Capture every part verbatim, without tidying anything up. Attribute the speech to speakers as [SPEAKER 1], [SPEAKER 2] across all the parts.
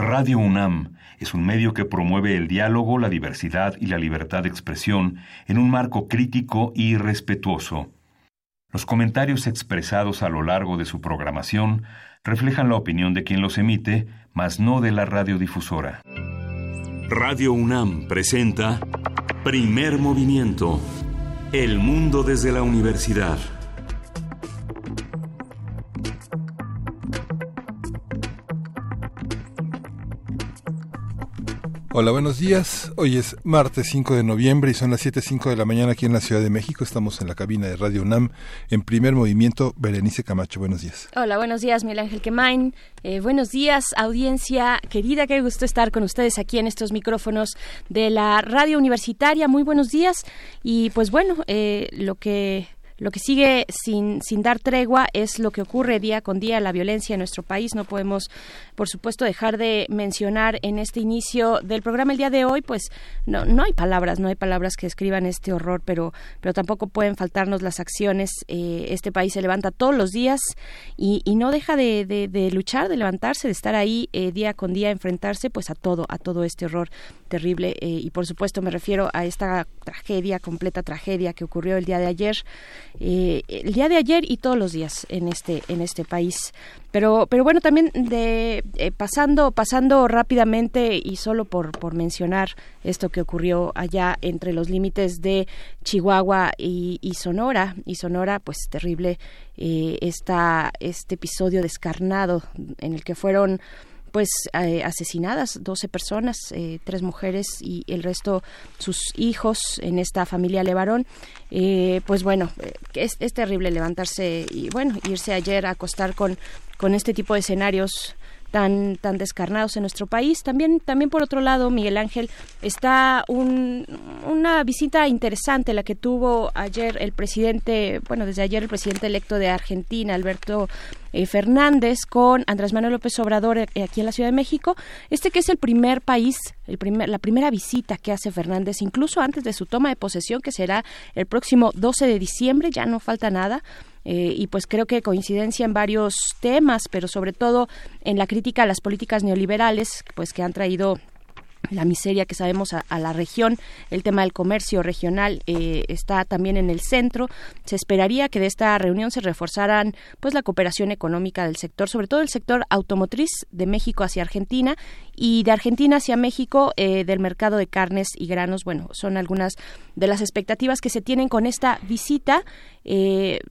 [SPEAKER 1] Radio UNAM es un medio que promueve el diálogo, la diversidad y la libertad de expresión en un marco crítico y respetuoso. Los comentarios expresados a lo largo de su programación reflejan la opinión de quien los emite, mas no de la radiodifusora. Radio UNAM presenta Primer Movimiento. El mundo desde la universidad.
[SPEAKER 2] Hola, buenos días. Hoy es martes cinco de noviembre y son las siete cinco de la mañana aquí en la Ciudad de México. Estamos en la cabina de Radio UNAM en Primer Movimiento. Berenice Camacho, buenos días.
[SPEAKER 3] Hola, buenos días, Miguel Ángel Quemain. Eh, buenos días, audiencia querida. Qué gusto estar con ustedes aquí en estos micrófonos de la radio universitaria. Muy buenos días. Y pues bueno, eh, lo que... Lo que sigue sin, sin dar tregua es lo que ocurre día con día, la violencia en nuestro país. No podemos, por supuesto, dejar de mencionar en este inicio del programa el día de hoy, pues no, no hay palabras, no hay palabras que describan este horror, pero, pero tampoco pueden faltarnos las acciones. Eh, este país se levanta todos los días y, y no deja de, de, de luchar, de levantarse, de estar ahí eh, día con día, enfrentarse pues a todo, a todo este horror terrible. Eh, y por supuesto me refiero a esta tragedia, completa tragedia que ocurrió el día de ayer. Eh, el día de ayer y todos los días en este en este país, pero pero bueno, también de eh, pasando pasando rápidamente y solo por por mencionar esto que ocurrió allá entre los límites de Chihuahua y, y Sonora y Sonora pues terrible eh, esta este episodio descarnado en el que fueron pues eh, asesinadas doce personas, eh, tres mujeres y el resto sus hijos en esta familia Levarón. Eh, pues bueno, eh, es, es terrible levantarse y bueno, irse ayer a acostar con, con este tipo de escenarios tan tan descarnados en nuestro país. También también por otro lado, Miguel Ángel, está un, una visita interesante la que tuvo ayer el presidente, bueno, desde ayer el presidente electo de Argentina, Alberto eh, Fernández, con Andrés Manuel López Obrador eh, aquí en la Ciudad de México. Este que es el primer país, el primer, la primera visita que hace Fernández, incluso antes de su toma de posesión, que será el próximo doce de diciembre, ya no falta nada. Eh, y pues creo que coincidencia en varios temas, pero sobre todo en la crítica a las políticas neoliberales, pues que han traído la miseria que sabemos a, a la región. El tema del comercio regional eh, está también en el centro. Se esperaría que de esta reunión se reforzaran pues la cooperación económica del sector, sobre todo el sector automotriz de México hacia Argentina y de Argentina hacia México, eh, del mercado de carnes y granos. Bueno, son algunas de las expectativas que se tienen con esta visita. Eh,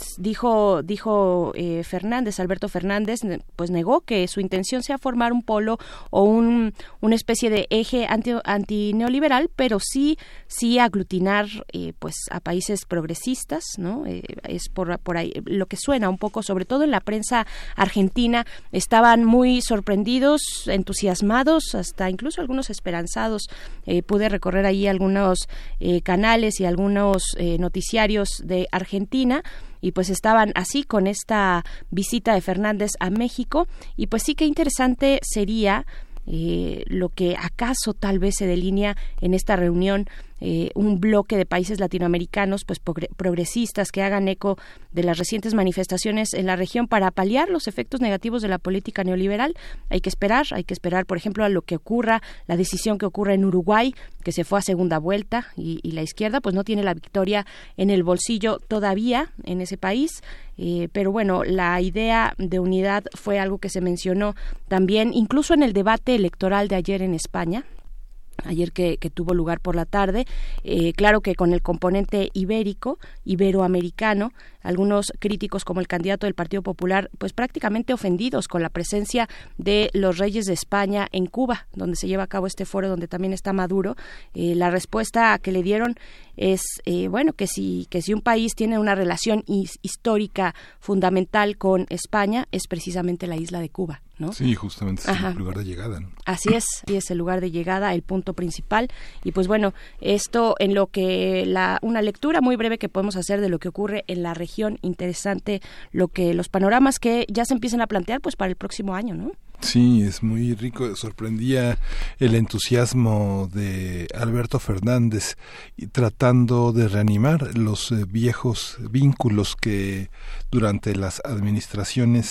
[SPEAKER 3] dijo dijo eh, Fernández, Alberto Fernández, pues negó que su intención sea formar un polo o un, una especie de eje anti, antineoliberal, pero sí sí aglutinar eh, pues a países progresistas, ¿no? Eh, es por por ahí lo que suena un poco, sobre todo en la prensa argentina, estaban muy sorprendidos, entusiasmados, hasta incluso algunos esperanzados. Eh, pude recorrer ahí algunos eh, canales y algunos eh, noticiarios de Argentina y pues estaban así con esta visita de Fernández a México y pues sí que interesante sería eh, lo que acaso tal vez se delinea en esta reunión. Eh, un bloque de países latinoamericanos pues progre- progresistas que hagan eco de las recientes manifestaciones en la región para paliar los efectos negativos de la política neoliberal. Hay que esperar, hay que esperar por ejemplo a lo que ocurra, la decisión que ocurra en Uruguay, que se fue a segunda vuelta y, y la izquierda pues no tiene la victoria en el bolsillo todavía en ese país. Eh, pero bueno, la idea de unidad fue algo que se mencionó también incluso en el debate electoral de ayer en España, ayer que, que tuvo lugar por la tarde, eh, claro que con el componente ibérico, iberoamericano, algunos críticos como el candidato del Partido Popular, pues prácticamente ofendidos con la presencia de los reyes de España en Cuba, donde se lleva a cabo este foro, donde también está Maduro. Eh, la respuesta que le dieron es, eh, bueno, que si, que si un país tiene una relación his- histórica fundamental con España, es precisamente la isla de Cuba, ¿no?
[SPEAKER 2] Sí, justamente es Ajá. el lugar de llegada, ¿no?
[SPEAKER 3] Así es, y es el lugar de llegada, el punto principal. Y pues bueno, esto en lo que la una lectura muy breve que podemos hacer de lo que ocurre en la región, interesante lo que los panoramas que ya se empiezan a plantear pues para el próximo año, ¿no?
[SPEAKER 2] Sí, es muy rico. Sorprendía el entusiasmo de Alberto Fernández y tratando de reanimar los eh, viejos vínculos que durante las administraciones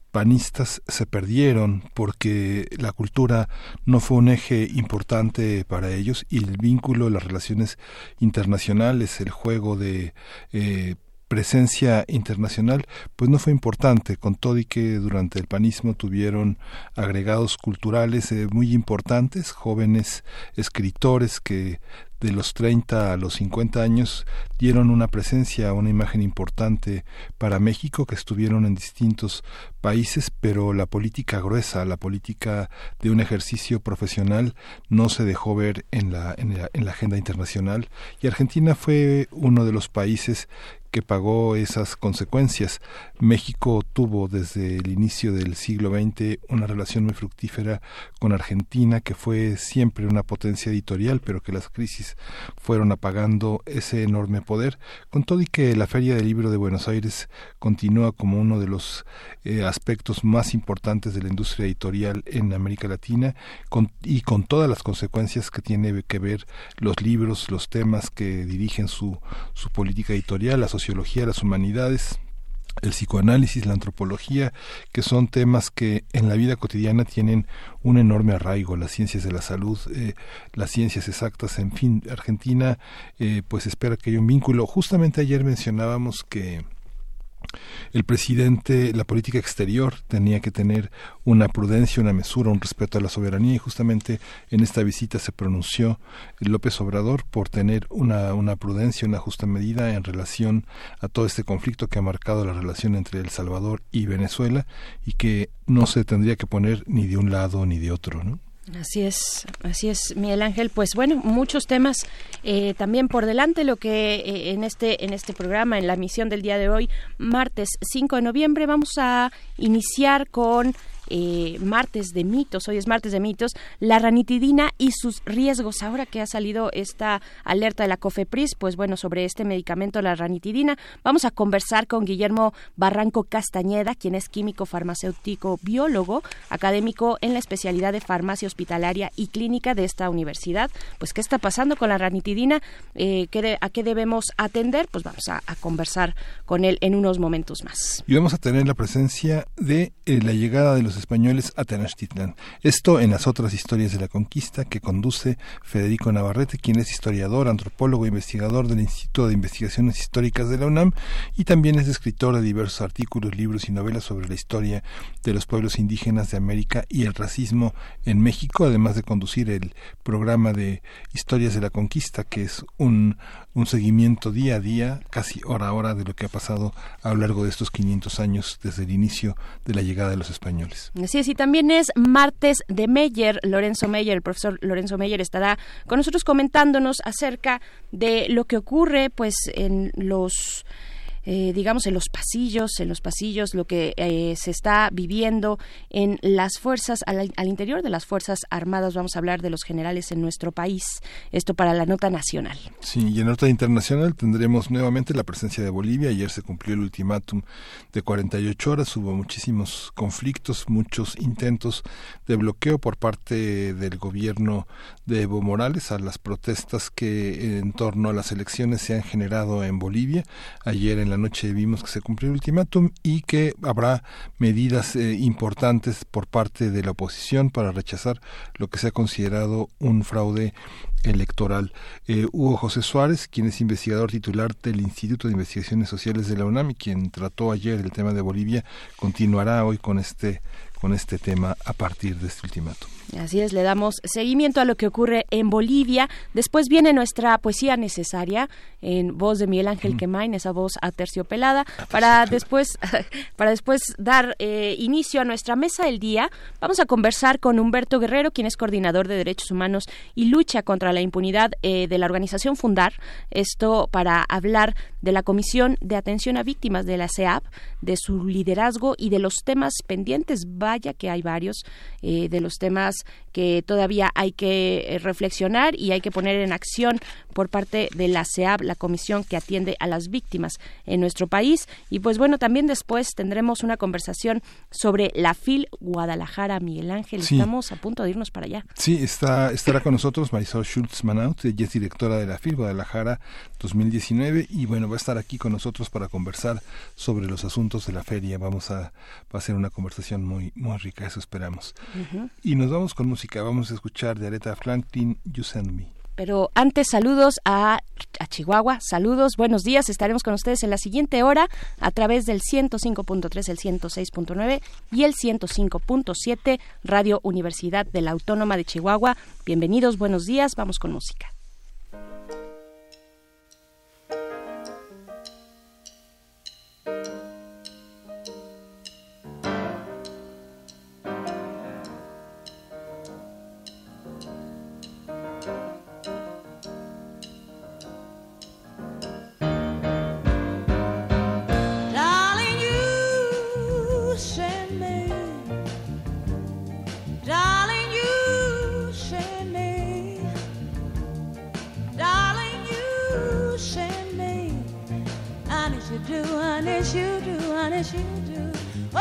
[SPEAKER 2] panistas se perdieron porque la cultura no fue un eje importante para ellos, y el vínculo, las relaciones internacionales, el juego de eh, presencia internacional, pues no fue importante, con todo y que durante el panismo tuvieron agregados culturales eh, muy importantes, jóvenes escritores que de los treinta a los cincuenta años dieron una presencia, una imagen importante para México, que estuvieron en distintos países, pero la política gruesa, la política de un ejercicio profesional no se dejó ver en la, en la, en la agenda internacional, y Argentina fue uno de los países que pagó esas consecuencias. México tuvo desde el inicio del siglo veinte una relación muy fructífera con Argentina, que fue siempre una potencia editorial, pero que las crisis fueron apagando ese enorme poder, con todo y que la Feria del Libro de Buenos Aires continúa como uno de los eh, aspectos más importantes de la industria editorial en América Latina, con, y con todas las consecuencias que tiene que ver los libros, los temas que dirigen su, su política editorial, la sociología, las humanidades, el psicoanálisis, la antropología, que son temas que en la vida cotidiana tienen un enorme arraigo, las ciencias de la salud, eh, las ciencias exactas, en fin. Argentina eh, pues espera que haya un vínculo. Justamente ayer mencionábamos que el presidente, la política exterior tenía que tener una prudencia, una mesura, un respeto a la soberanía, y justamente en esta visita se pronunció López Obrador por tener una, una prudencia, una justa medida en relación a todo este conflicto que ha marcado la relación entre El Salvador y Venezuela, y que no se tendría que poner ni de un lado ni de otro, ¿no?
[SPEAKER 3] Así es, así es, Miguel Ángel. Pues bueno, muchos temas eh, también por delante. Lo que eh, en este en este programa, en la emisión del día de hoy, martes cinco de noviembre, vamos a iniciar con Eh, martes de mitos. Hoy es martes de mitos, la ranitidina y sus riesgos. Ahora que ha salido esta alerta de la COFEPRIS, pues bueno, sobre este medicamento, la ranitidina, vamos a conversar con Guillermo Barranco Castañeda, quien es químico farmacéutico biólogo, académico en la especialidad de farmacia hospitalaria y clínica de esta universidad. Pues qué está pasando con la ranitidina, eh, ¿qué de, a qué debemos atender, pues vamos a, a conversar con él en unos momentos más.
[SPEAKER 2] Y vamos a tener la presencia de eh, la llegada de los españoles a Tenochtitlán. Esto en las otras historias de la conquista, que conduce Federico Navarrete, quien es historiador, antropólogo e investigador del Instituto de Investigaciones Históricas de la UNAM, y también es escritor de diversos artículos, libros y novelas sobre la historia de los pueblos indígenas de América y el racismo en México, además de conducir el programa de Historias de la Conquista, que es un, un seguimiento día a día, casi hora a hora, de lo que ha pasado a lo largo de estos quinientos años desde el inicio de la llegada de los españoles.
[SPEAKER 3] Así es, y también es martes de Meyer. Lorenzo Meyer, el profesor Lorenzo Meyer, estará con nosotros comentándonos acerca de lo que ocurre pues en los Eh, digamos en los pasillos, en los pasillos, lo que eh, se está viviendo en las fuerzas, al, al interior de las Fuerzas Armadas. Vamos a hablar de los generales en nuestro país, esto para la nota nacional.
[SPEAKER 2] Sí, y en la nota internacional tendremos nuevamente la presencia de Bolivia. Ayer se cumplió el ultimátum de cuarenta y ocho horas, hubo muchísimos conflictos, muchos intentos de bloqueo por parte del gobierno de Evo Morales a las protestas que en torno a las elecciones se han generado en Bolivia. Ayer en la noche vimos que se cumplió el ultimátum y que habrá medidas eh, importantes por parte de la oposición para rechazar lo que se ha considerado un fraude electoral. Eh, Hugo José Suárez, quien es investigador titular del Instituto de Investigaciones Sociales de la UNAM y quien trató ayer el tema de Bolivia, continuará hoy con este con este tema a partir de este ultimátum.
[SPEAKER 3] Así es, le damos seguimiento a lo que ocurre en Bolivia. Después viene nuestra poesía necesaria en voz de Miguel Ángel mm. Quemain, esa voz aterciopelada, para después para después dar eh, inicio a nuestra mesa del día. Vamos a conversar con Humberto Guerrero, quien es coordinador de Derechos Humanos y Lucha contra la Impunidad eh, de la organización Fundar. Esto para hablar de la Comisión de Atención a Víctimas de la C E A P, de su liderazgo y de los temas pendientes. vaya que hay varios eh, de los temas que todavía hay que eh, reflexionar y hay que poner en acción por parte de la C E A B, la comisión que atiende a las víctimas en nuestro país. Y pues bueno, también después tendremos una conversación sobre la FIL Guadalajara. Miguel Ángel, sí. Estamos a punto de irnos para allá.
[SPEAKER 2] Sí, está, estará con nosotros Marisol Schultz-Manaut, ella es directora de la FIL Guadalajara dos mil diecinueve y bueno, va a estar aquí con nosotros para conversar sobre los asuntos de la feria. Vamos a, va a ser una conversación muy, muy rica, eso esperamos. Uh-huh. Y nos vamos con música, vamos a escuchar de Aretha Franklin, You Send Me.
[SPEAKER 3] Pero antes, saludos a, a Chihuahua, saludos, buenos días, estaremos con ustedes en la siguiente hora a través del ciento cinco punto tres, el ciento seis punto nueve y el ciento cinco punto siete, Radio Universidad de la Autónoma de Chihuahua. Bienvenidos, buenos días, vamos con música.
[SPEAKER 4] You do, honest you do.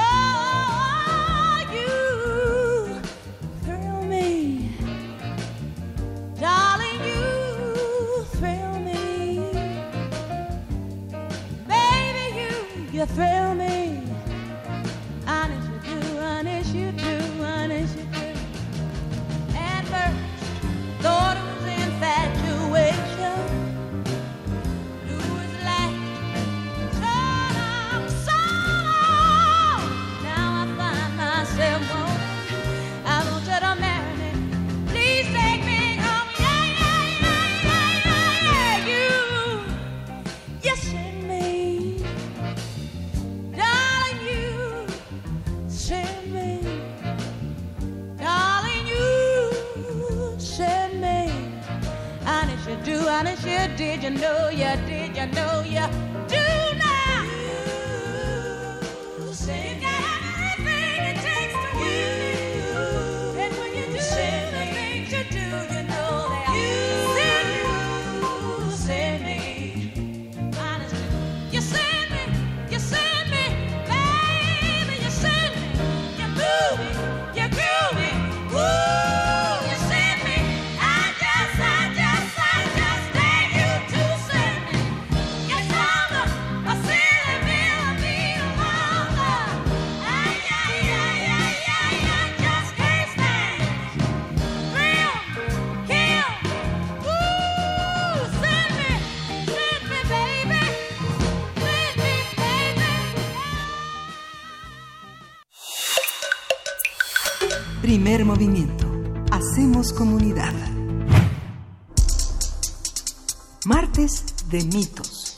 [SPEAKER 4] Oh, you thrill me, darling. You thrill me, baby. You, you thrill me. Honest you do, honest you do, honest you do. At first, thought it was infatuation. Do honest, you did you know you did you know you do now? You say you got everything it takes to win, and when you do the things you do, you know that you send me, honestly, you send me, you send me, baby, you send me, you move me, you groove me, woo.
[SPEAKER 5] Primer movimiento. Hacemos comunidad. Martes de mitos.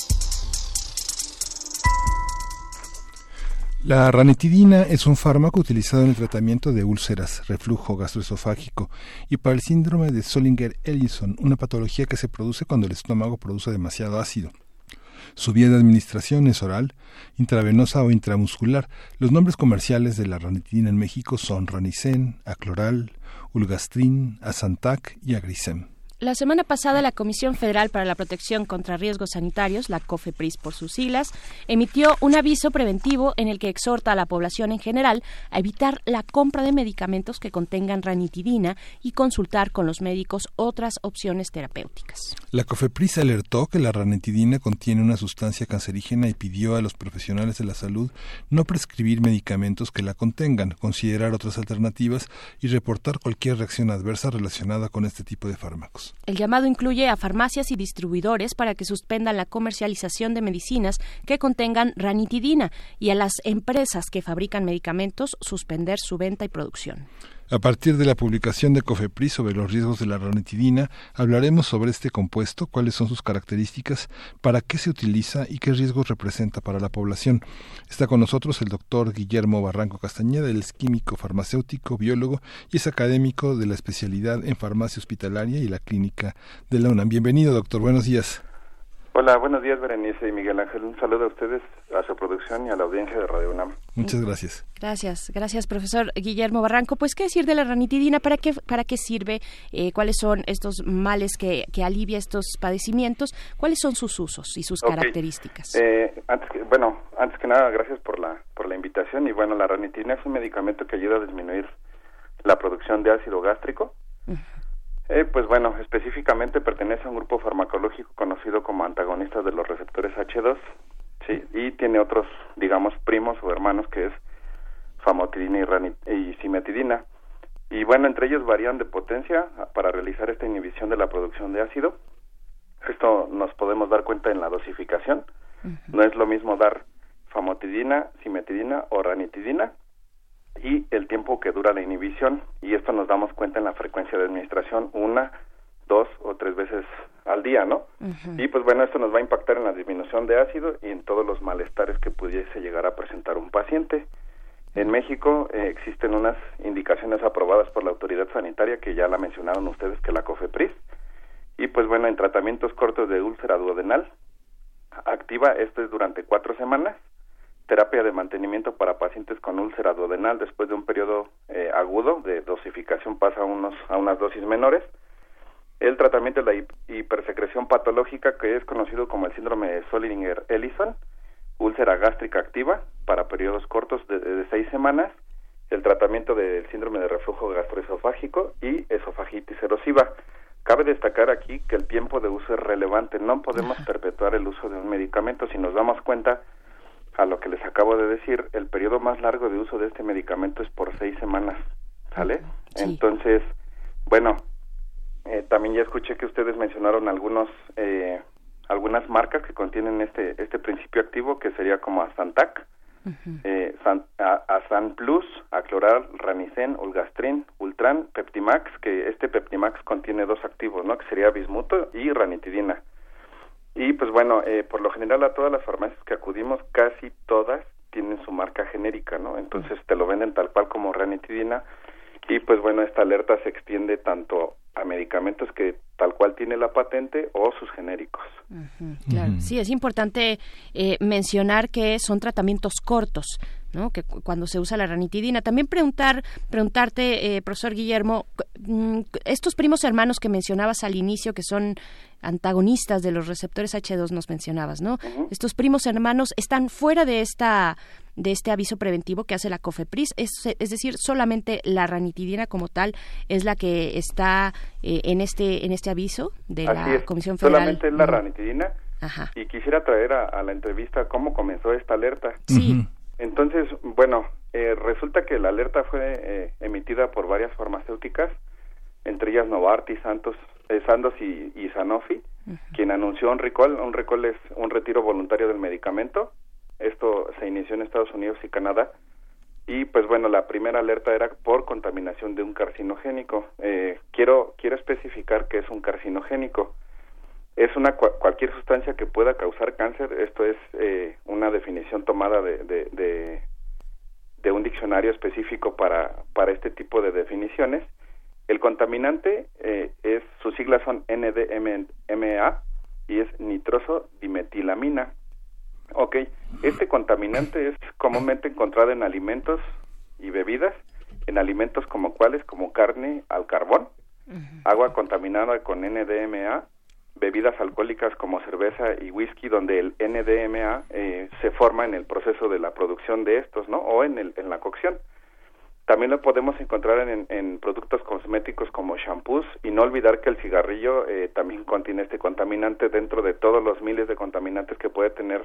[SPEAKER 2] La ranitidina es un fármaco utilizado en el tratamiento de úlceras, reflujo gastroesofágico y para el síndrome de Zollinger-Ellison, una patología que se produce cuando el estómago produce demasiado ácido. Su vía de administración es oral, intravenosa o intramuscular. Los nombres comerciales de la ranitidina en México son Ranicen, Acloral, Ulgastrin, Asantac y Agrisem.
[SPEAKER 3] La semana pasada, la Comisión Federal para la Protección contra Riesgos Sanitarios, la COFEPRIS por sus siglas, emitió un aviso preventivo en el que exhorta a la población en general a evitar la compra de medicamentos que contengan ranitidina y consultar con los médicos otras opciones terapéuticas.
[SPEAKER 2] La COFEPRIS alertó que la ranitidina contiene una sustancia cancerígena y pidió a los profesionales de la salud no prescribir medicamentos que la contengan, considerar otras alternativas y reportar cualquier reacción adversa relacionada con este tipo de fármacos.
[SPEAKER 3] El llamado incluye a farmacias y distribuidores para que suspendan la comercialización de medicinas que contengan ranitidina y a las empresas que fabrican medicamentos suspender su venta y producción.
[SPEAKER 2] A partir de la publicación de COFEPRIS sobre los riesgos de la ranitidina, hablaremos sobre este compuesto, cuáles son sus características, para qué se utiliza y qué riesgos representa para la población. Está con nosotros el doctor Guillermo Barranco Castañeda, él es químico, farmacéutico, biólogo y es académico de la especialidad en farmacia hospitalaria y la clínica de la UNAM. Bienvenido, doctor, buenos días.
[SPEAKER 6] Hola, buenos días, Berenice y Miguel Ángel. Un saludo a ustedes, a su producción y a la audiencia de Radio UNAM.
[SPEAKER 2] Muchas gracias.
[SPEAKER 3] Gracias, gracias, profesor Guillermo Barranco. Pues, ¿qué decir de la ranitidina? ¿Para qué, para qué sirve? Eh, ¿Cuáles son estos males que, que alivia estos padecimientos? ¿Cuáles son sus usos y sus okay. características?
[SPEAKER 6] Eh, antes que, bueno, antes que nada, gracias por la por la invitación. Y bueno, la ranitidina es un medicamento que ayuda a disminuir la producción de ácido gástrico. Uh-huh. Eh, pues bueno, específicamente pertenece a un grupo farmacológico conocido como antagonistas de los receptores hache dos, sí, y tiene otros, digamos, primos o hermanos que es famotidina y, ranit- y cimetidina. Y bueno, entre ellos varían de potencia para realizar esta inhibición de la producción de ácido. Esto nos podemos dar cuenta en la dosificación. Uh-huh. No es lo mismo dar famotidina, cimetidina o ranitidina, y el tiempo que dura la inhibición, y esto nos damos cuenta en la frecuencia de administración, una, dos o tres veces al día, ¿no? Uh-huh. Y pues bueno, esto nos va a impactar en la disminución de ácido y en todos los malestares que pudiese llegar a presentar un paciente. En México eh, existen unas indicaciones aprobadas por la autoridad sanitaria, que ya la mencionaron ustedes, que la COFEPRIS, y pues bueno, en tratamientos cortos de úlcera duodenal activa, esto es durante cuatro semanas, terapia de mantenimiento para pacientes con úlcera duodenal después de un periodo eh, agudo de dosificación pasa a, unos, a unas dosis menores. El tratamiento de la hipersecreción patológica, que es conocido como el síndrome de Zollinger-Ellison, úlcera gástrica activa para periodos cortos de, de seis semanas, el tratamiento del síndrome de reflujo gastroesofágico y esofagitis erosiva. Cabe destacar aquí que el tiempo de uso es relevante, no podemos perpetuar el uso de un medicamento. Si nos damos cuenta a lo que les acabo de decir, el periodo más largo de uso de este medicamento es por seis semanas, ¿sale? Sí. Entonces, bueno, eh, también ya escuché que ustedes mencionaron algunos, eh, algunas marcas que contienen este este principio activo, que sería como Asantac, uh-huh. eh, San, a, Asan Plus, Acloral, Ranicen, Ulgastrin, Ultran, Peptimax, que este Peptimax contiene dos activos, ¿no? Que sería bismuto y ranitidina. Y pues bueno, eh, por lo general a todas las farmacias que acudimos, casi todas tienen su marca genérica, ¿no? Entonces te lo venden tal cual como ranitidina, y pues bueno, esta alerta se extiende tanto a medicamentos que tal cual tiene la patente o sus genéricos.
[SPEAKER 3] Uh-huh, claro, uh-huh. Sí, es importante eh, mencionar que son tratamientos cortos, ¿no? Que cu- cuando se usa la ranitidina. También preguntar, preguntarte, eh, profesor Guillermo, estos primos hermanos que mencionabas al inicio, que son antagonistas de los receptores hache dos, nos mencionabas, ¿no? Uh-huh. Estos primos hermanos están fuera de esta de este aviso preventivo que hace la COFEPRIS, es, es decir, solamente la ranitidina como tal es la que está eh, en este en este aviso de
[SPEAKER 6] Así
[SPEAKER 3] la
[SPEAKER 6] es.
[SPEAKER 3] Comisión Federal.
[SPEAKER 6] Solamente es la ranitidina. Ajá. Y quisiera traer a, a la entrevista cómo comenzó esta alerta.
[SPEAKER 3] Sí.
[SPEAKER 6] Uh-huh. Entonces, bueno, eh, resulta que la alerta fue eh, emitida por varias farmacéuticas, entre ellas Novartis, Santos, eh, Sandoz y, y Sanofi, uh-huh. quien anunció un recall. Un recall es un retiro voluntario del medicamento. Esto se inició en Estados Unidos y Canadá. Y pues bueno, la primera alerta era por contaminación de un carcinogénico. Eh, quiero quiero especificar que es un carcinogénico. Es una cualquier sustancia que pueda causar cáncer. Esto es eh, una definición tomada de, de, de, de un diccionario específico para, para este tipo de definiciones. El contaminante, eh, es sus siglas son N D M A y es nitrosodimetilamina. Ok, este contaminante es comúnmente encontrado en alimentos y bebidas, en alimentos como cuáles, como carne al carbón, uh-huh. agua contaminada con N D M A, bebidas alcohólicas como cerveza y whisky, donde el N D M A eh, se forma en el proceso de la producción de estos, ¿no? O en, el, en la cocción. También lo podemos encontrar en, en productos cosméticos como shampoos, y no olvidar que el cigarrillo eh, también contiene este contaminante dentro de todos los miles de contaminantes que puede tener.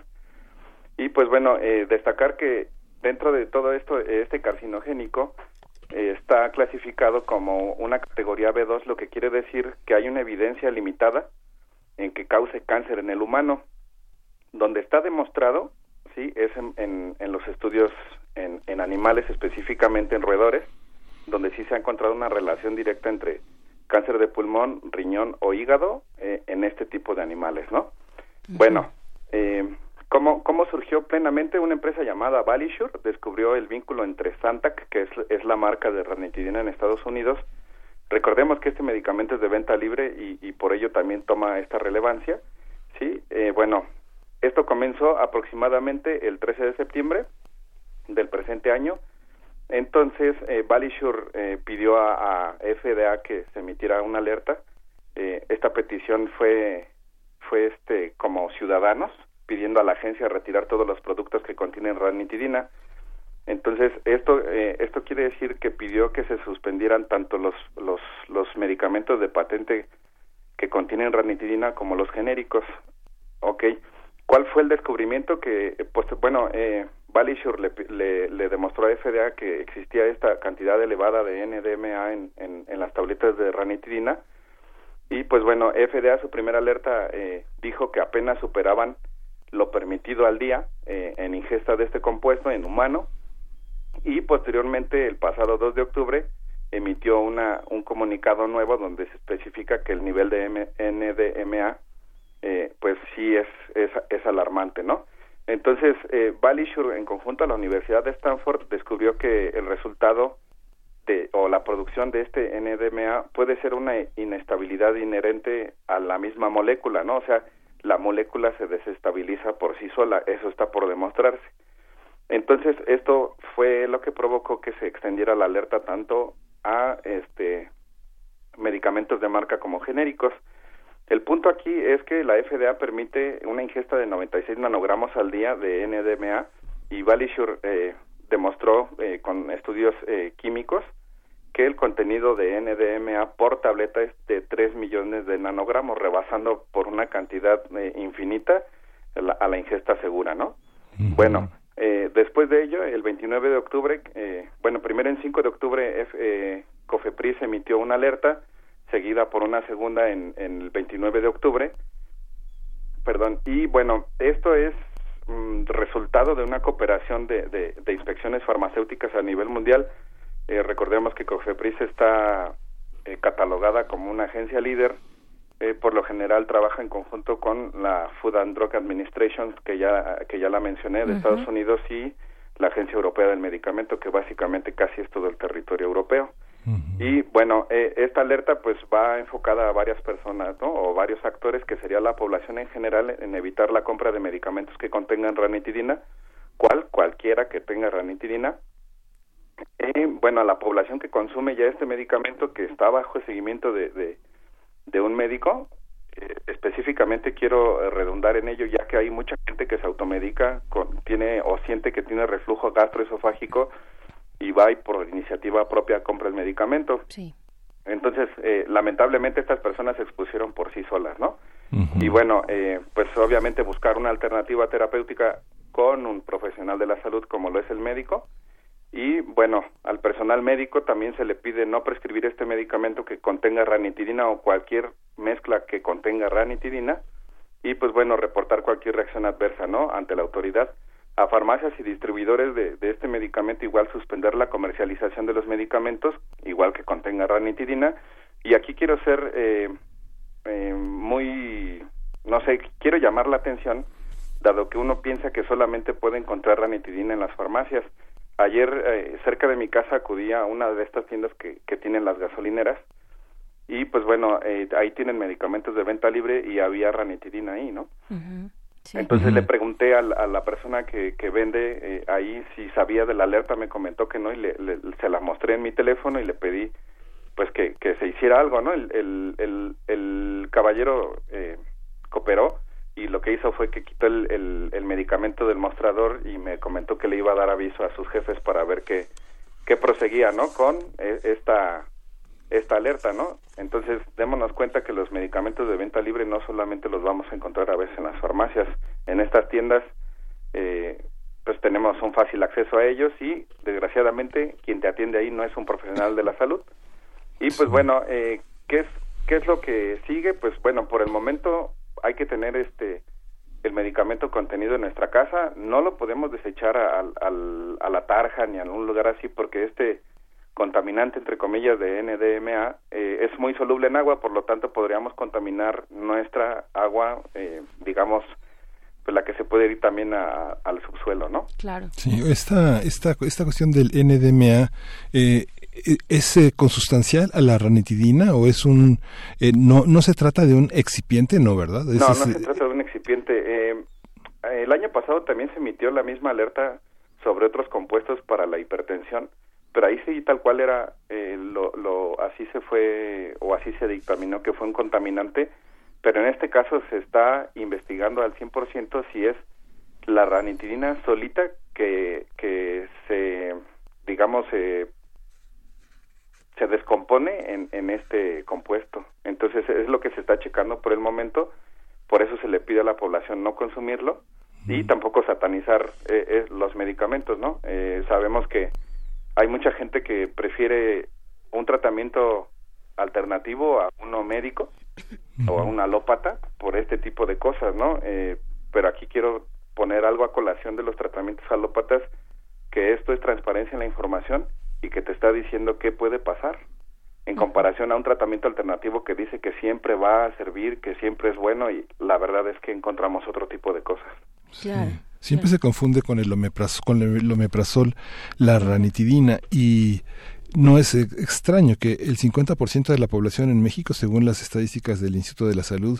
[SPEAKER 6] Y pues bueno, eh, destacar que dentro de todo esto, este carcinogénico eh, está clasificado como una categoría B dos, lo que quiere decir que hay una evidencia limitada en que cause cáncer en el humano. Donde está demostrado, sí, es en, en, en los estudios en, en animales, específicamente en roedores, donde sí se ha encontrado una relación directa entre cáncer de pulmón, riñón o hígado eh, en este tipo de animales, ¿no? Uh-huh. Bueno, eh, ¿cómo, ¿cómo surgió plenamente? Una empresa llamada Valisure descubrió el vínculo entre Zantac, que es, es la marca de ranitidina en Estados Unidos. Recordemos que este medicamento es de venta libre y, y por ello también toma esta relevancia, ¿sí? eh, bueno, esto comenzó aproximadamente el trece de septiembre del presente año. Entonces, eh, Valisure eh, pidió a, a F D A que se emitiera una alerta. Eh, esta petición fue fue este como ciudadanos pidiendo a la agencia retirar todos los productos que contienen ranitidina. Entonces, esto eh, esto quiere decir que pidió que se suspendieran tanto los los los medicamentos de patente que contienen ranitidina como los genéricos. Okay. ¿Cuál fue el descubrimiento? Que, pues, bueno, eh, Valisure le, le, le demostró a F D A que existía esta cantidad elevada de N D M A en, en, en las tabletas de ranitidina, y pues bueno, F D A, su primera alerta, eh, dijo que apenas superaban lo permitido al día eh, en ingesta de este compuesto en humano, y posteriormente, el pasado dos de octubre, emitió una un comunicado nuevo donde se especifica que el nivel de M, N D M A Eh, pues sí es, es es alarmante, ¿no? Entonces, eh, Valisure, en conjunto a la Universidad de Stanford, descubrió que el resultado de o la producción de este N D M A puede ser una inestabilidad inherente a la misma molécula, ¿no? O sea, la molécula se desestabiliza por sí sola, eso está por demostrarse. Entonces, esto fue lo que provocó que se extendiera la alerta tanto a este medicamentos de marca como genéricos. El punto aquí es que la F D A permite una ingesta de noventa y seis nanogramos al día de N D M A, y Valisure eh, demostró eh, con estudios eh, químicos que el contenido de N D M A por tableta es de tres millones de nanogramos, rebasando por una cantidad eh, infinita a la, a la ingesta segura, ¿no? Uh-huh. Bueno, eh, después de ello, el veintinueve de octubre, eh, bueno, primero en cinco de octubre, F, eh, COFEPRIS emitió una alerta, seguida por una segunda en, en el veintinueve de octubre, perdón, y bueno, esto es mm, resultado de una cooperación de, de, de inspecciones farmacéuticas a nivel mundial. Eh, recordemos que COFEPRIS está eh, catalogada como una agencia líder, eh, por lo general trabaja en conjunto con la Food and Drug Administration, que ya, que ya la mencioné, de uh-huh. Estados Unidos, y la Agencia Europea del Medicamento, que básicamente casi es todo el territorio europeo. Uh-huh. Y bueno, eh, esta alerta pues va enfocada a varias personas, ¿no? O varios actores, que sería la población en general, en evitar la compra de medicamentos que contengan ranitidina, cual cualquiera que tenga ranitidina. Eh, bueno, a la población que consume ya este medicamento, que está bajo el seguimiento de, de, de un médico, eh, específicamente quiero redundar en ello, ya que hay mucha gente que se automedica, con, tiene o siente que tiene reflujo gastroesofágico, y va y por iniciativa propia compra el medicamento. Sí. Entonces, eh, lamentablemente estas personas se expusieron por sí solas, ¿no? Uh-huh. Y bueno, eh, pues obviamente buscar una alternativa terapéutica con un profesional de la salud como lo es el médico. Y bueno, al personal médico también se le pide no prescribir este medicamento que contenga ranitidina o cualquier mezcla que contenga ranitidina, y pues bueno, reportar cualquier reacción adversa, ¿no?, ante la autoridad. A farmacias y distribuidores de, de este medicamento igual suspender la comercialización de los medicamentos, igual que contenga ranitidina. Y aquí quiero ser eh, eh, muy, no sé, quiero llamar la atención, dado que uno piensa que solamente puede encontrar ranitidina en las farmacias. Ayer, eh, cerca de mi casa, acudí a una de estas tiendas que, que tienen las gasolineras, y pues bueno, eh, ahí tienen medicamentos de venta libre y había ranitidina ahí, ¿no? Uh-huh. Sí. Entonces uh-huh. le pregunté a la, a la persona que, que vende eh, ahí si sabía de la alerta, me comentó que no, y le, le, se la mostré en mi teléfono y le pedí pues que, que se hiciera algo, ¿no? El, el, el, el caballero eh, cooperó, y lo que hizo fue que quitó el, el, el medicamento del mostrador y me comentó que le iba a dar aviso a sus jefes para ver qué, qué proseguía, ¿no?, con eh, esta... esta alerta, ¿no? Entonces, démonos cuenta que los medicamentos de venta libre no solamente los vamos a encontrar a veces en las farmacias. En estas tiendas, eh, pues tenemos un fácil acceso a ellos, y desgraciadamente quien te atiende ahí no es un profesional de la salud. Y pues bueno, eh, ¿qué es qué es lo que sigue? Pues bueno, por el momento hay que tener este el medicamento contenido en nuestra casa. No lo podemos desechar a, a, a la tarja ni a un lugar así, porque este contaminante, entre comillas, de N D M A eh, es muy soluble en agua, por lo tanto podríamos contaminar nuestra agua, eh, digamos, pues la que se puede ir también a, al subsuelo, ¿no?
[SPEAKER 3] Claro.
[SPEAKER 2] Sí, esta esta esta cuestión del N D M A, eh, ¿es eh, consustancial a la ranitidina o es un... Eh, no no se trata de un excipiente, no, ¿verdad? Es,
[SPEAKER 6] no, no
[SPEAKER 2] es,
[SPEAKER 6] se trata de un excipiente. Eh, el año pasado también se emitió la misma alerta sobre otros compuestos para la hipertensión, pero ahí sí tal cual era, eh, lo, lo así se fue, o así se dictaminó que fue un contaminante, pero en este caso se está investigando al cien por ciento si es la ranitidina solita que, que se, digamos, se, se descompone en, en este compuesto. Entonces es lo que se está checando por el momento, por eso se le pide a la población no consumirlo y tampoco satanizar eh, eh, los medicamentos, ¿no? Eh, sabemos que hay mucha gente que prefiere un tratamiento alternativo a uno médico o a un alópata por este tipo de cosas, ¿no? Eh, pero aquí quiero poner algo a colación de los tratamientos alópatas, que esto es transparencia en la información y que te está diciendo qué puede pasar en comparación a un tratamiento alternativo que dice que siempre va a servir, que siempre es bueno, y la verdad es que encontramos otro tipo de cosas.
[SPEAKER 3] Claro.
[SPEAKER 2] Sí. Siempre se confunde con el omeprazol, con el omeprazol, la ranitidina, y no es extraño que el cincuenta por ciento de la población en México, según las estadísticas del Instituto de la Salud,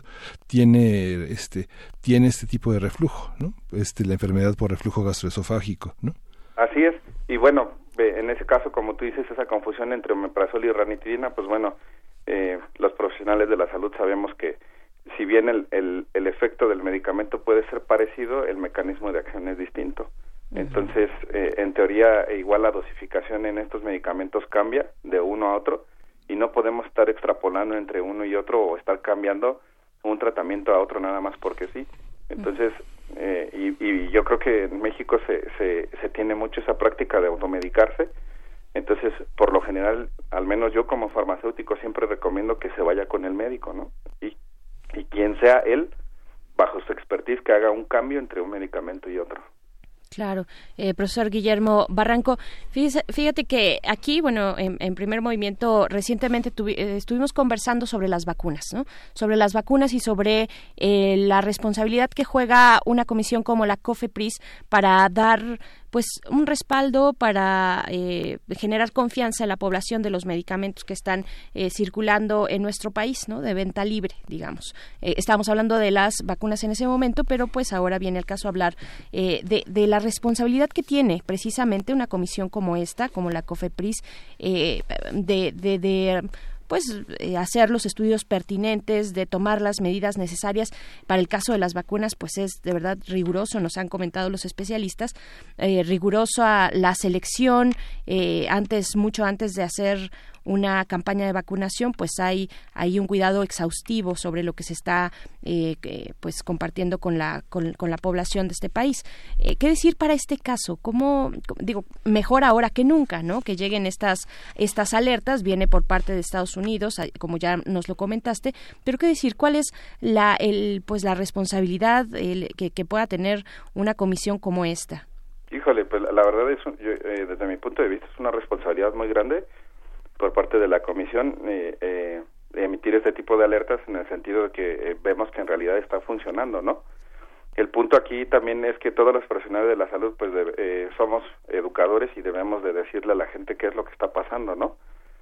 [SPEAKER 2] tiene este tiene este tipo de reflujo, ¿no? Este la enfermedad por reflujo gastroesofágico, ¿no?
[SPEAKER 6] Así es. Y bueno, en ese caso, como tú dices, esa confusión entre omeprazol y ranitidina, pues bueno, eh, los profesionales de la salud sabemos que si bien el, el, el efecto del medicamento puede ser parecido, el mecanismo de acción es distinto. Entonces, eh, en teoría, igual la dosificación en estos medicamentos cambia de uno a otro y no podemos estar extrapolando entre uno y otro o estar cambiando un tratamiento a otro nada más porque sí. Entonces, eh, y, y yo creo que en México se, se, se tiene mucho esa práctica de automedicarse. Entonces, por lo general, al menos yo como farmacéutico siempre recomiendo que se vaya con el médico, ¿no? Y, y quien sea él, bajo su expertise, que haga un cambio entre un medicamento y otro.
[SPEAKER 3] Claro, eh, profesor Guillermo Barranco, fíjese, fíjate que aquí, bueno, en, en Primer Movimiento recientemente tuvi, eh, estuvimos conversando sobre las vacunas, ¿no? Sobre las vacunas y sobre eh, la responsabilidad que juega una comisión como la COFEPRIS para dar pues un respaldo para eh, generar confianza en la población de los medicamentos que están eh, circulando en nuestro país, ¿no? De venta libre, digamos. Eh, estábamos hablando de las vacunas en ese momento, pero pues ahora viene el caso a hablar eh, de, de la responsabilidad que tiene precisamente una comisión como esta, como la COFEPRIS, eh, de, de, de pues eh, hacer los estudios pertinentes, de tomar las medidas necesarias. Para el caso de las vacunas, pues es de verdad riguroso, nos han comentado los especialistas, eh, rigurosa la selección, eh, antes, mucho antes de hacer una campaña de vacunación, pues hay hay un cuidado exhaustivo sobre lo que se está eh, eh, pues compartiendo con la con, con la población de este país. Eh, ¿Qué decir para este caso? ¿Cómo, digo, mejor ahora que nunca, ¿no? Que lleguen estas estas alertas, viene por parte de Estados Unidos, como ya nos lo comentaste, pero qué decir, ¿cuál es la el pues la responsabilidad el, que, que pueda tener una comisión como esta?
[SPEAKER 6] Híjole, pues la verdad es, yo, eh, desde mi punto de vista, es una responsabilidad muy grande por parte de la comisión eh, eh, emitir este tipo de alertas en el sentido de que eh, vemos que en realidad está funcionando, ¿no? El punto aquí también es que todos los profesionales de la salud pues de, eh, somos educadores y debemos de decirle a la gente qué es lo que está pasando, ¿no?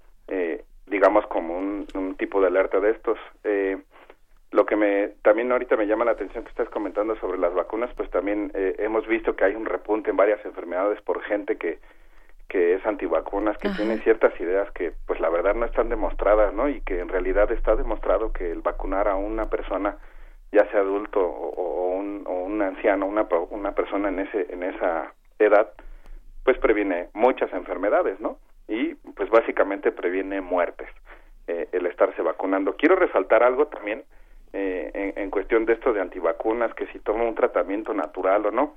[SPEAKER 6] Eh, digamos como un, un tipo de alerta de estos. Eh, lo que me también ahorita me llama la atención que estás comentando sobre las vacunas, pues también eh, hemos visto que hay un repunte en varias enfermedades por gente que que es antivacunas, que Ajá. tiene ciertas ideas que pues la verdad no están demostradas, ¿no? Y que en realidad está demostrado que el vacunar a una persona, ya sea adulto o, o, un, o un anciano, una una persona en ese en esa edad, pues previene muchas enfermedades, ¿no? Y pues básicamente previene muertes, eh, el estarse vacunando. Quiero resaltar algo también eh, en, en cuestión de esto de antivacunas, que si toma un tratamiento natural o no.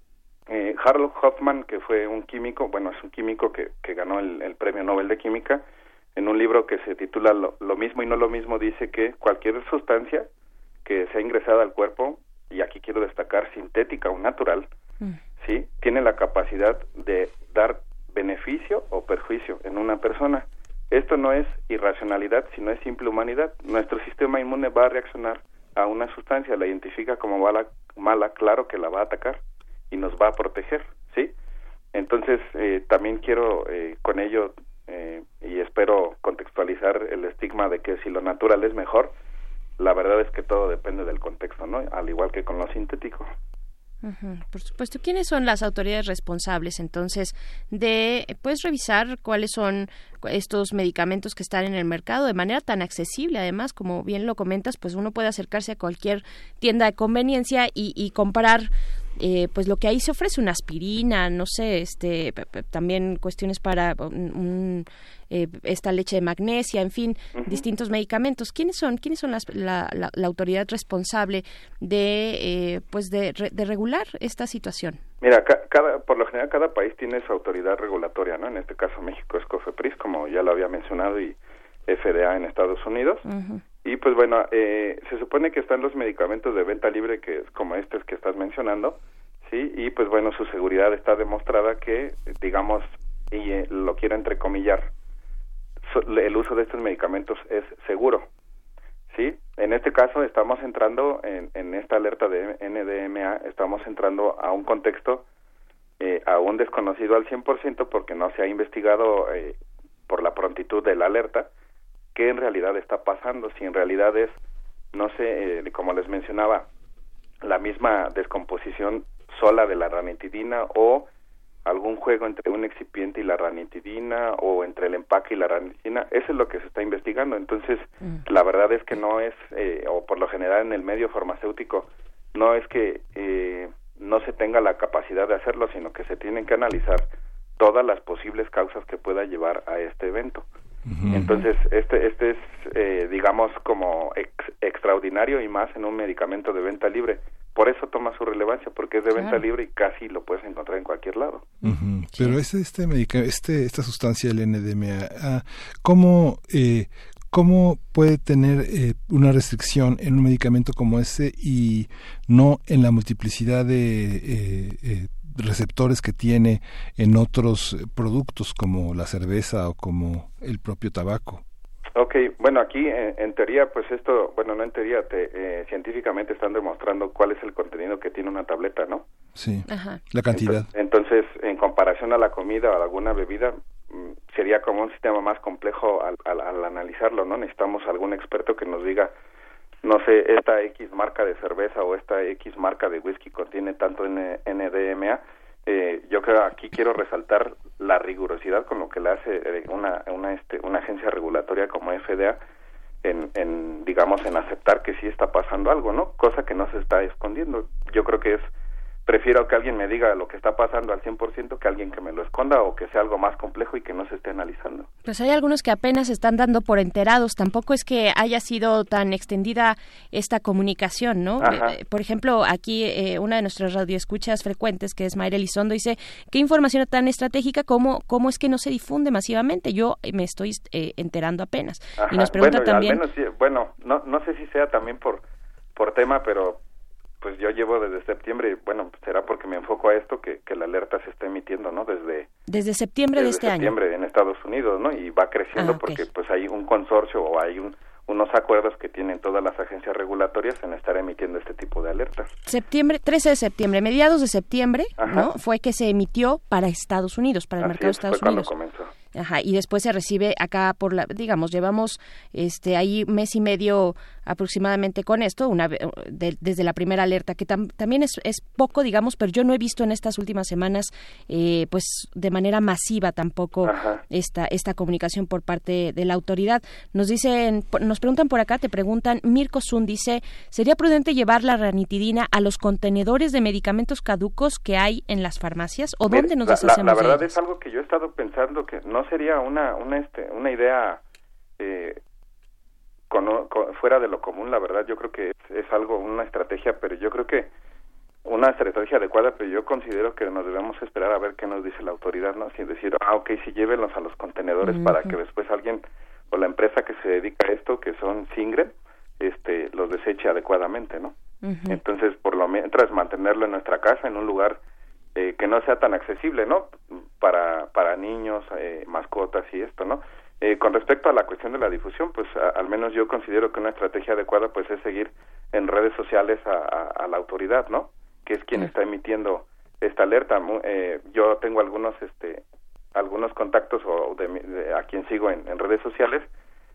[SPEAKER 6] Eh, Harold Hoffman, que fue un químico, bueno, es un químico que, que ganó el, el Premio Nobel de Química, en un libro que se titula Lo, lo mismo y no lo mismo, dice que cualquier sustancia que sea ingresada al cuerpo, y aquí quiero destacar sintética o natural, mm. ¿sí? Tiene la capacidad de dar beneficio o perjuicio en una persona. Esto no es irracionalidad, sino es simple humanidad. Nuestro sistema inmune va a reaccionar a una sustancia, la identifica como mala, mala claro que la va a atacar y nos va a proteger, ¿sí? Entonces, eh, también quiero eh, con ello eh, y espero contextualizar el estigma de que si lo natural es mejor. La verdad es que todo depende del contexto, ¿no? Al igual que con lo sintético.
[SPEAKER 3] Uh-huh. Por supuesto. ¿Quiénes son las autoridades responsables entonces de pues revisar cuáles son estos medicamentos que están en el mercado de manera tan accesible? Además, como bien lo comentas, pues uno puede acercarse a cualquier tienda de conveniencia y, y comprar eh, pues lo que ahí se ofrece, una aspirina, no sé, este p- p- también cuestiones para un, un, eh, esta leche de magnesia, en fin, uh-huh. distintos medicamentos. ¿Quiénes son? ¿Quiénes son las, la, la, la autoridad responsable de eh, pues de, de regular esta situación?
[SPEAKER 6] Mira, ca- cada, por lo general cada país tiene su autoridad regulatoria, ¿no? En este caso México es COFEPRIS, como ya lo había mencionado, y F D A en Estados Unidos. Uh-huh. Y pues bueno, eh, se supone que están los medicamentos de venta libre, que es como estos que estás mencionando, ¿sí? Y pues bueno, su seguridad está demostrada que, digamos, y eh, lo quiero entrecomillar, so, el uso de estos medicamentos es seguro, ¿sí? En este caso estamos entrando en, en esta alerta de N D M A, estamos entrando a un contexto eh, aún desconocido al cien por ciento porque no se ha investigado eh, por la prontitud de la alerta qué en realidad está pasando, si en realidad es, no sé, eh, como les mencionaba, la misma descomposición sola de la ranitidina o algún juego entre un excipiente y la ranitidina o entre el empaque y la ranitidina. Eso es lo que se está investigando. Entonces, mm. la verdad es que no es, eh, o por lo general en el medio farmacéutico, no es que eh, no se tenga la capacidad de hacerlo, sino que se tienen que analizar todas las posibles causas que pueda llevar a este evento. Uh-huh. Entonces, este este es, eh, digamos, como ex, extraordinario y más en un medicamento de venta libre. Por eso toma su relevancia, porque es de claro. venta libre y casi lo puedes encontrar en cualquier lado.
[SPEAKER 2] Uh-huh. Sí. Pero este este medicamento, este esta sustancia del N D M A, ¿cómo eh, cómo puede tener eh, una restricción en un medicamento como ese y no en la multiplicidad de eh, eh, receptores que tiene en otros productos como la cerveza o como el propio tabaco?
[SPEAKER 6] Ok, bueno, aquí en, en teoría, pues esto, bueno, no en teoría, te, eh, científicamente están demostrando cuál es el contenido que tiene una tableta, ¿no?
[SPEAKER 2] Sí, Ajá. la cantidad.
[SPEAKER 6] Entonces, entonces, en comparación a la comida o a alguna bebida, mmm, sería como un sistema más complejo al, al, al analizarlo, ¿no? Necesitamos algún experto que nos diga, no sé, esta X marca de cerveza o esta X marca de whisky contiene tanto N D M A. Eh, yo creo aquí quiero resaltar la rigurosidad con lo que le hace una una este una agencia regulatoria como F D A en, en digamos en aceptar que sí está pasando algo, ¿no? Cosa que no se está escondiendo. Yo creo que es prefiero que alguien me diga lo que está pasando al cien por ciento que alguien que me lo esconda o que sea algo más complejo y que no se esté analizando.
[SPEAKER 3] Pues hay algunos que apenas se están dando por enterados, tampoco es que haya sido tan extendida esta comunicación, ¿no? Eh, por ejemplo, aquí eh, una de nuestras radioescuchas frecuentes, que es Mayra Elizondo, dice, ¿qué información tan estratégica? ¿Cómo, cómo es que no se difunde masivamente? Yo me estoy eh, enterando apenas.
[SPEAKER 6] Ajá.
[SPEAKER 3] Y nos pregunta
[SPEAKER 6] bueno,
[SPEAKER 3] también...
[SPEAKER 6] Al menos, sí, bueno, no, no sé si sea también por, por tema, pero... pues yo llevo desde septiembre, bueno, será porque me enfoco a esto que, que la alerta se está emitiendo, ¿no? Desde
[SPEAKER 3] desde septiembre
[SPEAKER 6] desde
[SPEAKER 3] de este
[SPEAKER 6] septiembre
[SPEAKER 3] año.
[SPEAKER 6] En Estados Unidos, ¿no? Y va creciendo ah, okay. porque pues hay un consorcio o hay un, unos acuerdos que tienen todas las agencias regulatorias en estar emitiendo este tipo de alertas.
[SPEAKER 3] Septiembre, trece de septiembre, mediados de septiembre, Ajá. ¿no? Fue que se emitió para Estados Unidos, para el
[SPEAKER 6] Así
[SPEAKER 3] mercado
[SPEAKER 6] es,
[SPEAKER 3] de Estados
[SPEAKER 6] fue
[SPEAKER 3] Unidos.
[SPEAKER 6] Cuando comenzó.
[SPEAKER 3] Ajá, y después se recibe acá por la, digamos, llevamos este ahí mes y medio aproximadamente con esto, una de, desde la primera alerta, que tam, también es, es poco, digamos, pero yo no he visto en estas últimas semanas, eh, pues de manera masiva tampoco Ajá. esta esta comunicación por parte de la autoridad. Nos dicen, nos preguntan por acá, te preguntan, Mirko Zun dice, ¿sería prudente llevar la ranitidina a los contenedores de medicamentos caducos que hay en las farmacias? ¿O
[SPEAKER 6] Mira,
[SPEAKER 3] dónde nos
[SPEAKER 6] la,
[SPEAKER 3] deshacemos
[SPEAKER 6] la, la verdad
[SPEAKER 3] de ellos?
[SPEAKER 6] Es algo que yo he estado pensando que no sería una una este una idea eh, con, con, fuera de lo común, la verdad. Yo creo que es, es algo, una estrategia, pero yo creo que una estrategia adecuada, pero yo considero que nos debemos esperar a ver qué nos dice la autoridad, ¿no? Sin decir, ah, ok, sí, llévenlos a los contenedores uh-huh. para que después alguien o la empresa que se dedica a esto, que son Singren, este, los deseche adecuadamente, ¿no? Uh-huh. Entonces, por lo mientras, mantenerlo en nuestra casa, en un lugar Eh, que no sea tan accesible, ¿no? Para para niños, eh, mascotas y esto, ¿no? Eh, con respecto a la cuestión de la difusión, pues a, al menos yo considero que una estrategia adecuada pues es seguir en redes sociales a, a, a la autoridad, ¿no? Que es quien está emitiendo esta alerta. Eh, yo tengo algunos este algunos contactos o de, de a quien sigo en, en redes sociales,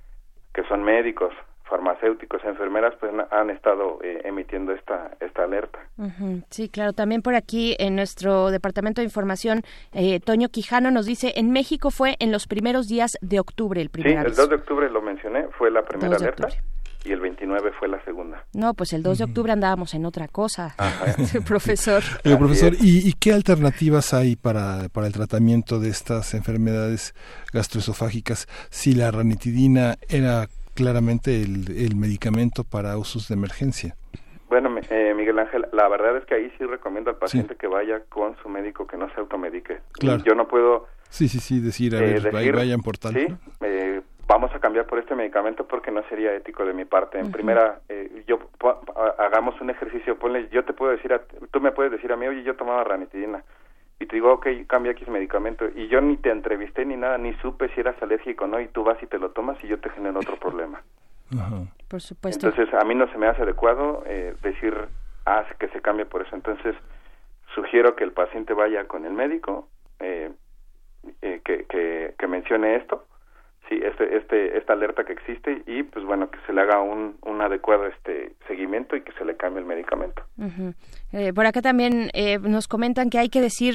[SPEAKER 6] que son médicos, farmacéuticos, enfermeras, pues han estado eh, emitiendo esta esta alerta.
[SPEAKER 3] Uh-huh. Sí, claro. También por aquí en nuestro departamento de información, eh, Toño Quijano nos dice, en México fue en los primeros días de octubre el primer
[SPEAKER 6] Sí,
[SPEAKER 3] aviso.
[SPEAKER 6] el dos de octubre lo mencioné, fue la primera alerta. Y el veintinueve fue la segunda.
[SPEAKER 3] No, pues el dos de octubre andábamos en otra cosa, profesor.
[SPEAKER 2] Eh, profesor, ¿y, ¿y qué alternativas hay para, para el tratamiento de estas enfermedades gastroesofágicas si la ranitidina era claramente el, el medicamento para usos de emergencia?
[SPEAKER 6] Bueno, eh, Miguel Ángel, la verdad es que ahí sí recomiendo al paciente sí. que vaya con su médico, que no se automedique.
[SPEAKER 2] Claro.
[SPEAKER 6] Yo no puedo...
[SPEAKER 2] Sí, sí, sí, decir, a
[SPEAKER 6] eh,
[SPEAKER 2] ver, decir, vayan por tal.
[SPEAKER 6] Sí, eh, vamos a cambiar por este medicamento porque no sería ético de mi parte. En uh-huh. primera, eh, yo po- hagamos un ejercicio, ponle, yo te puedo decir, a, tú me puedes decir a mí, oye, yo tomaba ranitidina, y te digo, ok, cambia X medicamento, y yo ni te entrevisté ni nada, ni supe si eras alérgico o no, y tú vas y te lo tomas y yo te genero otro problema.
[SPEAKER 2] Uh-huh.
[SPEAKER 3] Por supuesto.
[SPEAKER 6] Entonces, a mí no se me hace adecuado eh, decir, ah, que se cambie por eso. Entonces, sugiero que el paciente vaya con el médico, eh, eh, que, que, que mencione esto, sí, este, este, esta alerta que existe, y pues bueno, que se le haga un, un adecuado este seguimiento y que se le cambie el medicamento.
[SPEAKER 3] Uh-huh. Eh, por acá también eh, nos comentan que hay que decir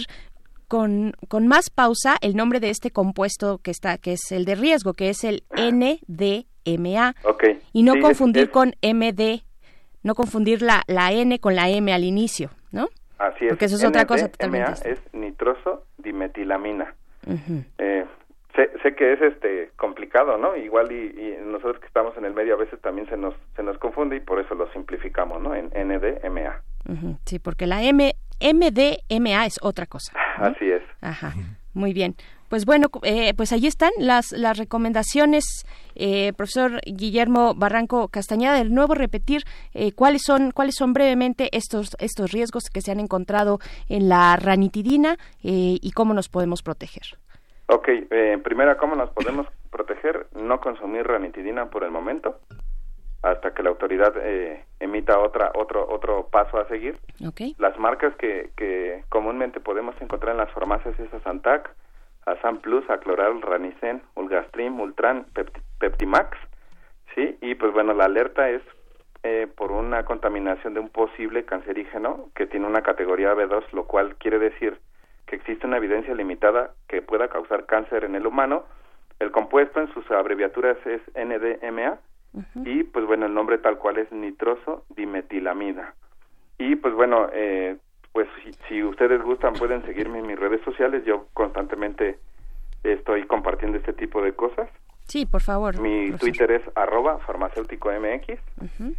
[SPEAKER 3] con, con más pausa el nombre de este compuesto que está, que es el de riesgo, que es el N D M A.
[SPEAKER 6] Okay.
[SPEAKER 3] Y no
[SPEAKER 6] sí,
[SPEAKER 3] confundir
[SPEAKER 6] es, es...
[SPEAKER 3] con M D, no confundir la, la N con la M al inicio, ¿no?
[SPEAKER 6] Así es.
[SPEAKER 3] Porque eso es otra cosa totalmente
[SPEAKER 6] distinta. Es nitrosodimetilamina.
[SPEAKER 3] Uh-huh.
[SPEAKER 6] Eh, sé, sé que es este complicado, ¿no? Igual y, y nosotros que estamos en el medio a veces también se nos se nos confunde y por eso lo simplificamos, ¿no? En N D M A.
[SPEAKER 3] Uh-huh. Sí, porque la M M D M A es otra cosa, ¿no?
[SPEAKER 6] Así es.
[SPEAKER 3] Ajá. Muy bien. Pues bueno, eh, pues allí están las las recomendaciones, eh, profesor Guillermo Barranco Castañeda. De nuevo repetir eh, cuáles son cuáles son brevemente estos estos riesgos que se han encontrado en la ranitidina eh, y cómo nos podemos proteger.
[SPEAKER 6] Ok, eh, primero, ¿cómo nos podemos proteger? No consumir ranitidina por el momento, hasta que la autoridad eh, emita otra otro otro paso a seguir.
[SPEAKER 3] Okay.
[SPEAKER 6] Las marcas que, que comúnmente podemos encontrar en las farmacias es Asantac, Asan Plus, Acloral, Ranicen, Ulgastrim, Ultran, Pepti, Peptimax, sí, y pues bueno, la alerta es eh, por una contaminación de un posible cancerígeno que tiene una categoría B dos, lo cual quiere decir que existe una evidencia limitada que pueda causar cáncer en el humano. El compuesto en sus abreviaturas es N D M A, uh-huh. y pues bueno, el nombre tal cual es nitrosodimetilamida. Y pues bueno, eh, pues si, si ustedes gustan pueden seguirme en mis redes sociales, yo constantemente estoy compartiendo este tipo de cosas.
[SPEAKER 3] Sí, por favor.
[SPEAKER 6] Mi
[SPEAKER 3] profesor.
[SPEAKER 6] Twitter es arroba farmacéutico mx, uh-huh.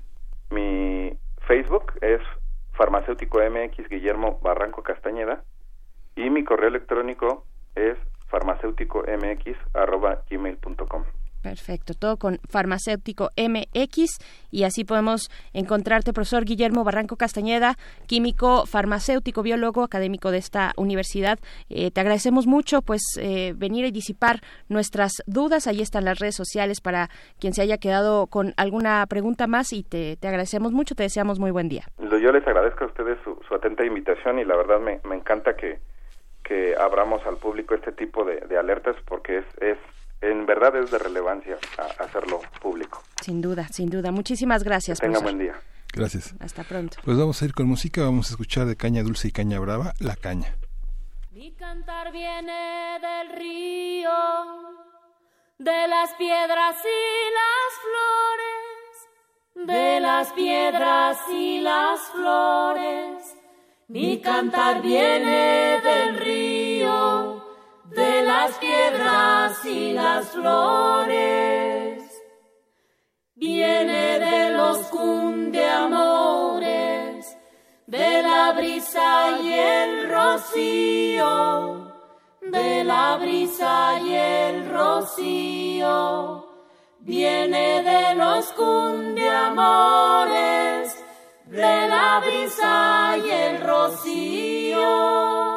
[SPEAKER 6] mi Facebook es farmacéutico mx Guillermo Barranco Castañeda, y mi correo electrónico es farmacéutico mx arroba gmail punto com.
[SPEAKER 3] Perfecto, todo con farmacéutico M X, y así podemos encontrarte, profesor Guillermo Barranco Castañeda, químico, farmacéutico, biólogo, académico de esta universidad. Eh, te agradecemos mucho pues eh, venir y disipar nuestras dudas. Ahí están las redes sociales para quien se haya quedado con alguna pregunta más, y te, te agradecemos mucho, te deseamos muy buen día.
[SPEAKER 6] Yo les agradezco a ustedes su, su atenta invitación, y la verdad me, me encanta que, que abramos al público este tipo de, de alertas, porque es... es en verdad es de relevancia a hacerlo público.
[SPEAKER 3] Sin duda, sin duda. Muchísimas gracias,
[SPEAKER 6] que tenga
[SPEAKER 3] profesor.
[SPEAKER 6] buen día.
[SPEAKER 2] Gracias.
[SPEAKER 3] Hasta pronto.
[SPEAKER 2] Pues vamos a ir con música, vamos a escuchar de Caña Dulce y Caña Brava, La Caña.
[SPEAKER 7] Mi cantar viene del río, de las piedras y las flores, de las piedras y las flores. Mi cantar viene del río, de las piedras y las flores, viene de los cundeamores, de la brisa y el rocío, de la brisa y el rocío, viene de los cundeamores, de la brisa y el rocío.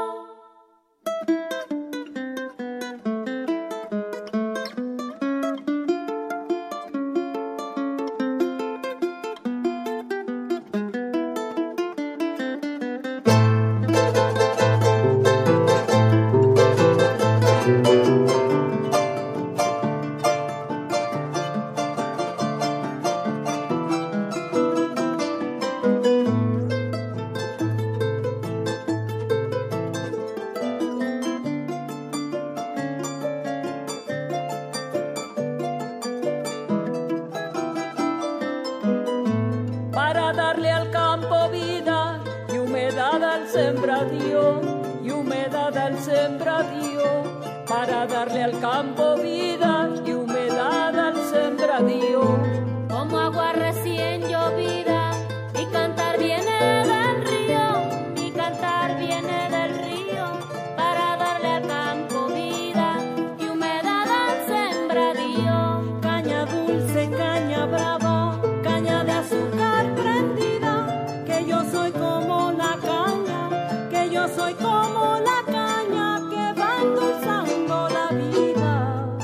[SPEAKER 7] sembradío y humedad al sembradío, para darle al campo vida y humedad al sembradío.
[SPEAKER 8] Como agua recién llovida, mi cantar viene del río, mi cantar viene del río, para darle al campo vida y humedad al sembradío.
[SPEAKER 7] Caña dulce, caña brava, caña de azúcar prendida, que yo soy como la caña, que yo soy como la caña que va endulzando la vida.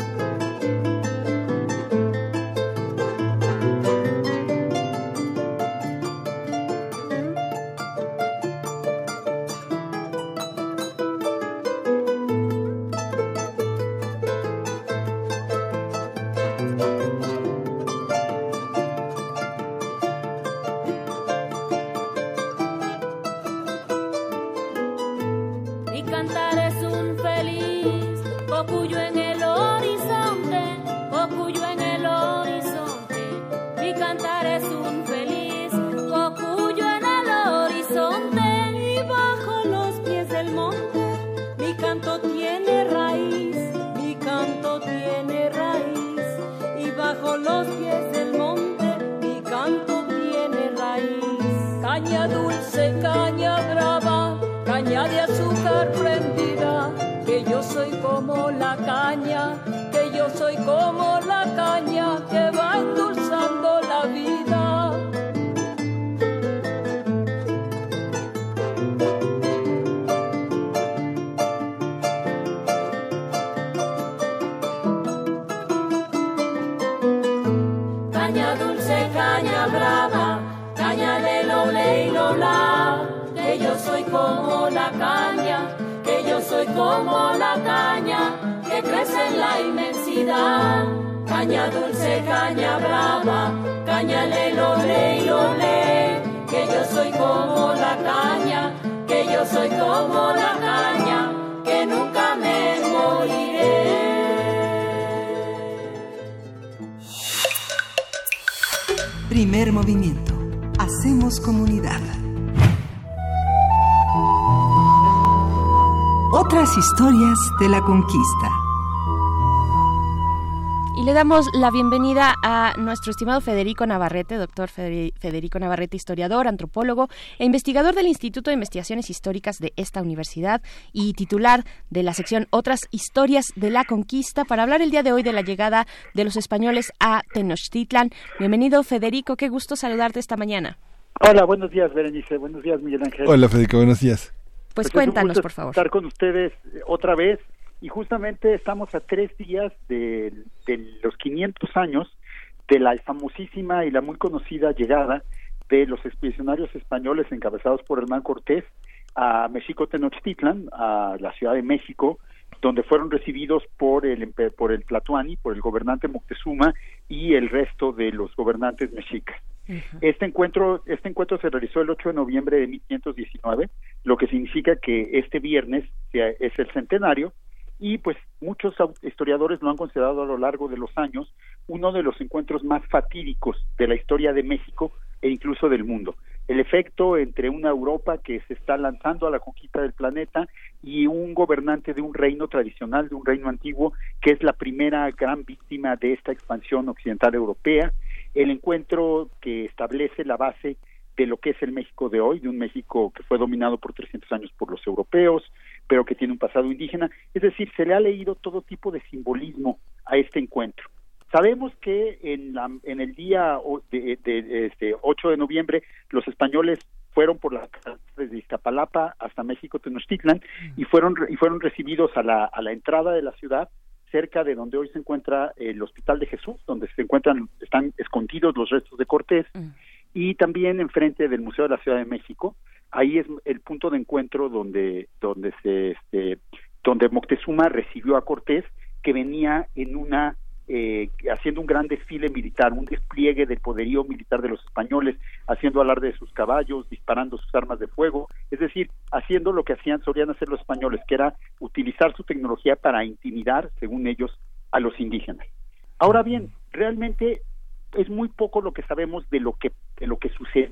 [SPEAKER 8] Mi cantar es un feliz cocuyo en el horizonte, cocuyo en el horizonte. Mi cantar es un feliz cocuyo en el horizonte.
[SPEAKER 7] Y bajo los pies del monte, mi canto tiene raíz, mi canto tiene raíz. Y bajo los pies del monte, mi canto tiene raíz. Caña dulce, caña brava, caña de azúcar prendida, que yo soy como la caña, que yo soy como la caña que va endulzando la vida.
[SPEAKER 8] Caña dulce, caña brava, caña de lola y lola, que yo soy como la caña, que yo soy como la caña que crece en la inmensidad. Caña dulce, caña brava, caña le lole y lole, que yo soy como la caña, que yo soy como la caña, que nunca me moriré.
[SPEAKER 5] Primer movimiento. Hacemos comunidad. Otras historias de la conquista.
[SPEAKER 3] Y le damos la bienvenida a nuestro estimado Federico Navarrete, doctor Federico Navarrete, historiador, antropólogo e investigador del Instituto de Investigaciones Históricas de esta universidad y titular de la sección Otras Historias de la Conquista, para hablar el día de hoy de la llegada de los españoles a Tenochtitlan. Bienvenido, Federico, qué gusto saludarte esta mañana.
[SPEAKER 9] Hola, buenos días, Berenice, buenos días, Miguel Ángel.
[SPEAKER 2] Hola, Federico, buenos días.
[SPEAKER 3] Pues,
[SPEAKER 9] pues
[SPEAKER 3] cuéntanos, por favor.
[SPEAKER 9] Estar con ustedes otra vez, y justamente estamos a tres días de, de los quinientos años de la famosísima y la muy conocida llegada de los expedicionarios españoles encabezados por Hernán Cortés a Mexico Tenochtitlan, a la Ciudad de México, donde fueron recibidos por el por el Tlatoani, por el gobernante Moctezuma y el resto de los gobernantes mexicas. Uh-huh. Este encuentro este encuentro se realizó el ocho de noviembre de mil quinientos diecinueve, lo que significa que este viernes es el centenario, y pues muchos historiadores lo han considerado a lo largo de los años uno de los encuentros más fatídicos de la historia de México e incluso del mundo. El efecto entre una Europa que se está lanzando a la conquista del planeta y un gobernante de un reino tradicional, de un reino antiguo, que es la primera gran víctima de esta expansión occidental europea. El encuentro que establece la base de lo que es el México de hoy, de un México que fue dominado por trescientos años por los europeos, pero que tiene un pasado indígena. Es decir, se le ha leído todo tipo de simbolismo a este encuentro. Sabemos que en, la, en el día de, de, de este ocho de noviembre los españoles fueron por las desde Iztapalapa hasta México Tenochtitlan y fueron y fueron recibidos a la a la entrada de la ciudad, cerca de donde hoy se encuentra el Hospital de Jesús, donde se encuentran están escondidos los restos de Cortés, mm. y también enfrente del Museo de la Ciudad de México. Ahí es el punto de encuentro donde donde se este donde Moctezuma recibió a Cortés, que venía en una Eh, haciendo un gran desfile militar, un despliegue del poderío militar de los españoles, haciendo alarde de sus caballos, disparando sus armas de fuego, es decir, haciendo lo que hacían, solían hacer los españoles, que era utilizar su tecnología para intimidar, según ellos, a los indígenas. Ahora bien, realmente es muy poco lo que sabemos de lo que de lo que sucedió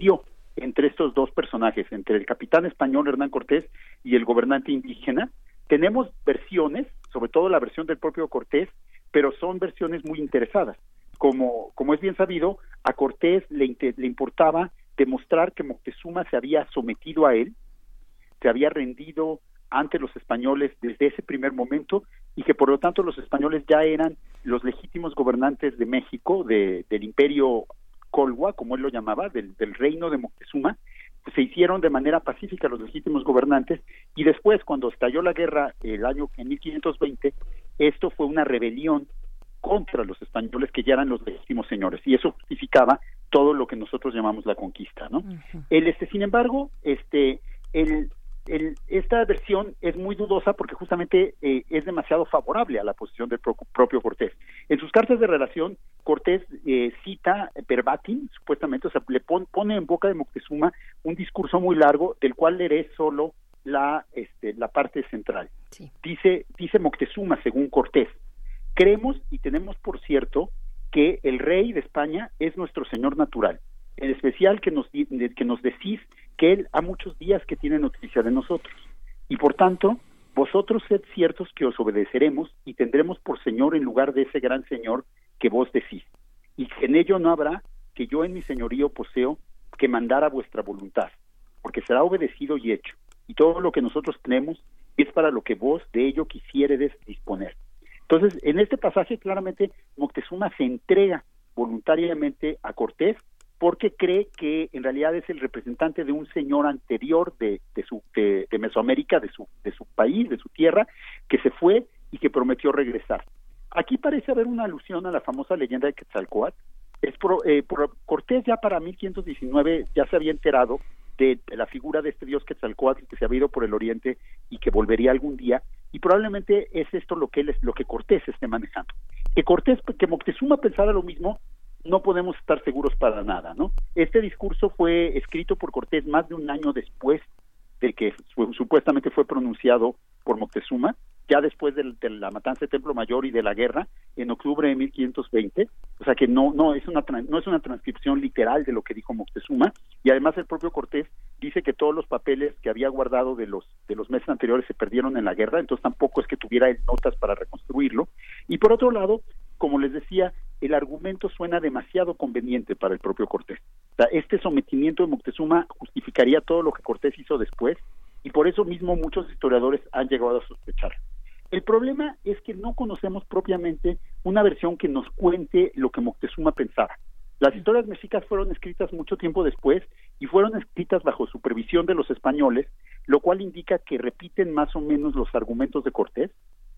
[SPEAKER 9] entre estos dos personajes, entre el capitán español Hernán Cortés y el gobernante indígena. Tenemos versiones, sobre todo la versión del propio Cortés, pero son versiones muy interesadas. Como, como es bien sabido, a Cortés le, le importaba demostrar que Moctezuma se había sometido a él, se había rendido ante los españoles desde ese primer momento, y que por lo tanto los españoles ya eran los legítimos gobernantes de México, de, del imperio Colhua, como él lo llamaba, del, del reino de Moctezuma. Pues se hicieron de manera pacífica los legítimos gobernantes, y después, cuando estalló la guerra el año en mil quinientos veinte, esto fue una rebelión contra los españoles, que ya eran los legítimos señores, y eso justificaba todo lo que nosotros llamamos la conquista, ¿no? Uh-huh. El este, sin embargo, este, el El, esta versión es muy dudosa porque justamente eh, es demasiado favorable a la posición del pro, propio Cortés. En sus cartas de relación, Cortés eh, cita verbatim, supuestamente, o sea, le pon, pone en boca de Moctezuma un discurso muy largo, del cual leeré solo la, este, la parte central. Sí. Dice, dice Moctezuma, según Cortés: creemos y tenemos por cierto que el rey de España es nuestro señor natural, en especial que nos, que nos decís que él ha muchos días que tiene noticia de nosotros, y por tanto, vosotros sed ciertos que os obedeceremos y tendremos por señor en lugar de ese gran señor que vos decís, y que en ello no habrá que yo en mi señorío poseo que mandar a vuestra voluntad, porque será obedecido y hecho, y todo lo que nosotros tenemos es para lo que vos de ello quisiéredes disponer. Entonces, en este pasaje claramente Moctezuma se entrega voluntariamente a Cortés, porque cree que en realidad es el representante de un señor anterior de, de, su, de, de Mesoamérica, de su, de su país, de su tierra, que se fue y que prometió regresar. Aquí parece haber una alusión a la famosa leyenda de Quetzalcóatl. Es pro, eh, por, Cortés ya para mil quinientos diecinueve ya se había enterado de, de la figura de este dios Quetzalcóatl, que se había ido por el oriente y que volvería algún día, y probablemente es esto lo que él es, lo que Cortés esté manejando. Que Cortés, que Moctezuma pensara lo mismo, no podemos estar seguros para nada, ¿no? Este discurso fue escrito por Cortés más de un año después de que su, supuestamente fue pronunciado por Moctezuma, ya después de, de la matanza de Templo Mayor y de la guerra, en octubre de mil quinientos veinte, o sea que no no es una no es una transcripción literal de lo que dijo Moctezuma, y además el propio Cortés dice que todos los papeles que había guardado de los de los meses anteriores se perdieron en la guerra, entonces tampoco es que tuviera él notas para reconstruirlo. Y por otro lado, como les decía, el argumento suena demasiado conveniente para el propio Cortés. O sea, este sometimiento de Moctezuma justificaría todo lo que Cortés hizo después, y por eso mismo muchos historiadores han llegado a sospechar. El problema es que no conocemos propiamente una versión que nos cuente lo que Moctezuma pensaba. Las historias mexicas fueron escritas mucho tiempo después y fueron escritas bajo supervisión de los españoles, lo cual indica que repiten más o menos los argumentos de Cortés,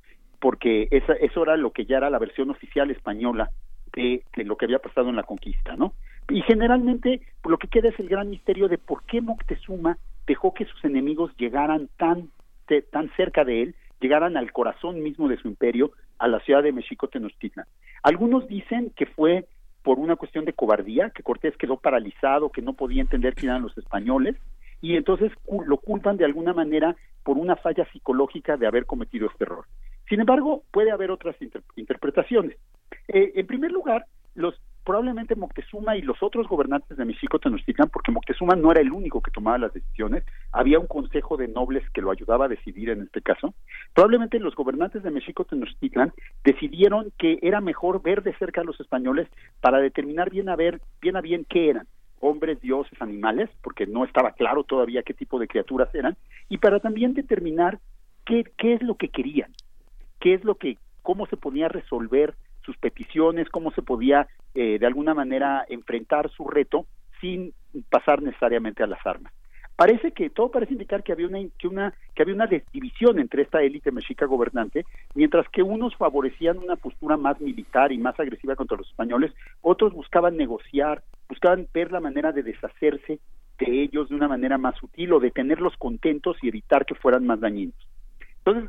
[SPEAKER 9] porque esa, eso era lo que ya era la versión oficial española de, de lo que había pasado en la conquista, ¿no? Y generalmente lo que queda es el gran misterio de por qué Moctezuma dejó que sus enemigos llegaran tan, de, tan cerca de él, llegaran al corazón mismo de su imperio, a la ciudad de México Tenochtitlan. Algunos dicen que fue por una cuestión de cobardía, que Cortés quedó paralizado, que no podía entender quién eran los españoles, y entonces lo culpan de alguna manera por una falla psicológica de haber cometido este error. Sin embargo, puede haber otras inter- interpretaciones. Eh, en primer lugar, los probablemente Moctezuma y los otros gobernantes de México Tenochtitlan, porque Moctezuma no era el único que tomaba las decisiones, había un consejo de nobles que lo ayudaba a decidir en este caso. Probablemente los gobernantes de México Tenochtitlan decidieron que era mejor ver de cerca a los españoles para determinar bien a ver, bien a bien qué eran, hombres, dioses, animales, porque no estaba claro todavía qué tipo de criaturas eran, y para también determinar qué, qué es lo que querían, qué es lo que, cómo se podía resolver sus peticiones, cómo se podía eh, de alguna manera enfrentar su reto sin pasar necesariamente a las armas. Parece que todo parece indicar que había una que una que había una división entre esta élite mexica gobernante, mientras que unos favorecían una postura más militar y más agresiva contra los españoles, otros buscaban negociar, buscaban ver la manera de deshacerse de ellos de una manera más sutil o de tenerlos contentos y evitar que fueran más dañinos. Entonces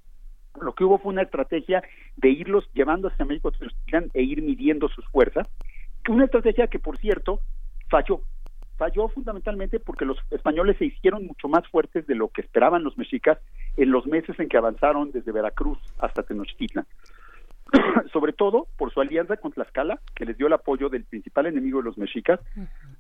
[SPEAKER 9] lo que hubo fue una estrategia de irlos llevando hacia México Tenochtitlan e ir midiendo sus fuerzas, una estrategia que, por cierto, falló. Falló fundamentalmente porque los españoles se hicieron mucho más fuertes de lo que esperaban los mexicas en los meses en que avanzaron desde Veracruz hasta Tenochtitlan. Sobre todo por su alianza con Tlaxcala, que les dio el apoyo del principal enemigo de los mexicas,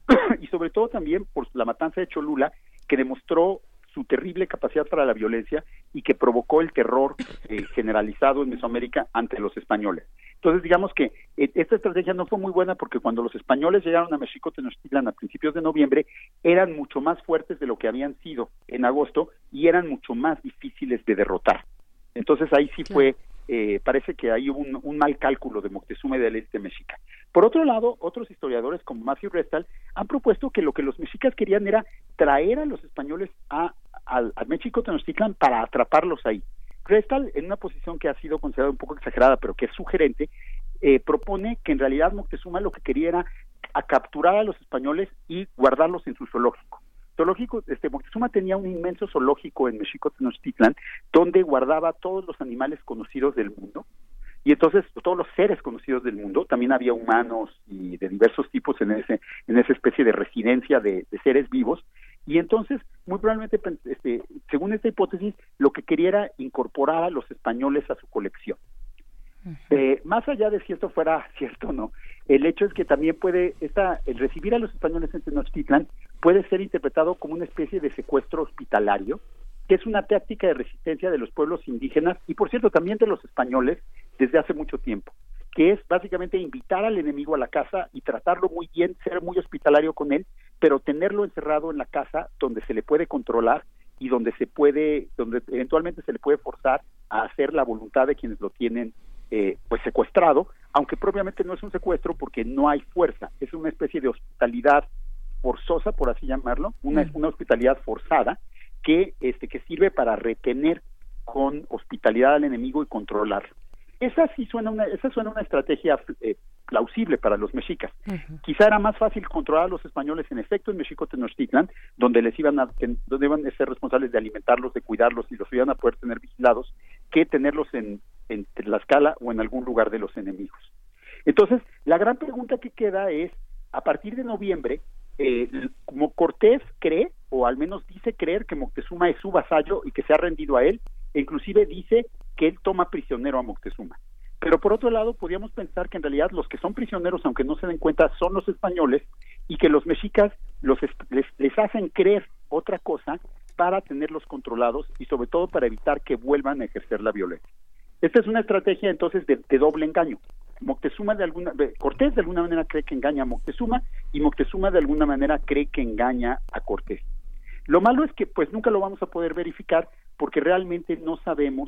[SPEAKER 9] y sobre todo también por la matanza de Cholula, que demostró su terrible capacidad para la violencia y que provocó el terror eh, generalizado en Mesoamérica ante los españoles. Entonces, digamos que eh, esta estrategia no fue muy buena porque cuando los españoles llegaron a México Tenochtitlan a principios de noviembre, eran mucho más fuertes de lo que habían sido en agosto y eran mucho más difíciles de derrotar. Entonces, ahí sí fue, eh, parece que ahí hubo un, un mal cálculo de Moctezuma y del este mexica. Por otro lado, otros historiadores como Matthew Restal han propuesto que lo que los mexicas querían era traer a los españoles a, a, a México Tenochtitlan para atraparlos ahí. Restal, en una posición que ha sido considerada un poco exagerada, pero que es sugerente, eh, propone que en realidad Moctezuma lo que quería era a capturar a los españoles y guardarlos en su zoológico. Zoológico, este Moctezuma tenía un inmenso zoológico en México Tenochtitlan, donde guardaba todos los animales conocidos del mundo, y entonces todos los seres conocidos del mundo, también había humanos y de diversos tipos en ese en esa especie de residencia de, de seres vivos, y entonces muy probablemente, este, según esta hipótesis, lo que quería era incorporar a los españoles a su colección. Uh-huh. Eh, más allá de si esto fuera cierto o no, el hecho es que también puede, esta, el recibir a los españoles en Tenochtitlan puede ser interpretado como una especie de secuestro hospitalario, que es una táctica de resistencia de los pueblos indígenas y, por cierto, también de los españoles desde hace mucho tiempo, que es básicamente invitar al enemigo a la casa y tratarlo muy bien, ser muy hospitalario con él, pero tenerlo encerrado en la casa donde se le puede controlar y donde se puede, donde eventualmente se le puede forzar a hacer la voluntad de quienes lo tienen eh, pues secuestrado, aunque propiamente no es un secuestro porque no hay fuerza, es una especie de hospitalidad forzosa, por así llamarlo, una, una hospitalidad forzada, que este que sirve para retener con hospitalidad al enemigo y controlarlo. Esa sí suena una esa suena una estrategia eh, plausible para los mexicas. Uh-huh. Quizá era más fácil controlar a los españoles en efecto en México Tenochtitlan, donde les iban a donde iban a ser responsables de alimentarlos, de cuidarlos y los iban a poder tener vigilados, que tenerlos en en Tlaxcala o en algún lugar de los enemigos. Entonces, la gran pregunta que queda es, a partir de noviembre, Eh, como Cortés cree, o al menos dice creer, que Moctezuma es su vasallo y que se ha rendido a él, e inclusive dice que él toma prisionero a Moctezuma. Pero por otro lado, podríamos pensar que en realidad los que son prisioneros, aunque no se den cuenta, son los españoles, y que los mexicas los les, les hacen creer otra cosa para tenerlos controlados y sobre todo para evitar que vuelvan a ejercer la violencia. Esta es una estrategia entonces de, de doble engaño. Moctezuma de alguna Cortés de alguna manera cree que engaña a Moctezuma y Moctezuma de alguna manera cree que engaña a Cortés. Lo malo es que pues nunca lo vamos a poder verificar porque realmente no sabemos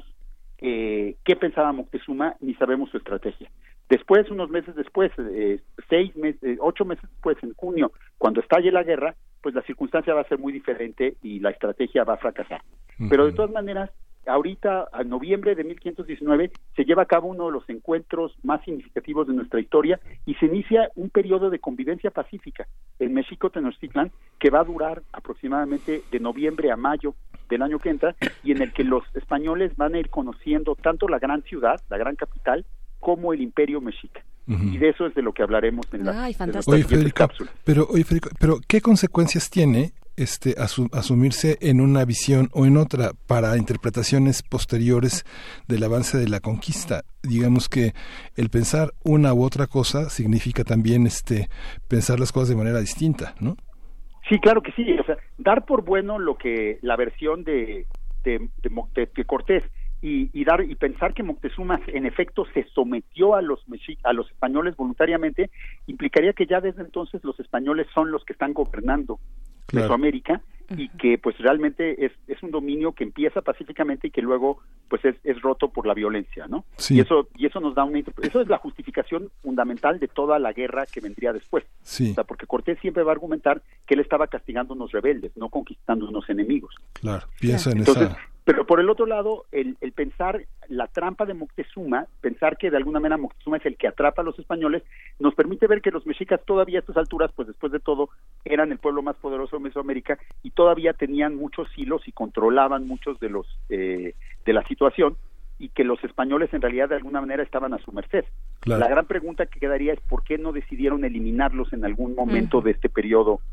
[SPEAKER 9] eh, qué pensaba Moctezuma ni sabemos su estrategia. Después, unos meses después, eh, seis meses, eh, ocho meses después, en junio, cuando estalle la guerra, pues la circunstancia va a ser muy diferente y la estrategia va a fracasar. Uh-huh. Pero de todas maneras, ahorita, en noviembre de mil quinientos diecinueve, se lleva a cabo uno de los encuentros más significativos de nuestra historia y se inicia un periodo de convivencia pacífica en México Tenochtitlan que va a durar aproximadamente de noviembre a mayo del año que entra y en el que los españoles van a ir conociendo tanto la gran ciudad, la gran capital, como el imperio mexica. Uh-huh. Y de eso es de lo que hablaremos en la,
[SPEAKER 3] Ay,
[SPEAKER 9] en
[SPEAKER 2] oye, Federico, pero, oye, Federico, pero ¿qué consecuencias tiene este asum, asumirse en una visión o en otra para interpretaciones posteriores del avance de la conquista? Digamos que el pensar una u otra cosa significa también este pensar las cosas de manera distinta, ¿no?
[SPEAKER 9] Sí, claro que sí. O sea, dar por bueno lo que la versión de de, de, de, de Cortés y, y dar y pensar que Moctezuma en efecto se sometió a los mexi, a los españoles voluntariamente implicaría que ya desde entonces los españoles son los que están gobernando claro. Mesoamérica y que pues realmente es es un dominio que empieza pacíficamente y que luego pues es, es roto por la violencia, ¿no?
[SPEAKER 2] Sí.
[SPEAKER 9] Y eso y eso nos da una eso es la justificación fundamental de toda la guerra que vendría después.
[SPEAKER 2] Sí.
[SPEAKER 9] O sea, porque Cortés siempre va a argumentar que él estaba castigando a unos rebeldes, no conquistando a unos enemigos.
[SPEAKER 2] Claro, piensa en
[SPEAKER 9] Entonces,
[SPEAKER 2] esa.
[SPEAKER 9] Pero por el otro lado, el, el pensar la trampa de Moctezuma, pensar que de alguna manera Moctezuma es el que atrapa a los españoles, nos permite ver que los mexicas todavía a estas alturas, pues después de todo, eran el pueblo más poderoso de Mesoamérica y todavía tenían muchos hilos y controlaban muchos de los eh, de la situación y que los españoles en realidad de alguna manera estaban a su merced. Claro. La gran pregunta que quedaría es por qué no decidieron eliminarlos en algún momento uh-huh. de este periodo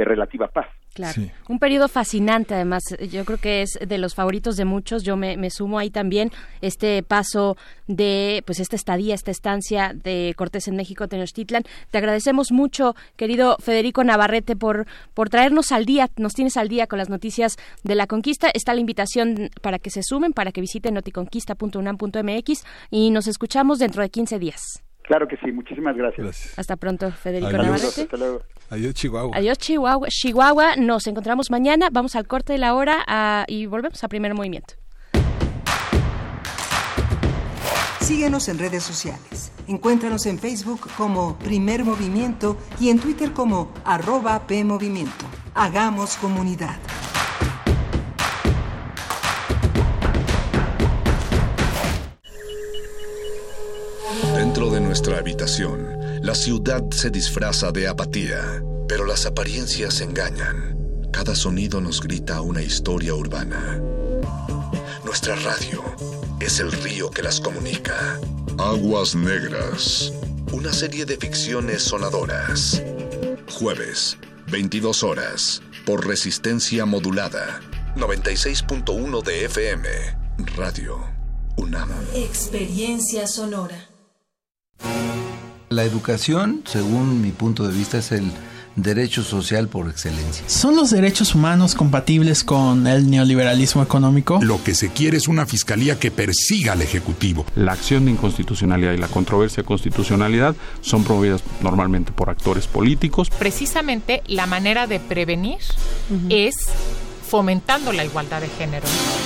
[SPEAKER 9] de relativa paz.
[SPEAKER 3] Claro, sí. Un periodo fascinante, además, yo creo que es de los favoritos de muchos, yo me, me sumo ahí también, este paso de, pues esta estadía, esta estancia de Cortés en México, Tenochtitlan. Te agradecemos mucho, querido Federico Navarrete, por, por traernos al día, nos tienes al día con las noticias de la conquista. Está la invitación para que se sumen, para que visiten noticonquista punto unam punto m x y nos escuchamos dentro de quince días.
[SPEAKER 9] Claro que sí, muchísimas gracias. gracias.
[SPEAKER 3] Hasta pronto, Federico
[SPEAKER 2] Adiós.
[SPEAKER 3] Navarrete.
[SPEAKER 9] Hasta luego.
[SPEAKER 2] Adiós, Chihuahua.
[SPEAKER 3] Adiós, Chihuahua. Chihuahua. Nos encontramos mañana. Vamos al corte de la hora a, y volvemos a Primer Movimiento.
[SPEAKER 5] Síguenos en redes sociales. Encuéntranos en Facebook como Primer Movimiento y en Twitter como arroba PMovimiento. Hagamos comunidad.
[SPEAKER 10] Dentro de nuestra habitación, la ciudad se disfraza de apatía, pero las apariencias engañan. Cada sonido nos grita una historia urbana. Nuestra radio es el río que las comunica. Aguas Negras, una serie de ficciones sonadoras. Jueves, veintidós horas, por resistencia modulada. noventa y seis punto uno de F M, Radio UNAM.
[SPEAKER 7] Experiencia sonora.
[SPEAKER 11] La educación, según mi punto de vista, es el derecho social por excelencia.
[SPEAKER 12] ¿Son los derechos humanos compatibles con el neoliberalismo económico?
[SPEAKER 13] Lo que se quiere es una fiscalía que persiga al Ejecutivo.
[SPEAKER 14] La acción de inconstitucionalidad y la controversia de constitucionalidad son promovidas normalmente por actores políticos.
[SPEAKER 15] Precisamente la manera de prevenir uh-huh. es fomentando la igualdad de género.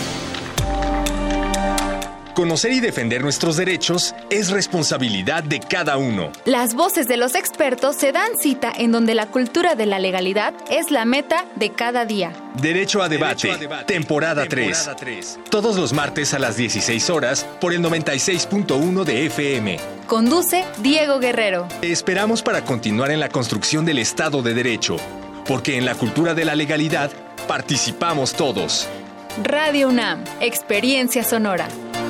[SPEAKER 16] Conocer y defender nuestros derechos es responsabilidad de cada uno.
[SPEAKER 17] Las voces de los expertos se dan cita en donde la cultura de la legalidad es la meta de cada día.
[SPEAKER 16] Derecho a debate, Derecho a debate temporada, temporada tres. Todos los martes a las dieciséis horas por el noventa y seis punto uno de F M.
[SPEAKER 17] Conduce Diego Guerrero.
[SPEAKER 16] Te esperamos para continuar en la construcción del Estado de Derecho, porque en la cultura de la legalidad participamos todos.
[SPEAKER 17] Radio UNAM, Experiencia Sonora.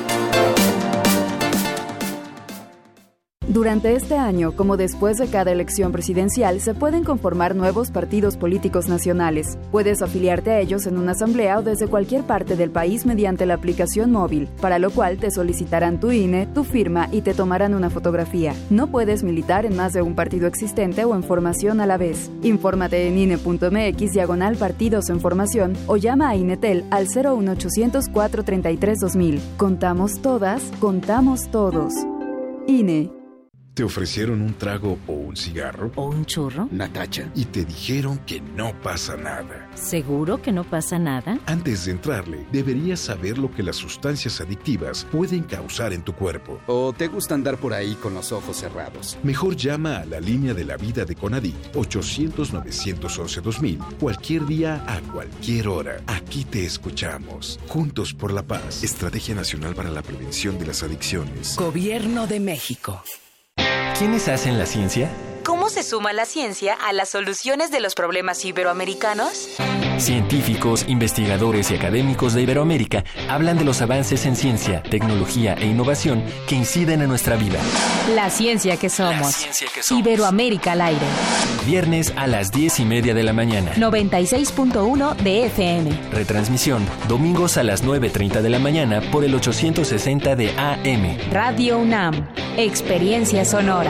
[SPEAKER 18] Durante este año, como después de cada elección presidencial, se pueden conformar nuevos partidos políticos nacionales. Puedes afiliarte a ellos en una asamblea o desde cualquier parte del país mediante la aplicación móvil, para lo cual te solicitarán tu I N E, tu firma y te tomarán una fotografía. No puedes militar en más de un partido existente o en formación a la vez. Infórmate en ine.mx diagonal partidos en formación o llama a Inetel al cero uno ochocientos cuatrocientos treinta y tres dos mil. Contamos todas, contamos todos. I N E.
[SPEAKER 19] ¿Te ofrecieron un trago o un cigarro?
[SPEAKER 20] ¿O un churro?
[SPEAKER 19] Natacha. Y te dijeron que no pasa nada.
[SPEAKER 20] ¿Seguro que no pasa nada?
[SPEAKER 19] Antes de entrarle, deberías saber lo que las sustancias adictivas pueden causar en tu cuerpo.
[SPEAKER 21] ¿O te gusta andar por ahí con los ojos cerrados?
[SPEAKER 19] Mejor llama a la línea de la vida de CONADIC ochocientos, novecientos once, dos mil. Cualquier día, a cualquier hora. Aquí te escuchamos. Juntos por la paz. Estrategia Nacional para la Prevención de las Adicciones.
[SPEAKER 22] Gobierno de México.
[SPEAKER 23] ¿Quiénes hacen la ciencia?
[SPEAKER 24] ¿Cómo se suma la ciencia a las soluciones de los problemas iberoamericanos?
[SPEAKER 23] Científicos, investigadores y académicos de Iberoamérica hablan de los avances en ciencia, tecnología e innovación que inciden en nuestra vida.
[SPEAKER 24] La ciencia que somos.
[SPEAKER 23] La ciencia que somos.
[SPEAKER 24] Iberoamérica al aire.
[SPEAKER 23] Viernes a las diez y media de la mañana.
[SPEAKER 24] noventa y seis punto uno de F M.
[SPEAKER 23] Retransmisión, domingos a las nueve treinta de la mañana por el ochocientos sesenta de A M.
[SPEAKER 24] Radio UNAM. Experiencia sonora.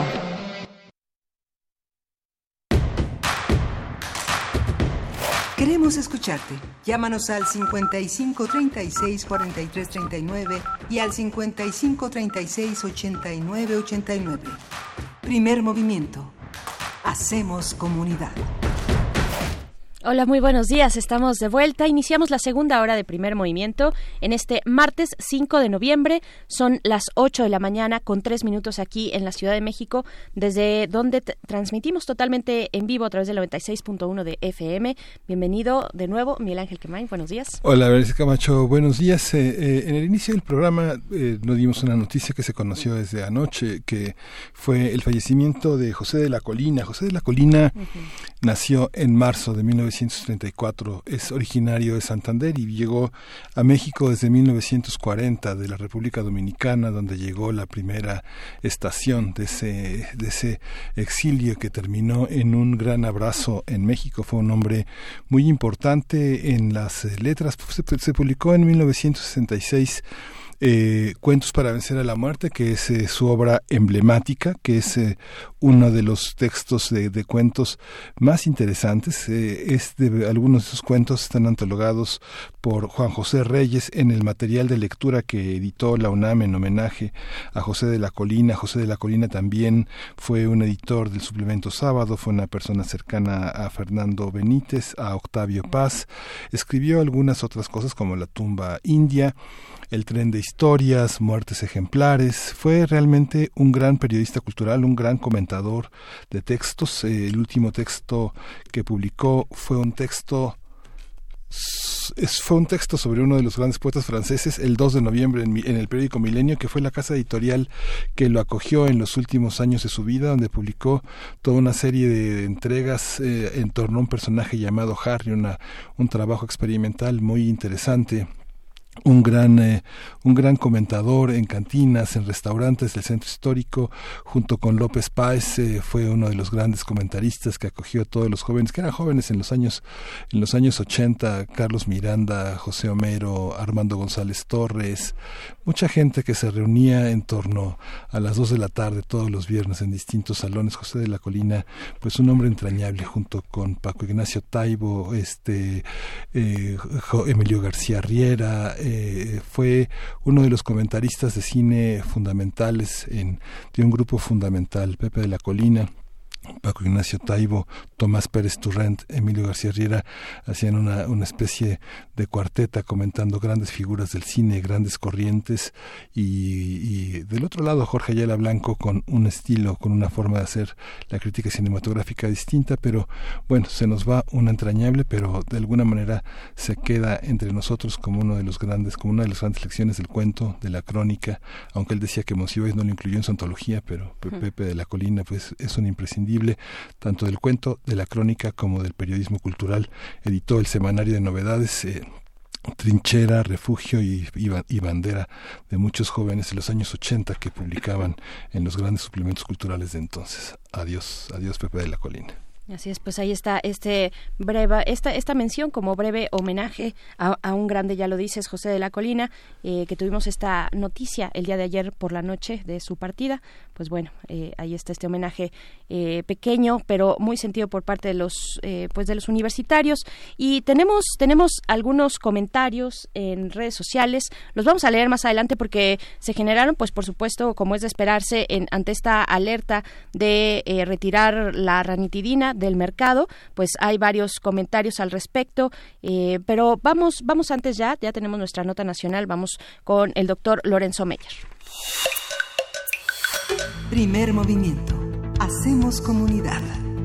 [SPEAKER 5] Queremos escucharte. Llámanos al cincuenta y cinco, treinta y seis, cuarenta y tres, treinta y nueve y al cincuenta y cinco, treinta y seis, ochenta y nueve, ochenta y nueve. Primer Movimiento. Hacemos comunidad.
[SPEAKER 3] Hola, muy buenos días. Estamos de vuelta. Iniciamos la segunda hora de Primer Movimiento en este martes cinco de noviembre. Son las ocho de la mañana con tres minutos aquí en la Ciudad de México, desde donde t- transmitimos totalmente en vivo a través del noventa y seis punto uno de F M. Bienvenido de nuevo, Miguel Ángel Quemain. Buenos días.
[SPEAKER 2] Hola, Berenice Camacho. Buenos días. Eh, eh, en el inicio del programa eh, nos dimos una noticia que se conoció desde anoche, que fue el fallecimiento de José de la Colina. José de la Colina uh-huh. nació en marzo de mil novecientos novecientos treinta y cuatro. Es originario de Santander y llegó a México desde mil novecientos cuarenta, de la República Dominicana, donde llegó la primera estación de ese, de ese exilio que terminó en un gran abrazo en México. Fue un hombre muy importante en las letras. Se, se publicó en mil novecientos sesenta y seis Eh, Cuentos para vencer a la muerte, que es eh, su obra emblemática, que es eh, uno de los textos de, de cuentos más interesantes. Eh, es de, algunos de esos cuentos están antologados por Juan José Reyes en el material de lectura que editó la UNAM en homenaje a José de la Colina. José de la Colina también fue un editor del suplemento Sábado, fue una persona cercana a Fernando Benítez, a Octavio Paz. Escribió algunas otras cosas como La tumba india, El tren de historias, Muertes ejemplares. Fue realmente un gran periodista cultural, un gran comentador de textos. Eh, el último texto que publicó fue un texto Es, fue un texto sobre uno de los grandes poetas franceses, el dos de noviembre en, en el periódico Milenio, que fue la casa editorial que lo acogió en los últimos años de su vida, donde publicó toda una serie de entregas eh, en torno a un personaje llamado Harry, una, un trabajo experimental muy interesante. Un gran, eh, un gran comentador en cantinas, en restaurantes del centro histórico, junto con López Páez. Eh, fue uno de los grandes comentaristas que acogió a todos los jóvenes, que eran jóvenes en los años, en los años ochenta, Carlos Miranda, José Homero, Armando González Torres, mucha gente que se reunía en torno a las dos de la tarde todos los viernes en distintos salones. José de la Colina, pues un hombre entrañable, junto con Paco Ignacio Taibo, este, eh, Emilio García Riera. Eh, fue uno de los comentaristas de cine fundamentales en, de un grupo fundamental, Pepe de la Colina, Paco Ignacio Taibo, Tomás Pérez Turrent, Emilio García Riera, hacían una, una especie de cuarteta comentando grandes figuras del cine, grandes corrientes, y, y del otro lado Jorge Ayala Blanco, con un estilo, con una forma de hacer la crítica cinematográfica distinta. Pero bueno, se nos va una entrañable, pero de alguna manera se queda entre nosotros como uno de los grandes, como una de las grandes lecciones del cuento, de la crónica, aunque él decía que Monsiváis no lo incluyó en su antología, pero Pepe de la Colina pues es un imprescindible, tanto del cuento, de la crónica, como del periodismo cultural. Editó el Semanario de Novedades, eh, trinchera, refugio y, y, y bandera de muchos jóvenes de los años ochenta que publicaban en los grandes suplementos culturales de entonces. Adiós, adiós Pepe de la Colina.
[SPEAKER 3] Así es, pues ahí está este breve, esta esta mención como breve homenaje a, a un grande, ya lo dices, José de la Colina, eh, que tuvimos esta noticia el día de ayer por la noche de su partida. Pues bueno, eh, ahí está este homenaje eh, pequeño, pero muy sentido por parte de los eh, pues de los universitarios. Y tenemos tenemos algunos comentarios en redes sociales. Los vamos a leer más adelante porque se generaron, pues por supuesto, como es de esperarse, en, ante esta alerta de eh, retirar la ranitidina del mercado. Pues hay varios comentarios al respecto, eh, pero vamos vamos antes ya, ya tenemos nuestra nota nacional, vamos con el doctor Lorenzo Meyer.
[SPEAKER 5] Primer movimiento. Hacemos comunidad.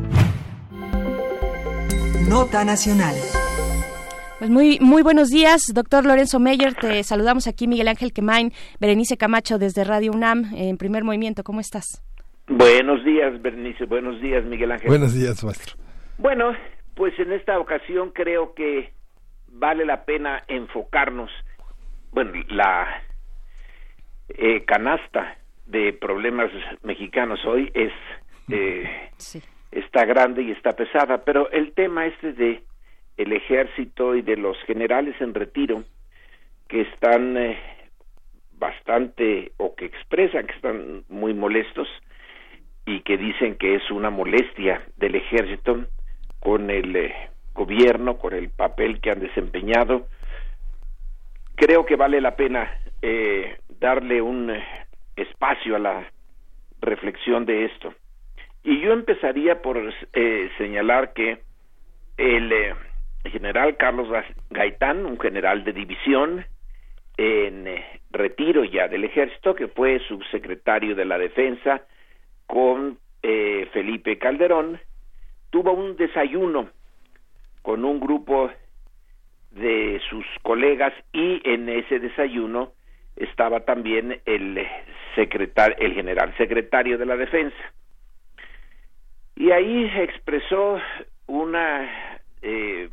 [SPEAKER 5] Nota nacional.
[SPEAKER 3] Pues muy muy buenos días, doctor Lorenzo Meyer. Te saludamos aquí Miguel Ángel Quemain, Berenice Camacho desde Radio UNAM en Primer Movimiento. ¿Cómo estás?
[SPEAKER 1] Buenos días, Bernice. Buenos días, Miguel Ángel.
[SPEAKER 2] Buenos días, maestro.
[SPEAKER 1] Bueno, pues en esta ocasión creo que vale la pena enfocarnos. Bueno, la eh, canasta de problemas mexicanos hoy es eh, sí. está grande y está pesada, pero el tema este de el ejército y de los generales en retiro que están eh, bastante, o que expresan que están muy molestos y que dicen que es una molestia del ejército con el eh, gobierno, con el papel que han desempeñado. Creo que vale la pena eh, darle un eh, espacio a la reflexión de esto. Y yo empezaría por eh, señalar que el eh, general Carlos Gaitán, un general de división en eh, retiro ya del ejército, que fue subsecretario de la Defensa con eh, Felipe Calderón, tuvo un desayuno con un grupo de sus colegas, y en ese desayuno estaba también el secretario, el general secretario de la Defensa, y ahí expresó una eh,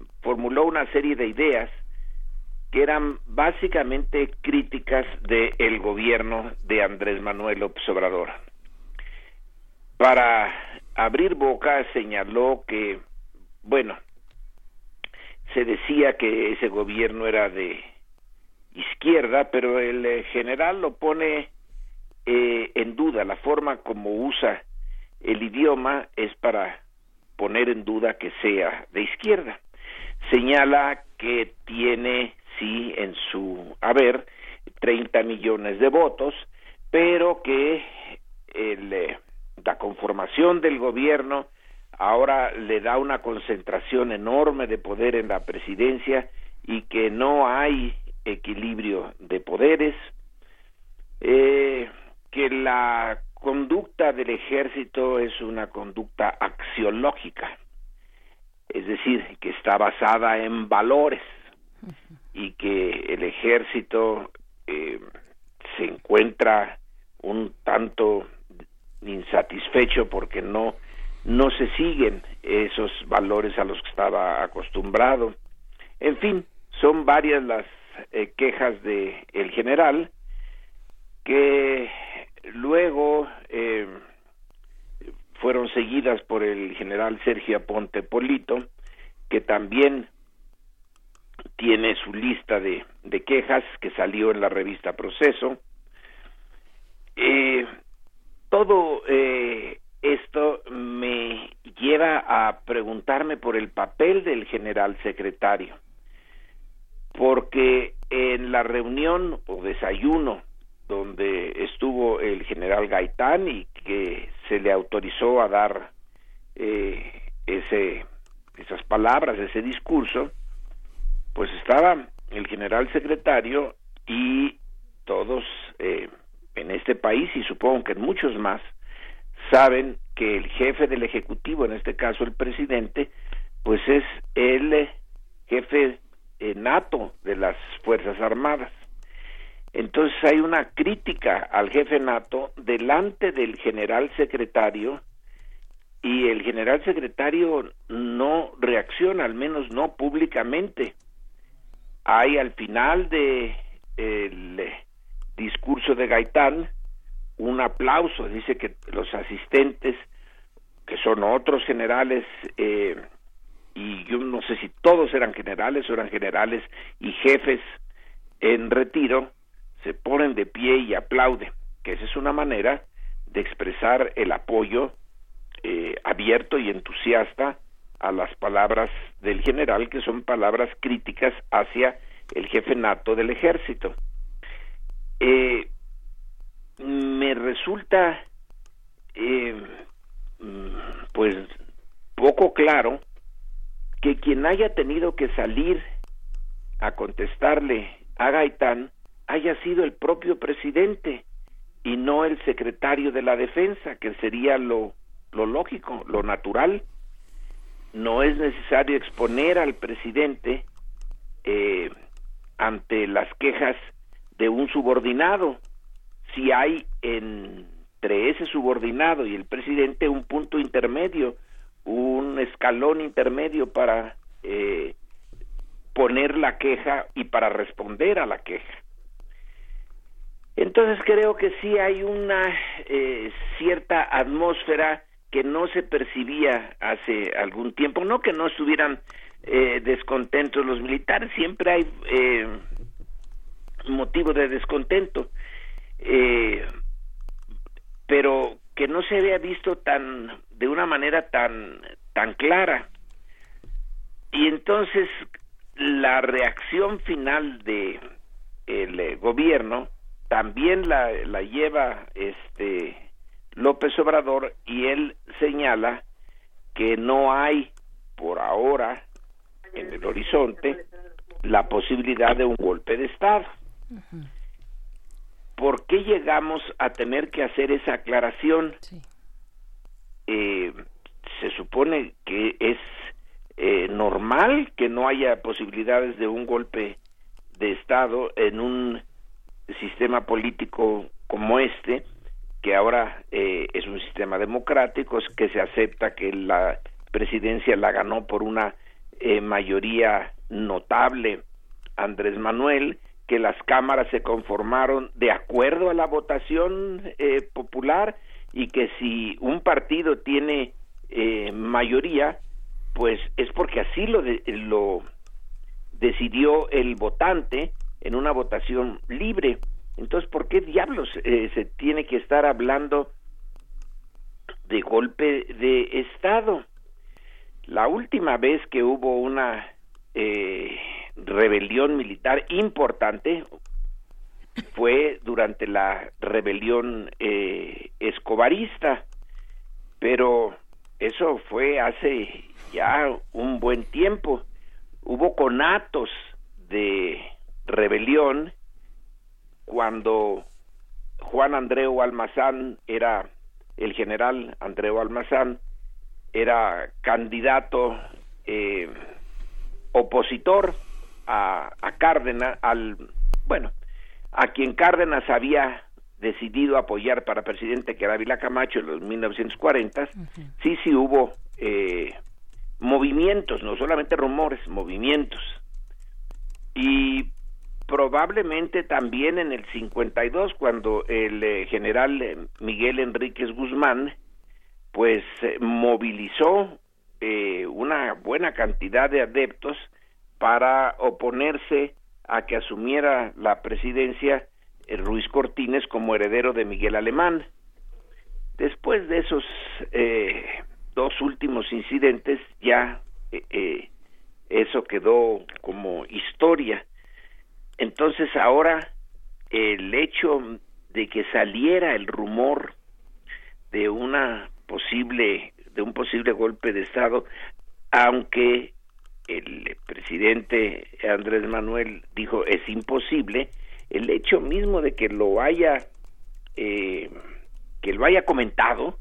[SPEAKER 1] señaló una serie de ideas que eran básicamente críticas del gobierno de Andrés Manuel López Obrador. Para abrir boca señaló que, bueno, se decía que ese gobierno era de izquierda, pero el eh, general lo pone eh, en duda. La forma como usa el idioma es para poner en duda que sea de izquierda. Señala que tiene, sí, en su haber treinta millones de votos, pero que el, eh, la conformación del gobierno ahora le da una concentración enorme de poder en la presidencia y que no hay equilibrio de poderes, eh, que la conducta del ejército es una conducta axiológica, es decir, que está basada en valores y que el ejército eh, se encuentra un tanto insatisfecho porque no no se siguen esos valores a los que estaba acostumbrado. En fin, son varias las eh, quejas de el general, que luego eh, fueron seguidas por el general Sergio Aponte Polito, que también tiene su lista de, de quejas que salió en la revista Proceso. Eh, todo eh, esto me lleva a preguntarme por el papel del general secretario, porque en la reunión o desayuno donde estuvo el general Gaitán y que se le autorizó a dar eh, ese esas palabras, ese discurso, pues estaba el general secretario y todos eh, en este país, y supongo que en muchos más, saben que el jefe del Ejecutivo, en este caso el presidente, pues es el jefe eh, nato de las Fuerzas Armadas. Entonces hay una crítica al jefe nato delante del general secretario, y el general secretario no reacciona, al menos no públicamente. Hay al final de el discurso de Gaitán un aplauso, dice que los asistentes, que son otros generales, eh, y yo no sé si todos eran generales o eran generales y jefes en retiro, se ponen de pie y aplauden, que esa es una manera de expresar el apoyo eh, abierto y entusiasta a las palabras del general, que son palabras críticas hacia el jefe nato del ejército. Eh, me resulta eh, pues poco claro que quien haya tenido que salir a contestarle a Gaitán haya sido el propio presidente y no el secretario de la Defensa, que sería lo, lo lógico, lo natural. No es necesario exponer al presidente eh, ante las quejas de un subordinado, si hay entre ese subordinado y el presidente un punto intermedio, un escalón intermedio para eh, poner la queja y para responder a la queja. Entonces creo que sí hay una eh, cierta atmósfera que no se percibía hace algún tiempo, no que no estuvieran eh, descontentos los militares, siempre hay eh, motivo de descontento, eh, pero que no se había visto tan de una manera tan tan clara. Y entonces la reacción final de el eh, gobierno también la, la lleva este López Obrador, y él señala que no hay por ahora en el horizonte la posibilidad de un golpe de Estado. Uh-huh. ¿Por qué llegamos a tener que hacer esa aclaración? Sí. Eh, se supone que es eh, normal que no haya posibilidades de un golpe de Estado en un sistema político como este, que ahora eh, es un sistema democrático, es que se acepta que la presidencia la ganó por una eh, mayoría notable Andrés Manuel, que las cámaras se conformaron de acuerdo a la votación eh, popular, y que si un partido tiene eh, mayoría, pues es porque así lo, de, lo decidió el votante en una votación libre. Entonces, ¿por qué diablos eh, se tiene que estar hablando de golpe de Estado? La última vez que hubo una eh, rebelión militar importante fue durante la rebelión eh, escobarista, pero eso fue hace ya un buen tiempo. Hubo conatos de rebelión cuando Juan Andreu Almazán era, el general Andreu Almazán, era candidato eh, opositor a, a Cárdenas, al, bueno, a quien Cárdenas había decidido apoyar para presidente, que era Ávila Camacho en los mil novecientos cuarenta. Uh-huh. Sí, sí hubo eh, movimientos, no solamente rumores, movimientos. Y probablemente también en el cincuenta y dos, cuando el eh, general eh, Miguel Enríquez Guzmán pues eh, movilizó eh, una buena cantidad de adeptos para oponerse a que asumiera la presidencia eh, Ruiz Cortines como heredero de Miguel Alemán. Después de esos eh, dos últimos incidentes, ya eh, eh, eso quedó como historia. Entonces ahora el hecho de que saliera el rumor de una posible, de un posible golpe de Estado, aunque el presidente Andrés Manuel dijo es imposible, el hecho mismo de que lo haya eh, que lo haya comentado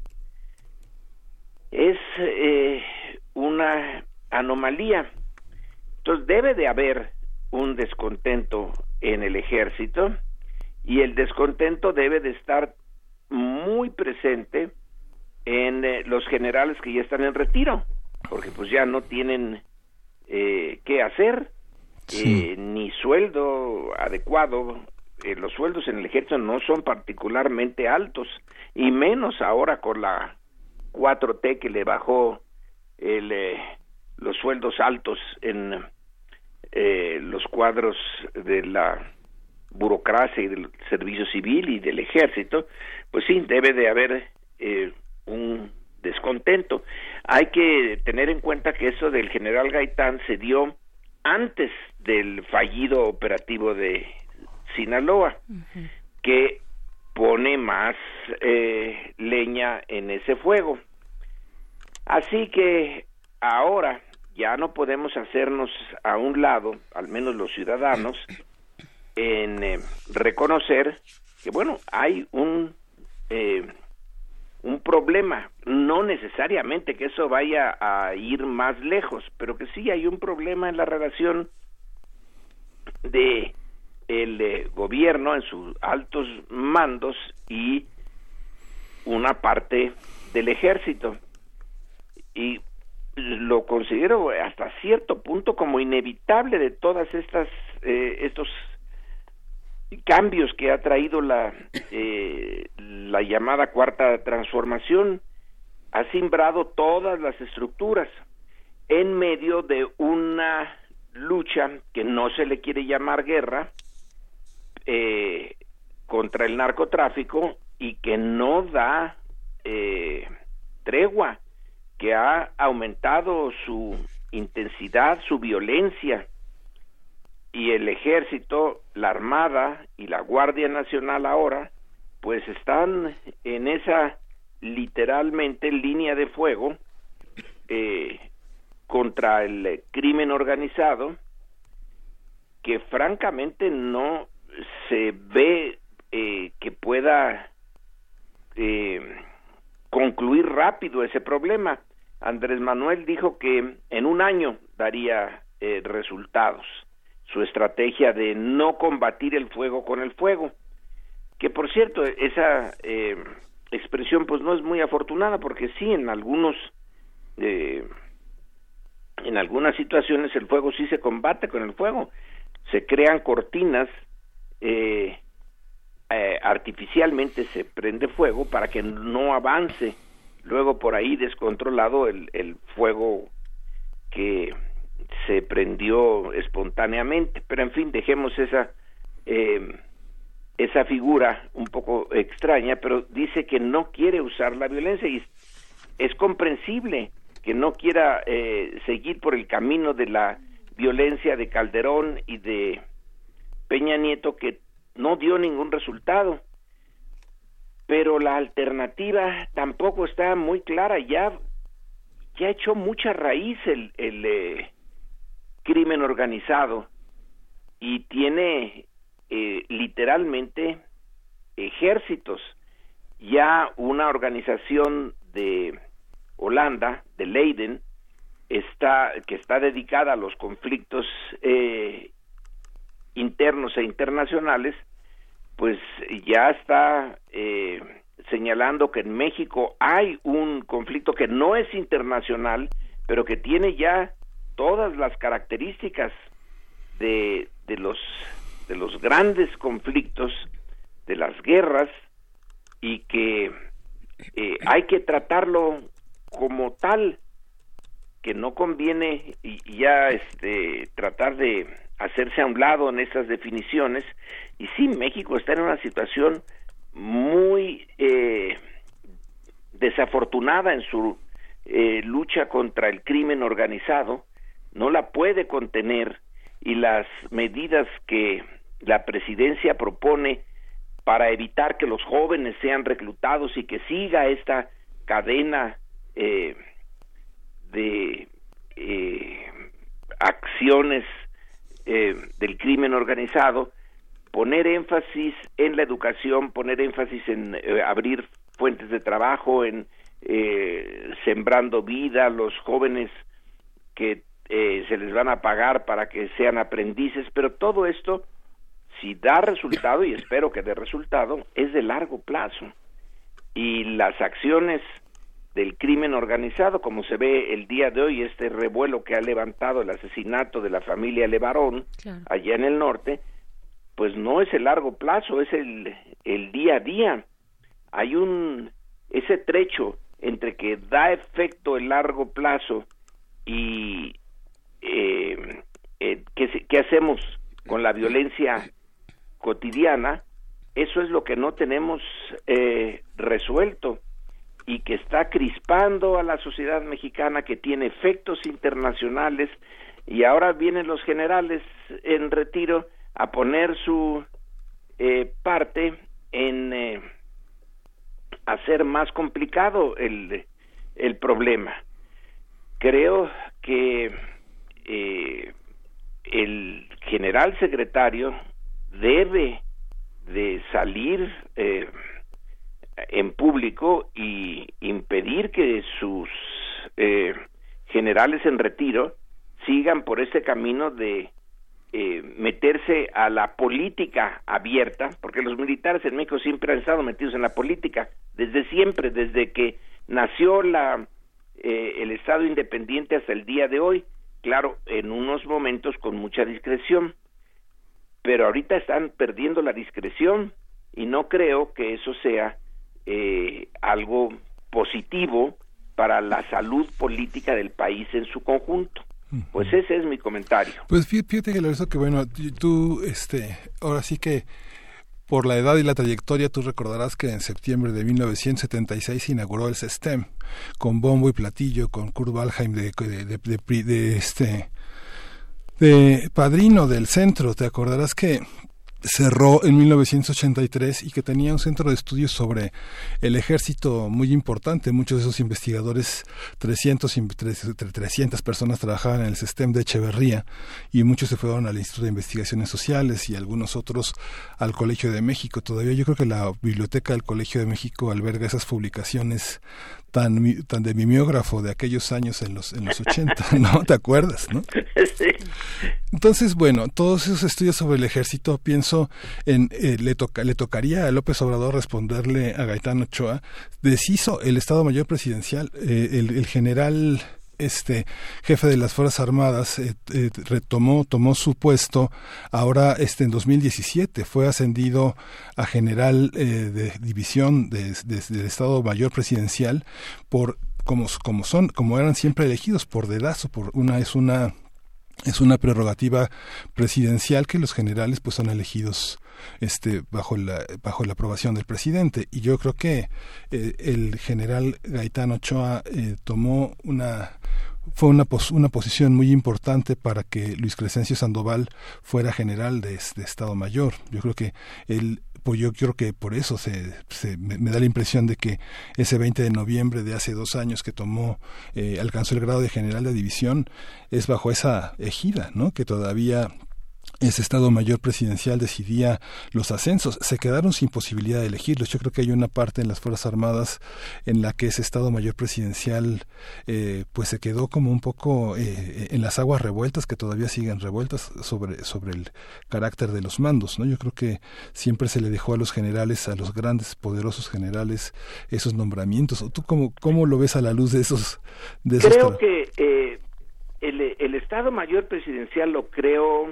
[SPEAKER 1] es eh, una anomalía. Entonces debe de haber un descontento en el ejército, y el descontento debe de estar muy presente en eh, los generales que ya están en retiro, porque pues ya no tienen eh, qué hacer, sí. eh, ni sueldo adecuado. Eh, los sueldos en el ejército no son particularmente altos, y menos ahora con la cuatro T que le bajó el, eh, los sueldos altos en eh, los cuadros de la burocracia y del servicio civil y del ejército. Pues sí, debe de haber eh, un descontento. Hay que tener en cuenta que eso del general Gaitán se dio antes del fallido operativo de Sinaloa, uh-huh. que pone más eh, leña en ese fuego. Así que ahora ya no podemos hacernos a un lado, al menos los ciudadanos, en eh, reconocer que, bueno, hay un eh, un problema, no necesariamente que eso vaya a ir más lejos, pero que sí hay un problema en la relación de el eh, gobierno en sus altos mandos y una parte del ejército, y lo considero hasta cierto punto como inevitable de todas estas eh, estos cambios que ha traído la eh, la llamada cuarta transformación. Ha simbrado todas las estructuras en medio de una lucha que no se le quiere llamar guerra eh, contra el narcotráfico, y que no da eh, tregua, que ha aumentado su intensidad, su violencia, y el ejército, la Armada y la Guardia Nacional ahora pues están en esa literalmente línea de fuego eh, contra el crimen organizado, que francamente no se ve eh, que pueda eh, concluir rápido ese problema. Andrés Manuel dijo que en un año daría eh, resultados su estrategia de no combatir el fuego con el fuego, que por cierto esa eh, expresión pues no es muy afortunada, porque sí, en algunos eh, en algunas situaciones el fuego sí se combate con el fuego. Se crean cortinas, eh, eh, artificialmente se prende fuego para que no avance luego por ahí descontrolado el, el fuego que se prendió espontáneamente. Pero en fin, dejemos esa eh, esa figura un poco extraña, pero dice que no quiere usar la violencia y es comprensible que no quiera eh, seguir por el camino de la violencia de Calderón y de Peña Nieto, que no dio ningún resultado. Pero la alternativa tampoco está muy clara. Ya, ya echó mucha raíz el, el eh, crimen organizado y tiene eh, literalmente ejércitos. Ya una organización de Holanda, de Leiden, está que está dedicada a los conflictos eh, internos e internacionales, pues ya está eh, señalando que en México hay un conflicto que no es internacional, pero que tiene ya todas las características de, de los de los grandes conflictos, de las guerras, y que eh, hay que tratarlo como tal, que no conviene y ya este tratar de hacerse a un lado en esas definiciones. Y sí, México está en una situación muy eh, desafortunada en su eh, lucha contra el crimen organizado, no la puede contener, y las medidas que la presidencia propone para evitar que los jóvenes sean reclutados y que siga esta cadena eh, de eh, acciones eh, del crimen organizado, poner énfasis en la educación, poner énfasis en eh, abrir fuentes de trabajo, en eh, sembrando vida, los jóvenes que eh, se les van a pagar para que sean aprendices, pero todo esto, si da resultado, y espero que dé resultado, es de largo plazo. Y las acciones del crimen organizado, como se ve el día de hoy, este revuelo que ha levantado el asesinato de la familia Levarón, claro, allá en el norte, pues no es el largo plazo, es el, el día a día. Hay un, ese trecho entre que da efecto el largo plazo y eh, eh, ¿qué, qué hacemos con la violencia cotidiana? Eso es lo que no tenemos eh, resuelto y que está crispando a la sociedad mexicana, que tiene efectos internacionales, y ahora vienen los generales en retiro a poner su eh, parte en eh, hacer más complicado el, el problema. Creo que eh, el general secretario debe de salir eh, en público y impedir que sus eh, generales en retiro sigan por ese camino de eh, meterse a la política abierta, porque los militares en México siempre han estado metidos en la política, desde siempre, desde que nació la eh, el Estado independiente hasta el día de hoy, claro, en unos momentos con mucha discreción, pero ahorita están perdiendo la discreción y no creo que eso sea eh, algo positivo para la salud política del país en su conjunto. Pues ese es mi comentario.
[SPEAKER 2] Pues fíjate que Lorenzo, que bueno, tú, este, ahora sí que por la edad y la trayectoria, tú recordarás que en septiembre de mil novecientos setenta y seis se inauguró el SESTEM, con bombo y platillo, con Kurt Waldheim de, de, de, de, de este de padrino del centro. Te acordarás que cerró en mil novecientos ochenta y tres y que tenía un centro de estudios sobre el ejército muy importante. Muchos de esos investigadores, trescientas personas trabajaban en el SESTEM de Echeverría, y muchos se fueron al Instituto de Investigaciones Sociales y algunos otros al Colegio de México. Todavía yo creo que la biblioteca del Colegio de México alberga esas publicaciones tan tan de mimeógrafo de aquellos años en los en los ochenta, ¿no? ¿Te acuerdas, no?
[SPEAKER 1] Sí.
[SPEAKER 2] Entonces, bueno, todos esos estudios sobre el ejército, pienso en eh, le toca le tocaría a López Obrador responderle a Gaetano Ochoa. Deshizo el Estado Mayor Presidencial, eh, el, el general este jefe de las Fuerzas Armadas eh, eh, retomó tomó su puesto ahora este en dos mil diecisiete, fue ascendido a general eh, de división de, de, del Estado Mayor Presidencial por como como son como eran siempre elegidos por dedazo, por una es una es una prerrogativa presidencial que los generales pues son elegidos este bajo la bajo la aprobación del presidente, y yo creo que eh, el general Gaitán Ochoa eh, tomó una fue una pos, una posición muy importante para que Luis Crescencio Sandoval fuera general de, de Estado Mayor. Yo creo que él pues yo creo que por eso se, se me, me da la impresión de que ese veinte de noviembre de hace dos años que tomó eh, alcanzó el grado de general de división es bajo esa ejida, ¿no? Que todavía ese Estado Mayor Presidencial decidía los ascensos. Se quedaron sin posibilidad de elegirlos. Yo creo que hay una parte en las Fuerzas Armadas en la que ese Estado Mayor Presidencial eh, pues se quedó como un poco eh, en las aguas revueltas, que todavía siguen revueltas sobre, sobre el carácter de los mandos, ¿no? Yo creo que siempre se le dejó a los generales, a los grandes, poderosos generales, esos nombramientos. ¿Tú cómo, cómo lo ves a la luz de esos? De esos
[SPEAKER 1] creo que eh, el, el Estado Mayor Presidencial lo creo...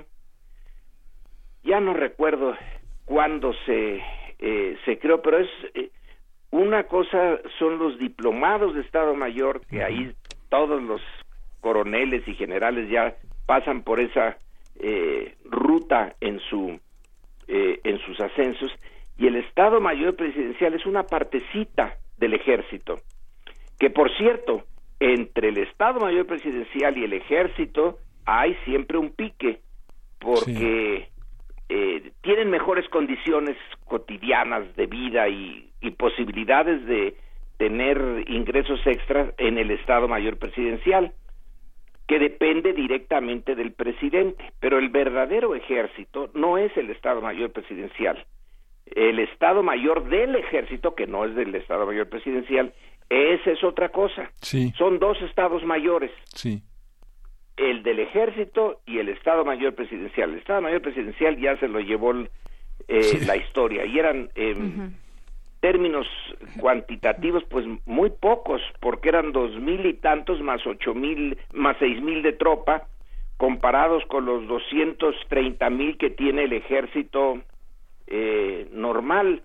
[SPEAKER 1] Ya no recuerdo cuándo se eh, se creó, pero es eh, una cosa son los diplomados de Estado Mayor, que ahí todos los coroneles y generales ya pasan por esa eh, ruta en su eh, en sus ascensos, y el Estado Mayor Presidencial es una partecita del Ejército, que por cierto, entre el Estado Mayor Presidencial y el Ejército hay siempre un pique, porque... Sí. Eh, tienen mejores condiciones cotidianas de vida y, y posibilidades de tener ingresos extras en el Estado Mayor Presidencial, que depende directamente del presidente, pero el verdadero ejército no es el Estado Mayor Presidencial. El Estado Mayor del Ejército, que no es del Estado Mayor Presidencial, esa es otra cosa.
[SPEAKER 2] Sí.
[SPEAKER 1] Son dos estados mayores.
[SPEAKER 2] Sí.
[SPEAKER 1] El del Ejército y el Estado Mayor Presidencial. El Estado Mayor Presidencial ya se lo llevó eh, sí. la historia, y eran eh, uh-huh. términos cuantitativos pues muy pocos, porque eran dos mil y tantos más ocho mil, más seis mil de tropa, comparados con los doscientos treinta mil que tiene el Ejército eh, normal.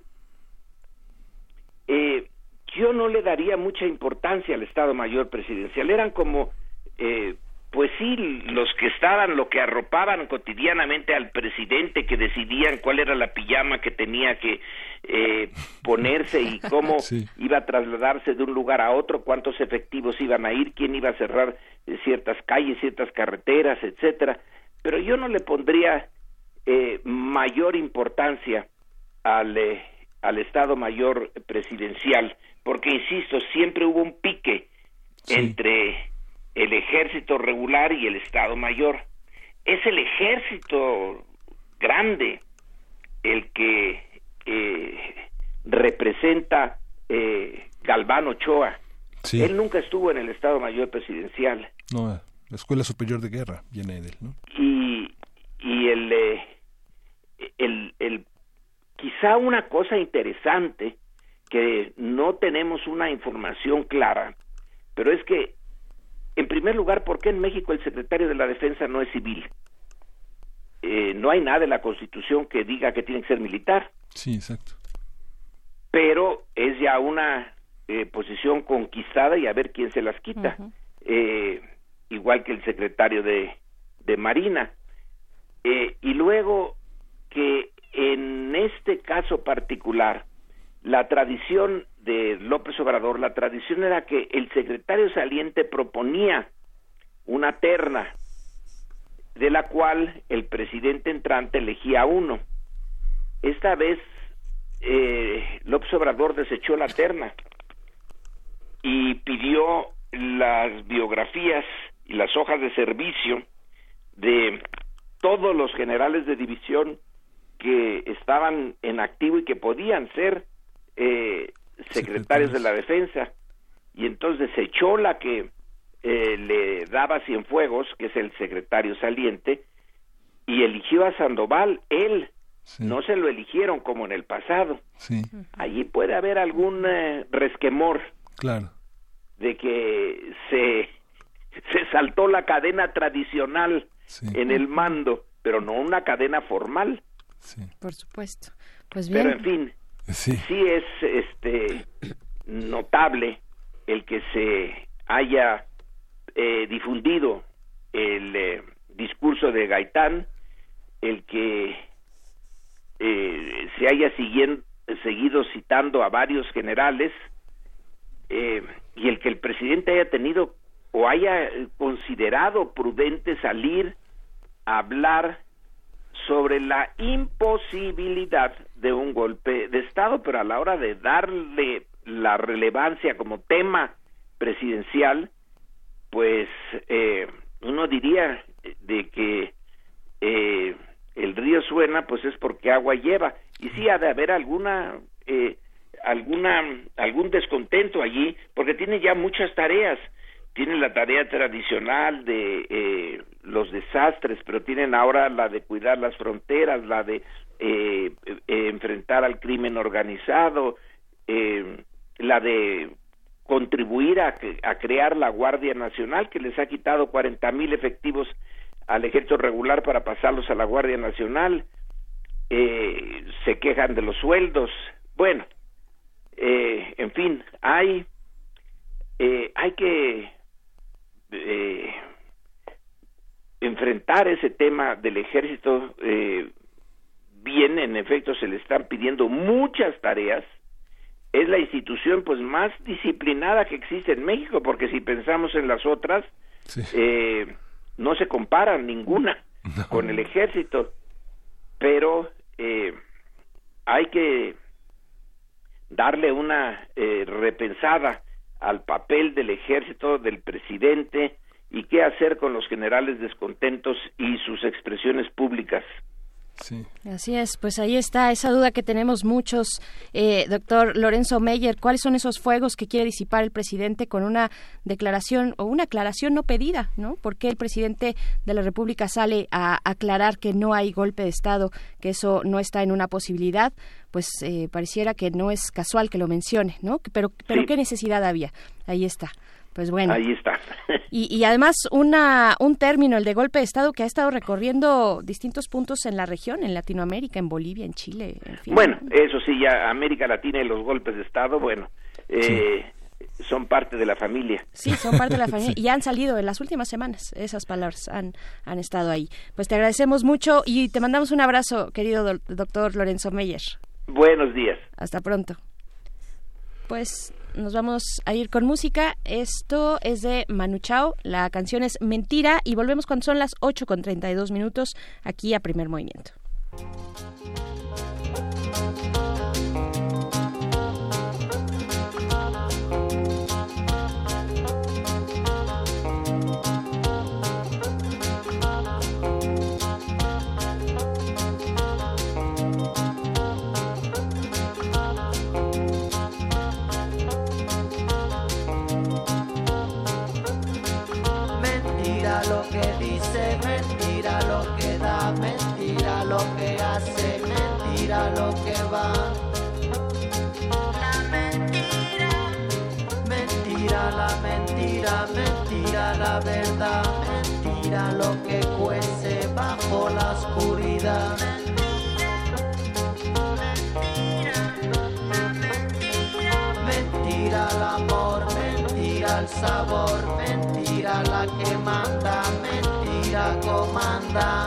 [SPEAKER 1] Eh, yo no le daría mucha importancia al Estado Mayor Presidencial. Eran como... Eh, Pues sí, los que estaban, lo que arropaban cotidianamente al presidente, que decidían cuál era la pijama que tenía que eh, ponerse y cómo sí. iba a trasladarse de un lugar a otro, cuántos efectivos iban a ir, quién iba a cerrar ciertas calles, ciertas carreteras, etcétera. Pero yo no le pondría eh, mayor importancia al, eh, al Estado Mayor Presidencial, porque, insisto, siempre hubo un pique sí. entre... el Ejército regular y el Estado Mayor. Es el Ejército grande el que eh, representa eh, Galván Ochoa. Sí. Él nunca estuvo en el Estado Mayor Presidencial.
[SPEAKER 2] No, la Escuela Superior de Guerra viene de él, ¿no?
[SPEAKER 1] Y, y el, eh, el, el, quizá una cosa interesante, que no tenemos una información clara, pero es que en primer lugar, ¿por qué en México el secretario de la Defensa no es civil? Eh, no hay nada en la Constitución que diga que tiene que ser militar.
[SPEAKER 2] Sí, exacto.
[SPEAKER 1] Pero es ya una eh, posición conquistada, y a ver quién se las quita. Uh-huh. Eh, igual que el secretario de, de Marina. Eh, y luego que en este caso particular, la tradición de López Obrador, la tradición era que el secretario saliente proponía una terna, de la cual el presidente entrante elegía uno. Esta vez eh, López Obrador desechó la terna y pidió las biografías y las hojas de servicio de todos los generales de división que estaban en activo y que podían ser eh, secretarios de la Defensa, y entonces echó la que eh, le daba Cienfuegos, que es el secretario saliente, y eligió a Sandoval. Él sí. No se lo eligieron como en el pasado.
[SPEAKER 2] Sí.
[SPEAKER 1] Allí puede haber algún eh, resquemor,
[SPEAKER 2] claro,
[SPEAKER 1] de que se se saltó la cadena tradicional sí. en el mando, pero no una cadena formal.
[SPEAKER 3] Sí. Por supuesto. Pues bien.
[SPEAKER 1] Pero en fin, sí, sí es este notable el que se haya eh, difundido el eh, discurso de Gaitán, el que eh, se haya siguiendo, seguido citando a varios generales eh, y el que el presidente haya tenido o haya considerado prudente salir a hablar sobre la imposibilidad de un golpe de Estado, pero a la hora de darle la relevancia como tema presidencial, pues eh, uno diría de que eh, el río suena, pues es porque agua lleva, y sí ha de haber alguna eh, alguna algún descontento allí, porque tiene ya muchas tareas. Tiene la tarea tradicional de eh, los desastres, pero tienen ahora la de cuidar las fronteras, la de eh, eh, enfrentar al crimen organizado, eh, la de contribuir a, a crear la Guardia Nacional, que les ha quitado cuarenta mil efectivos al ejército regular para pasarlos a la Guardia Nacional. Eh, se quejan de los sueldos. Bueno, eh, en fin, hay eh, hay que Eh, enfrentar ese tema del ejército. Eh, bien, en efecto, se le están pidiendo muchas tareas. Es la institución pues más disciplinada que existe en México, porque si pensamos en las otras, sí. eh, no se comparan ninguna no. con el ejército, pero eh, hay que darle una eh, repensada al papel del ejército, del presidente, y qué hacer con los generales descontentos y sus expresiones públicas.
[SPEAKER 3] Sí. Así es, pues ahí está esa duda que tenemos muchos. Eh, doctor Lorenzo Meyer, ¿cuáles son esos fuegos que quiere disipar el presidente con una declaración o una aclaración no pedida, ¿no? ¿Por qué el presidente de la República sale a aclarar que no hay golpe de Estado, que eso no está en una posibilidad? Pues eh, pareciera que no es casual que lo mencione, ¿no? Pero, pero sí. ¿Qué necesidad había? Ahí está. Pues bueno.
[SPEAKER 1] Ahí está.
[SPEAKER 3] y, y además una un término, el de golpe de Estado, que ha estado recorriendo distintos puntos en la región, en Latinoamérica, en Bolivia, en Chile, en fin.
[SPEAKER 1] Bueno, eso sí, ya América Latina y los golpes de Estado, bueno, eh, sí. son parte de la familia.
[SPEAKER 3] Sí, son parte de la familia y han salido en las últimas semanas, esas palabras han, han estado ahí. Pues te agradecemos mucho y te mandamos un abrazo, querido do- doctor Lorenzo Meyer.
[SPEAKER 1] Buenos días.
[SPEAKER 3] Hasta pronto. Pues nos vamos a ir con música. Esto es de Manu Chao, la canción es Mentira y volvemos cuando son las ocho con treinta y dos minutos aquí a Primer Movimiento.
[SPEAKER 4] Mentira lo que dice, mentira lo que da, mentira lo que hace, mentira lo que va. La mentira, mentira la mentira, mentira la verdad, mentira lo que cuece bajo la oscuridad. Mentira el amor, mentira el sabor, mentira la que manda, mentira comanda.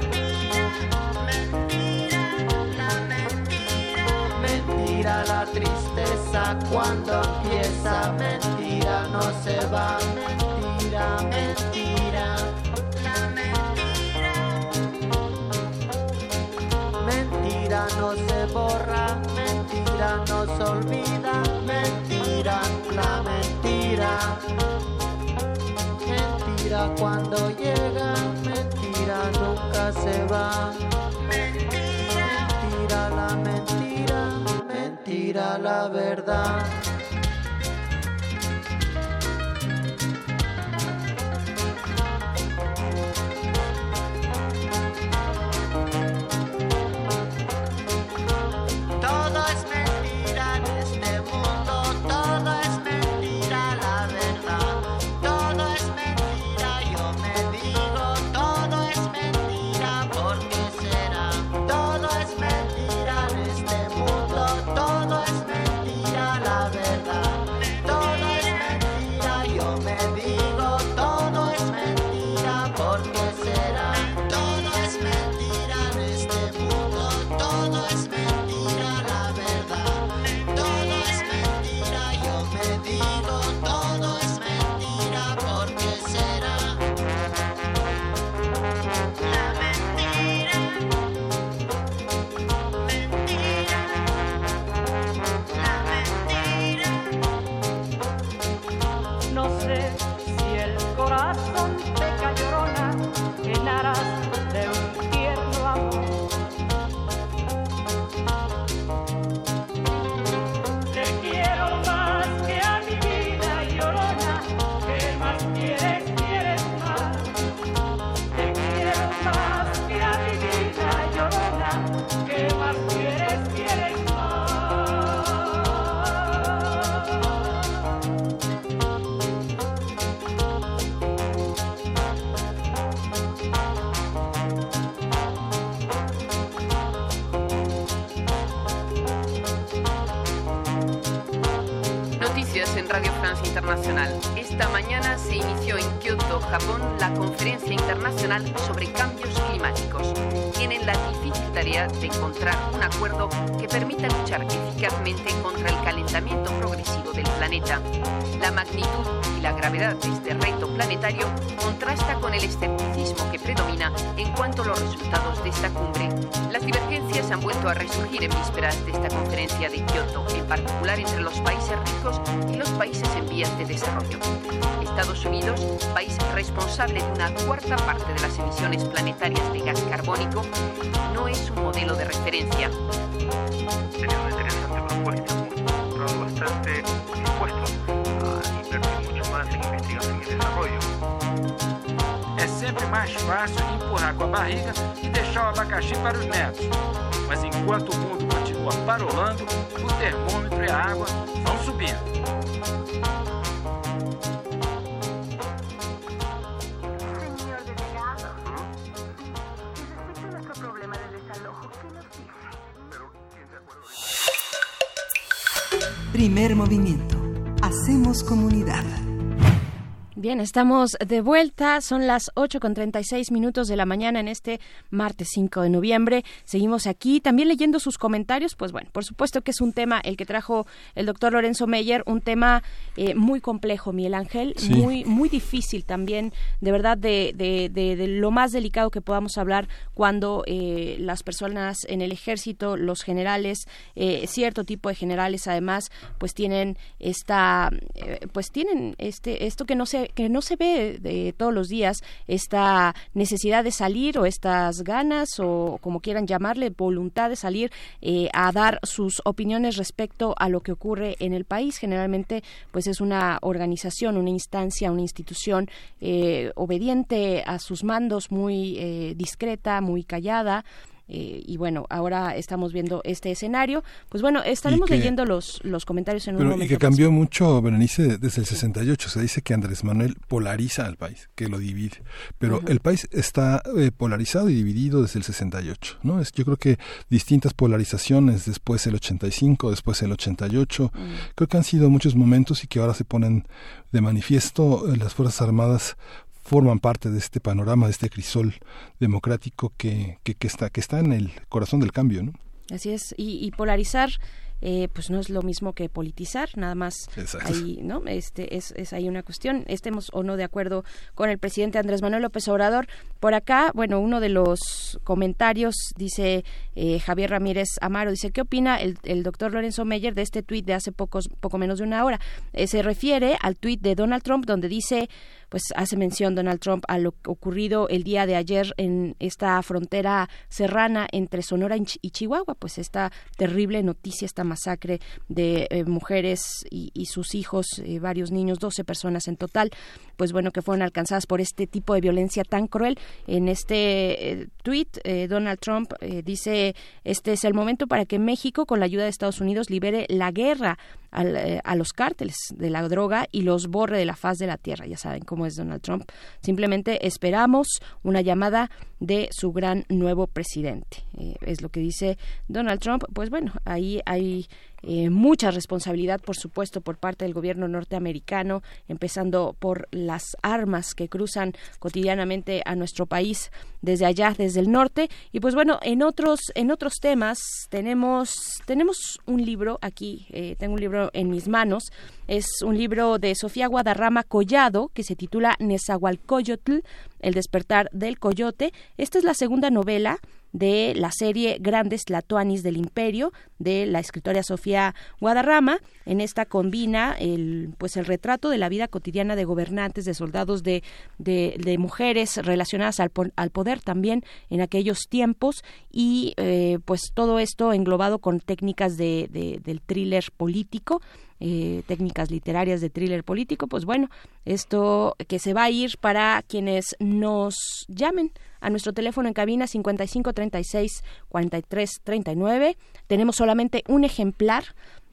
[SPEAKER 4] Mentira la tristeza cuando empieza, mentira no se va, mentira, mentira. Mentira no se borra, mentira no se olvida, mentira, la mentira. Mentira cuando llega, mentira nunca se va. Mentira la mentira, mentira la verdad. Todo es mentira en este mundo, todo es mentira la verdad, todo es mentira.
[SPEAKER 6] en Radio Francia Internacional. Esta mañana se inició en Kioto, Japón, la Conferencia Internacional sobre Cambios Climáticos. Tienen la difícil tarea de encontrar un acuerdo que permita luchar eficazmente contra el calentamiento progresivo del planeta. La magnitud y la gravedad de este reto planetario contrasta con el escepticismo que predomina en cuanto a los resultados de esta cumbre. Las divergencias han vuelto a resurgir en vísperas de esta conferencia de Kioto, en particular entre los países ricos y los países en vías de desarrollo. Estados Unidos, país responsable de una cuarta parte de las emisiones planetarias de gas carbónico, no es un modelo de referencia.
[SPEAKER 8] Sería una interesante propuesta, hemos comprado bastante dispuestos a invertir mucho más en investigación y desarrollo.
[SPEAKER 9] É sempre mais fácil empurrar com a barriga e deixar o abacaxi para os netos. Mas enquanto o mundo continua parolando, o termômetro e a água vão subindo.
[SPEAKER 22] Señor delegado, respecto a nuestro problema del desalojo, ¿qué nos dice? Pero, ¿quién se acuerda?
[SPEAKER 5] Primer movimiento. Hacemos comunidad.
[SPEAKER 3] Bien, estamos de vuelta, son las ocho con treinta y seis minutos de la mañana en este martes cinco de noviembre. Seguimos aquí también leyendo sus comentarios, pues bueno, por supuesto que es un tema el que trajo el doctor Lorenzo Meyer, un tema eh, muy complejo, Miguel Ángel, sí. muy muy difícil también, de verdad, de, de, de, de lo más delicado que podamos hablar cuando eh, las personas en el ejército, los generales, eh, cierto tipo de generales además, pues tienen esta, eh, pues tienen este esto que no se que no se ve de todos los días, esta necesidad de salir o estas ganas o como quieran llamarle, voluntad de salir eh, a dar sus opiniones respecto a lo que ocurre en el país. Generalmente pues es una organización, una instancia, una institución eh, obediente a sus mandos, muy eh, discreta, muy callada. Eh, y bueno, ahora estamos viendo este escenario. Pues bueno, estaremos que, leyendo los los comentarios en
[SPEAKER 2] pero,
[SPEAKER 3] un momento.
[SPEAKER 2] Y que cambió más. mucho, Berenice, desde el sesenta y ocho. Se dice que Andrés Manuel polariza al país, que lo divide. Pero uh-huh. el país está eh, polarizado y dividido desde el sesenta y ocho, ¿no? Es, yo creo que distintas polarizaciones, después el ochenta y cinco, después el ochenta y ocho. Uh-huh. Creo que han sido muchos momentos y que ahora se ponen de manifiesto. Eh, las Fuerzas Armadas forman parte de este panorama, de este crisol democrático que, que, que está que está en el corazón del cambio, ¿no?
[SPEAKER 3] Así es, y, y polarizar eh, pues no es lo mismo que politizar, nada más. Exacto. Ahí, ¿no? Este es, es ahí una cuestión, estemos o no de acuerdo con el presidente Andrés Manuel López Obrador. Por acá, bueno, uno de los comentarios dice eh, Javier Ramírez Amaro, dice, ¿qué opina el, el doctor Lorenzo Meyer de este tuit de hace pocos poco menos de una hora? Eh, se refiere al tuit de Donald Trump donde dice, pues hace mención Donald Trump a lo ocurrido el día de ayer en esta frontera serrana entre Sonora y Chihuahua, pues esta terrible noticia, esta masacre de eh, mujeres y, y sus hijos, eh, varios niños, doce personas en total, pues bueno, que fueron alcanzadas por este tipo de violencia tan cruel. En este eh, tuit, eh, Donald Trump eh, dice, este es el momento para que México, con la ayuda de Estados Unidos, libere la guerra al, eh, a los cárteles de la droga y los borre de la faz de la tierra. Ya saben cómo es Donald Trump. Simplemente esperamos una llamada de su gran nuevo presidente. Eh, es lo que dice Donald Trump. Pues bueno, ahí hay eh, mucha responsabilidad, por supuesto, por parte del gobierno norteamericano, empezando por las armas que cruzan cotidianamente a nuestro país desde allá, desde el norte. Y pues bueno, en otros en otros temas tenemos tenemos un libro aquí, eh, tengo un libro en mis manos. Es un libro de Sofía Guadarrama Collado que se titula Nezahualcóyotl, el despertar del coyote. Esta es la segunda novela de la serie Grandes Tlatoanis del Imperio de la escritora Sofía Guadarrama. En esta combina el pues el retrato de la vida cotidiana de gobernantes, de soldados, de de, de mujeres relacionadas al, al poder también en aquellos tiempos y eh, pues todo esto englobado con técnicas de, de del thriller político. Eh, técnicas literarias de thriller político. Pues bueno, esto que se va a ir para quienes nos llamen a nuestro teléfono en cabina cincuenta y cinco treinta y seis cuarenta y tres treinta y nueve. Tenemos solamente un ejemplar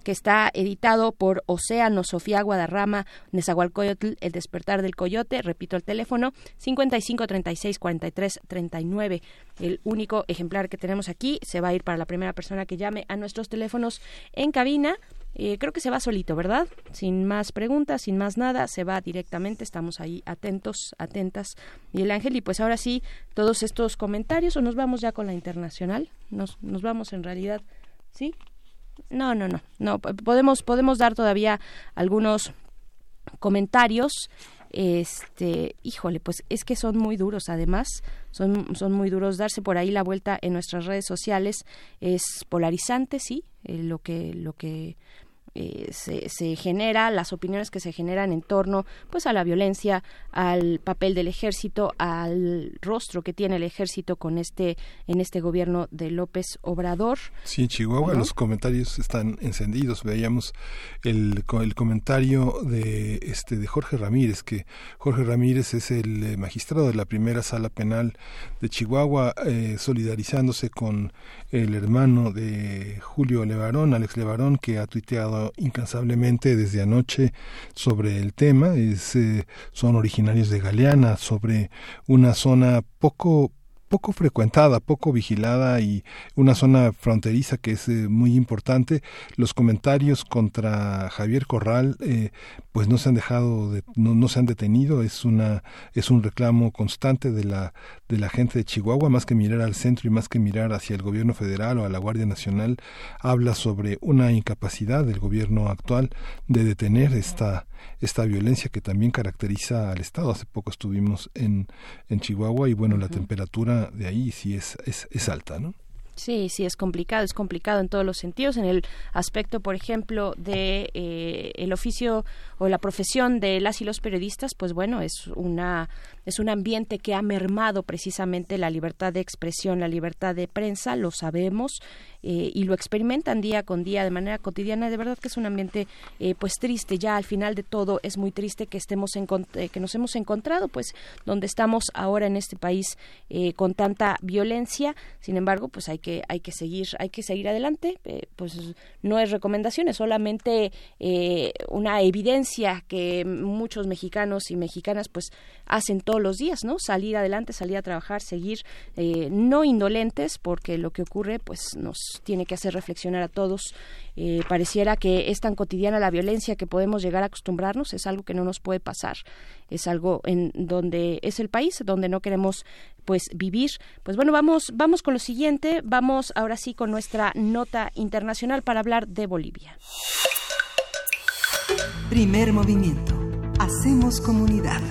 [SPEAKER 3] que está editado por Océano, Sofía Guadarrama, Nezahualcóyotl, El despertar del coyote. Repito el teléfono, cincuenta y cinco, treinta y seis, cuarenta y tres, treinta y nueve. El único ejemplar que tenemos aquí se va a ir para la primera persona que llame a nuestros teléfonos en cabina. Eh, creo que se va solito, ¿verdad? Sin más preguntas, sin más nada, se va directamente. Estamos ahí atentos, atentas, Miguel Ángel. Y pues ahora sí, todos estos comentarios, o nos vamos ya con la internacional. Nos, nos vamos en realidad, ¿sí? No, no, no, no. Podemos, podemos dar todavía algunos comentarios. Este, híjole, pues es que son muy duros, además, son, son muy duros. Darse por ahí la vuelta en nuestras redes sociales es polarizante, sí, eh, lo que, lo que eh, se, se genera, las opiniones que se generan en torno, pues, a la violencia, al papel del ejército, al rostro que tiene el ejército con este, en este gobierno de López Obrador.
[SPEAKER 2] Sí, en Chihuahua, ¿no? Los comentarios están encendidos. Veíamos el, el comentario de este de Jorge Ramírez, que Jorge Ramírez es el magistrado de la primera sala penal de Chihuahua, eh, solidarizándose con el hermano de Julio Levarón, Alex Levarón, que ha tuiteado incansablemente desde anoche sobre el tema. Es, eh, son originarios de Galeana, sobre una zona poco poco frecuentada, poco vigilada y una zona fronteriza que es eh, muy importante. Los comentarios contra Javier Corral eh, pues no se han dejado, de, no, no se han detenido. Es una es un reclamo constante de la de la gente de Chihuahua, más que mirar al centro y más que mirar hacia el gobierno federal o a la Guardia Nacional. Habla sobre una incapacidad del gobierno actual de detener esta esta violencia que también caracteriza al Estado. Hace poco estuvimos en, en Chihuahua y bueno, uh-huh. La temperatura de ahí sí es, es, es alta, ¿no?
[SPEAKER 3] Sí, sí, es complicado, es complicado en todos los sentidos. En el aspecto, por ejemplo, de eh, el oficio o la profesión de las y los periodistas, pues bueno, es una es un ambiente que ha mermado precisamente la libertad de expresión, la libertad de prensa, lo sabemos, eh, y lo experimentan día con día de manera cotidiana. De verdad que es un ambiente eh, pues triste. Ya al final de todo es muy triste que estemos en, eh, que nos hemos encontrado pues donde estamos ahora en este país eh, con tanta violencia. Sin embargo, pues hay que hay que seguir hay que seguir adelante. Eh, pues no es recomendación, es solamente eh, una evidencia que muchos mexicanos y mexicanas pues hacen todos los días, ¿no? Salir adelante, salir a trabajar, seguir eh, no indolentes, porque lo que ocurre pues nos tiene que hacer reflexionar a todos. Eh, pareciera que es tan cotidiana la violencia que podemos llegar a acostumbrarnos. Es algo que no nos puede pasar, es algo en donde es el país donde no queremos pues vivir. Pues bueno, vamos vamos con lo siguiente, vamos ahora sí con nuestra nota internacional para hablar de Bolivia.
[SPEAKER 5] Primer movimiento. Hacemos comunidad.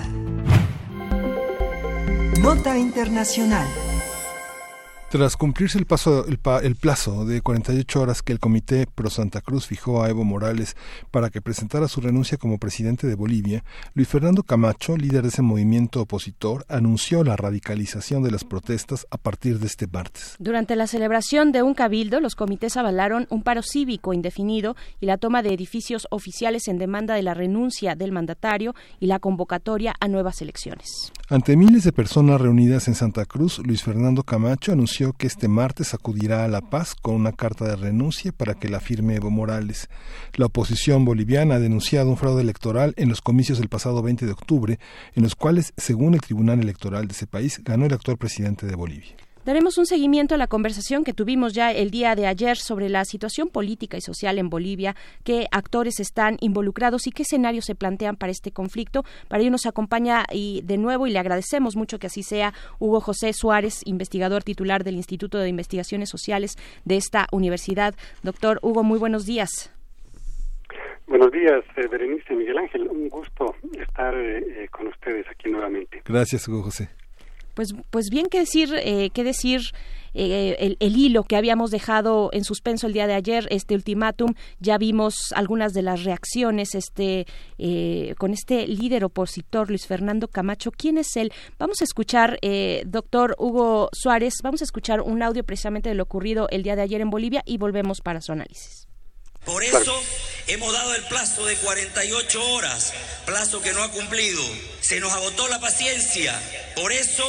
[SPEAKER 5] Nota internacional.
[SPEAKER 2] Tras cumplirse el, paso, el, pa, el plazo de cuarenta y ocho horas que el Comité Pro Santa Cruz fijó a Evo Morales para que presentara su renuncia como presidente de Bolivia, Luis Fernando Camacho, líder de ese movimiento opositor, anunció la radicalización de las protestas a partir de este martes.
[SPEAKER 3] Durante la celebración de un cabildo, los comités avalaron un paro cívico indefinido y la toma de edificios oficiales en demanda de la renuncia del mandatario y la convocatoria a nuevas elecciones.
[SPEAKER 2] Ante miles de personas reunidas en Santa Cruz, Luis Fernando Camacho anunció que este martes acudirá a La Paz con una carta de renuncia para que la firme Evo Morales. La oposición boliviana ha denunciado un fraude electoral en los comicios del pasado veinte de octubre, en los cuales, según el Tribunal Electoral de ese país, ganó el actual presidente de Bolivia.
[SPEAKER 3] Daremos un seguimiento a la conversación que tuvimos ya el día de ayer sobre la situación política y social en Bolivia, qué actores están involucrados y qué escenarios se plantean para este conflicto. Para ello nos acompaña y de nuevo, y le agradecemos mucho que así sea, Hugo José Suárez, investigador titular del Instituto de Investigaciones Sociales de esta universidad. Doctor Hugo, muy buenos días.
[SPEAKER 7] Buenos días, eh, Berenice, Miguel Ángel. Un gusto estar eh, con ustedes aquí nuevamente.
[SPEAKER 2] Gracias, Hugo José.
[SPEAKER 3] Pues, pues bien, qué decir, eh, qué decir eh, el, el hilo que habíamos dejado en suspenso el día de ayer, este ultimátum. Ya vimos algunas de las reacciones este eh, con este líder opositor, Luis Fernando Camacho. ¿Quién es él? Vamos a escuchar, eh, doctor Hugo Suárez, vamos a escuchar un audio precisamente de lo ocurrido el día de ayer en Bolivia y volvemos para su análisis.
[SPEAKER 10] Por eso hemos dado el plazo de cuarenta y ocho horas, plazo que no ha cumplido. Se nos agotó la paciencia. Por eso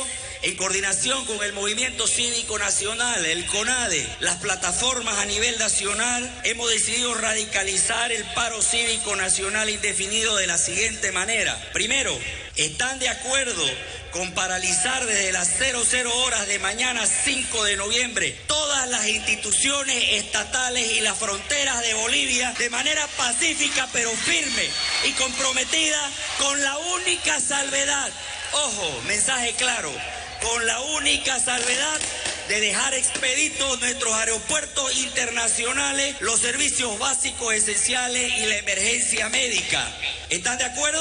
[SPEAKER 10] en coordinación con el Movimiento Cívico Nacional, el CONADE, las plataformas a nivel nacional, hemos decidido radicalizar el paro cívico nacional indefinido de la siguiente manera. Primero, ¿están de acuerdo con paralizar desde las cero cero horas de mañana cinco de noviembre todas las instituciones estatales y las fronteras de Bolivia de manera pacífica pero firme y comprometida con la única salvedad, ojo, mensaje claro, con la única salvedad de dejar expeditos nuestros aeropuertos internacionales, los servicios básicos esenciales y la emergencia médica? ¿Están de acuerdo?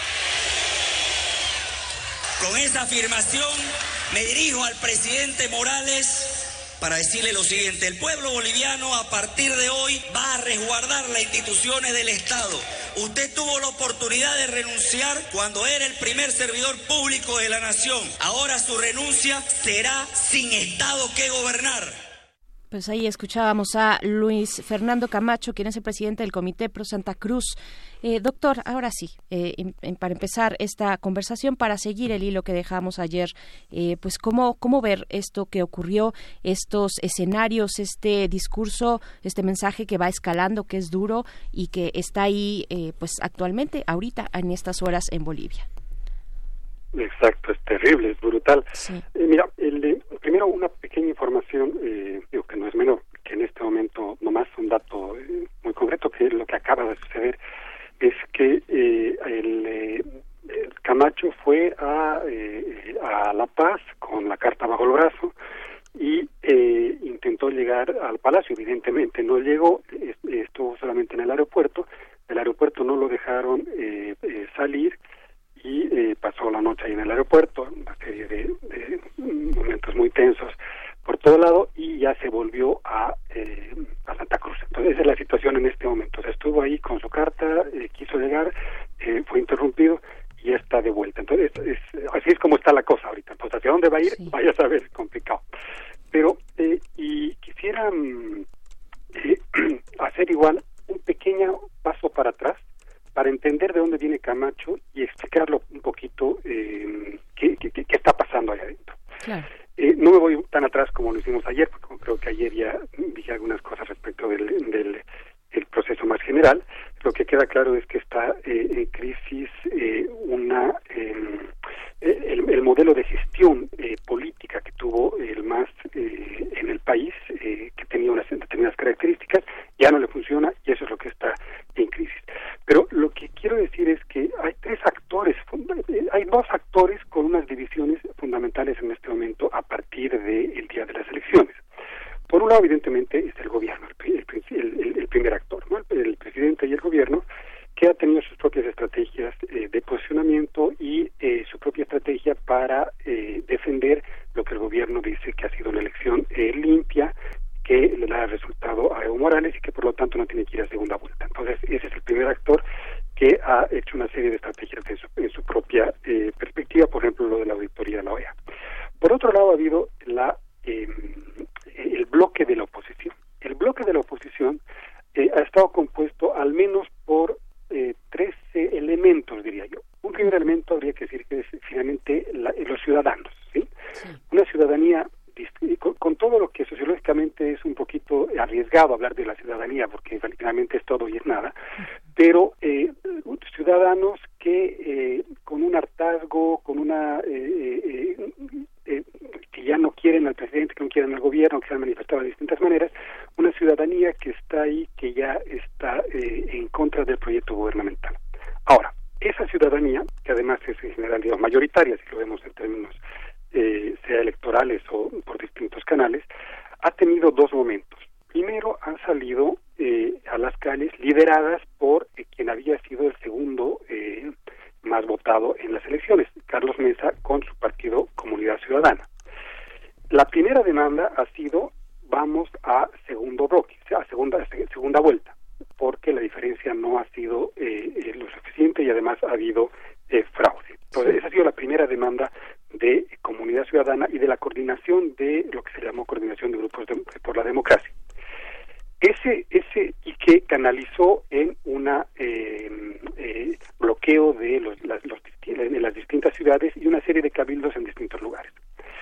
[SPEAKER 10] Con esa afirmación me dirijo al presidente Morales para decirle lo siguiente: el pueblo boliviano a partir de hoy va a resguardar las instituciones del Estado. Usted tuvo la oportunidad de renunciar cuando era el primer servidor público de la nación. Ahora su renuncia será sin Estado que gobernar.
[SPEAKER 3] Pues ahí escuchábamos a Luis Fernando Camacho, quien es el presidente del Comité Pro Santa Cruz. Eh, doctor, ahora sí, eh, en, en, para empezar esta conversación, para seguir el hilo que dejamos ayer, eh, pues cómo, cómo ver esto que ocurrió, estos escenarios, este discurso, este mensaje que va escalando, que es duro y que está ahí, eh, pues actualmente, ahorita, en estas horas en Bolivia.
[SPEAKER 7] Exacto, es terrible, es brutal.
[SPEAKER 3] Sí.
[SPEAKER 7] Eh, mira, el, eh, primero una pequeña información, eh, digo que no es menor, que en este momento nomás un dato eh, muy concreto, que lo que acaba de suceder es que eh, el, eh, el Camacho fue a, eh, a La Paz con la carta bajo el brazo y eh, intentó llegar al palacio. Evidentemente no llegó, estuvo solamente en el aeropuerto, el aeropuerto no lo dejaron eh, eh, salir y eh, pasó la noche ahí en el aeropuerto, una serie de, de momentos muy tensos por todo lado, y ya se volvió a, eh, a Santa Cruz. Entonces esa es la situación en este momento. O sea, estuvo ahí con su carta, eh, quiso llegar, eh, fue interrumpido y ya está de vuelta. Entonces es, es, así es como está la cosa ahorita. Entonces hacia dónde va a ir, sí. Vaya a saber, complicado. Pero, eh, y quisiera mm, eh, hacer igual un pequeño paso para atrás, para entender de dónde viene Camacho y explicarlo un poquito eh, qué, qué, qué está pasando allá adentro.
[SPEAKER 3] Claro.
[SPEAKER 7] Eh, no me voy tan atrás como lo hicimos ayer, porque creo que ayer ya dije algunas cosas respecto del, del el proceso más general. Lo que queda claro es que está eh, en crisis eh, una eh, el, el modelo de gestión eh, política que tuvo el M A S eh, en el país, eh, que tenía unas determinadas características, ya no le funciona y eso es lo que está en crisis. Pero lo que quiero decir es que hay tres actores, hay dos actores con unas divisiones fundamentales en este momento a partir del día de las elecciones. Por un lado, evidentemente, es el gobierno, el, el, el, el primer actor, ¿no? el, el presidente y el gobierno, que ha tenido sus propias estrategias eh, de posicionamiento y eh, su propia estrategia para eh, defender lo que el gobierno dice que ha sido una elección eh, limpia, que le da resultado a Evo Morales y que por lo tanto no tiene que ir a segunda vuelta. Entonces ese es el primer actor que ha hecho una serie de estrategias en su, en su propia eh, perspectiva, por ejemplo lo de la auditoría de la O E A. Por otro lado ha habido la eh, el bloque de la oposición. El bloque de la oposición eh, ha estado compuesto al menos por eh, trece elementos, diría yo. Un primer elemento habría que decir que es finalmente la, los ciudadanos, ¿sí? Sí. Una ciudadanía Con, con todo lo que sociológicamente es un poquito arriesgado hablar de la ciudadanía, porque finalmente es todo y es nada, pero eh, ciudadanos que eh, con un hartazgo, con una eh, eh, eh, que ya no quieren al presidente, que no quieren al gobierno, que se han manifestado de distintas maneras, una ciudadanía que está ahí, que ya está eh, en contra del proyecto gubernamental. Ahora, esa ciudadanía, que además es en general digamos, mayoritaria, si lo vemos en términos Eh, sea electorales o por distintos canales, ha tenido dos momentos. Primero, han salido eh, a las calles lideradas por eh, quien había sido el segundo eh, más votado en las elecciones, Carlos Mesa, con su partido Comunidad Ciudadana. La primera demanda ha sido vamos a segundo bloque, a segunda, a segunda vuelta, porque la diferencia no ha sido eh, lo suficiente y además ha habido eh, fraude. Entonces, esa ha sido la primera demanda de Comunidad Ciudadana y de la coordinación de lo que se llamó Coordinación de Grupos de, por la Democracia. Ese, ese y que canalizó en una eh, eh, bloqueo de los, las, los, de las distintas ciudades y una serie de cabildos en distintos lugares.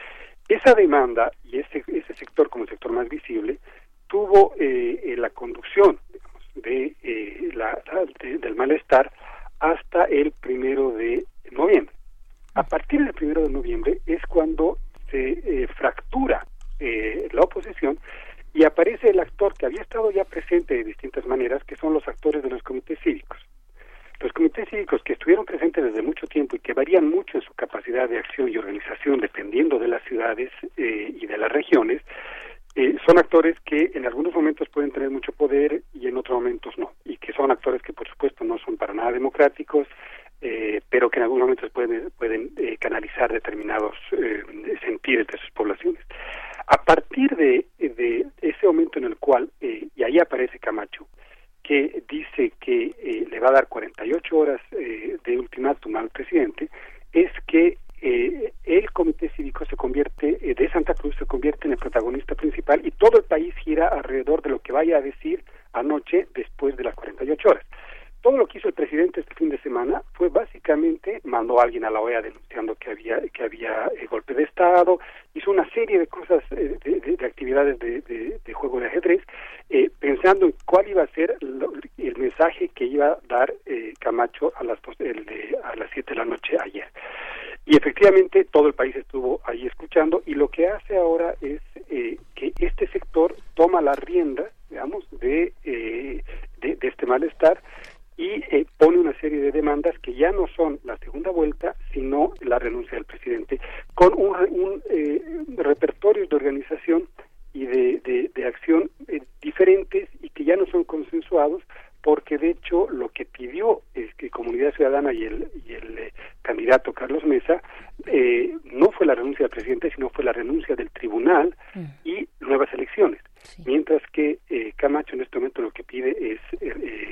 [SPEAKER 7] esa demanda y ese, ese sector como el sector más visible tuvo eh, la conducción, digamos, de, eh, la, de, del malestar hasta el primero de noviembre. A partir del primero de noviembre es cuando se eh, fractura eh, la oposición y aparece el actor que había estado ya presente de distintas maneras, que son los actores de los comités cívicos. Los comités cívicos que estuvieron presentes desde mucho tiempo y que varían mucho en su capacidad de acción y organización dependiendo de las ciudades eh, y de las regiones, eh, son actores que en algunos momentos pueden tener mucho poder y en otros momentos no, y que son actores que por supuesto no son para nada democráticos, eh, pero que en algunos momentos pueden, pueden eh, canalizar determinados eh, sentires de sus poblaciones. A partir de, de ese momento en el cual, eh, y ahí aparece Camacho, que dice que eh, le va a dar cuarenta y ocho horas eh, de ultimátum al presidente, es que eh, el comité cívico se convierte, eh, de Santa Cruz se convierte en el protagonista principal y todo el país gira alrededor de lo que vaya a decir anoche después de las cuarenta y ocho horas. Todo lo que hizo el presidente este fin de semana fue básicamente, mandó a alguien a la O E A denunciando que había que había eh, golpe de Estado, hizo una serie de cosas, eh, de, de, de actividades de, de, de juego de ajedrez, eh, pensando en cuál iba a ser lo, el mensaje que iba a dar eh, Camacho a las, dos, el de, a las siete de la noche ayer. Y efectivamente todo el país estuvo ahí escuchando y lo que hace ahora es eh, que este sector toma la rienda, digamos, de, eh, de, de este malestar y eh, pone una serie de demandas que ya no son la segunda vuelta, sino la renuncia del presidente, con un, un eh, repertorio de organización y de, de, de acción eh, diferentes y que ya no son consensuados, porque de hecho lo que pidió es que Comunidad Ciudadana y el, y el eh, candidato Carlos Mesa eh, no fue la renuncia del presidente, sino fue la renuncia del tribunal mm. y nuevas elecciones, sí. Mientras que eh, Camacho en este momento lo que pide es eh, eh,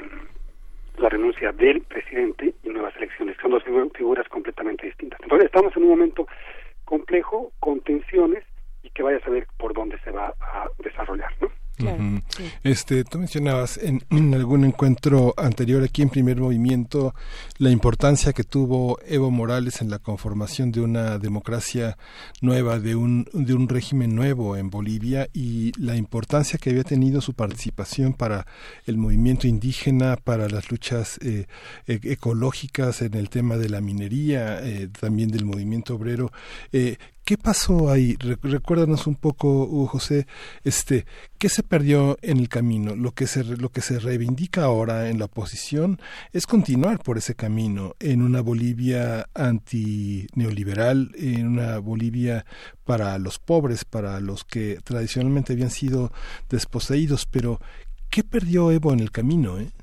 [SPEAKER 7] la renuncia del presidente y nuevas elecciones. Son dos figuras completamente distintas. Entonces estamos en un momento complejo, con tensiones, y que vaya a saber por dónde se va a desarrollar, ¿no?
[SPEAKER 2] Claro, uh-huh. Sí. Este, tú mencionabas en, en algún encuentro anterior aquí en Primer Movimiento la importancia que tuvo Evo Morales en la conformación de una democracia nueva, de un de un régimen nuevo en Bolivia, y la importancia que había tenido su participación para el movimiento indígena, para las luchas eh, e- ecológicas, en el tema de la minería, eh, también del movimiento obrero. Eh, ¿Qué pasó ahí? Recuérdanos un poco, Hugo José, este, ¿qué se perdió en el camino? Lo que se lo que se reivindica ahora en la oposición es continuar por ese camino en una Bolivia antineoliberal, en una Bolivia para los pobres, para los que tradicionalmente habían sido desposeídos, pero ¿qué perdió Evo en el camino, eh?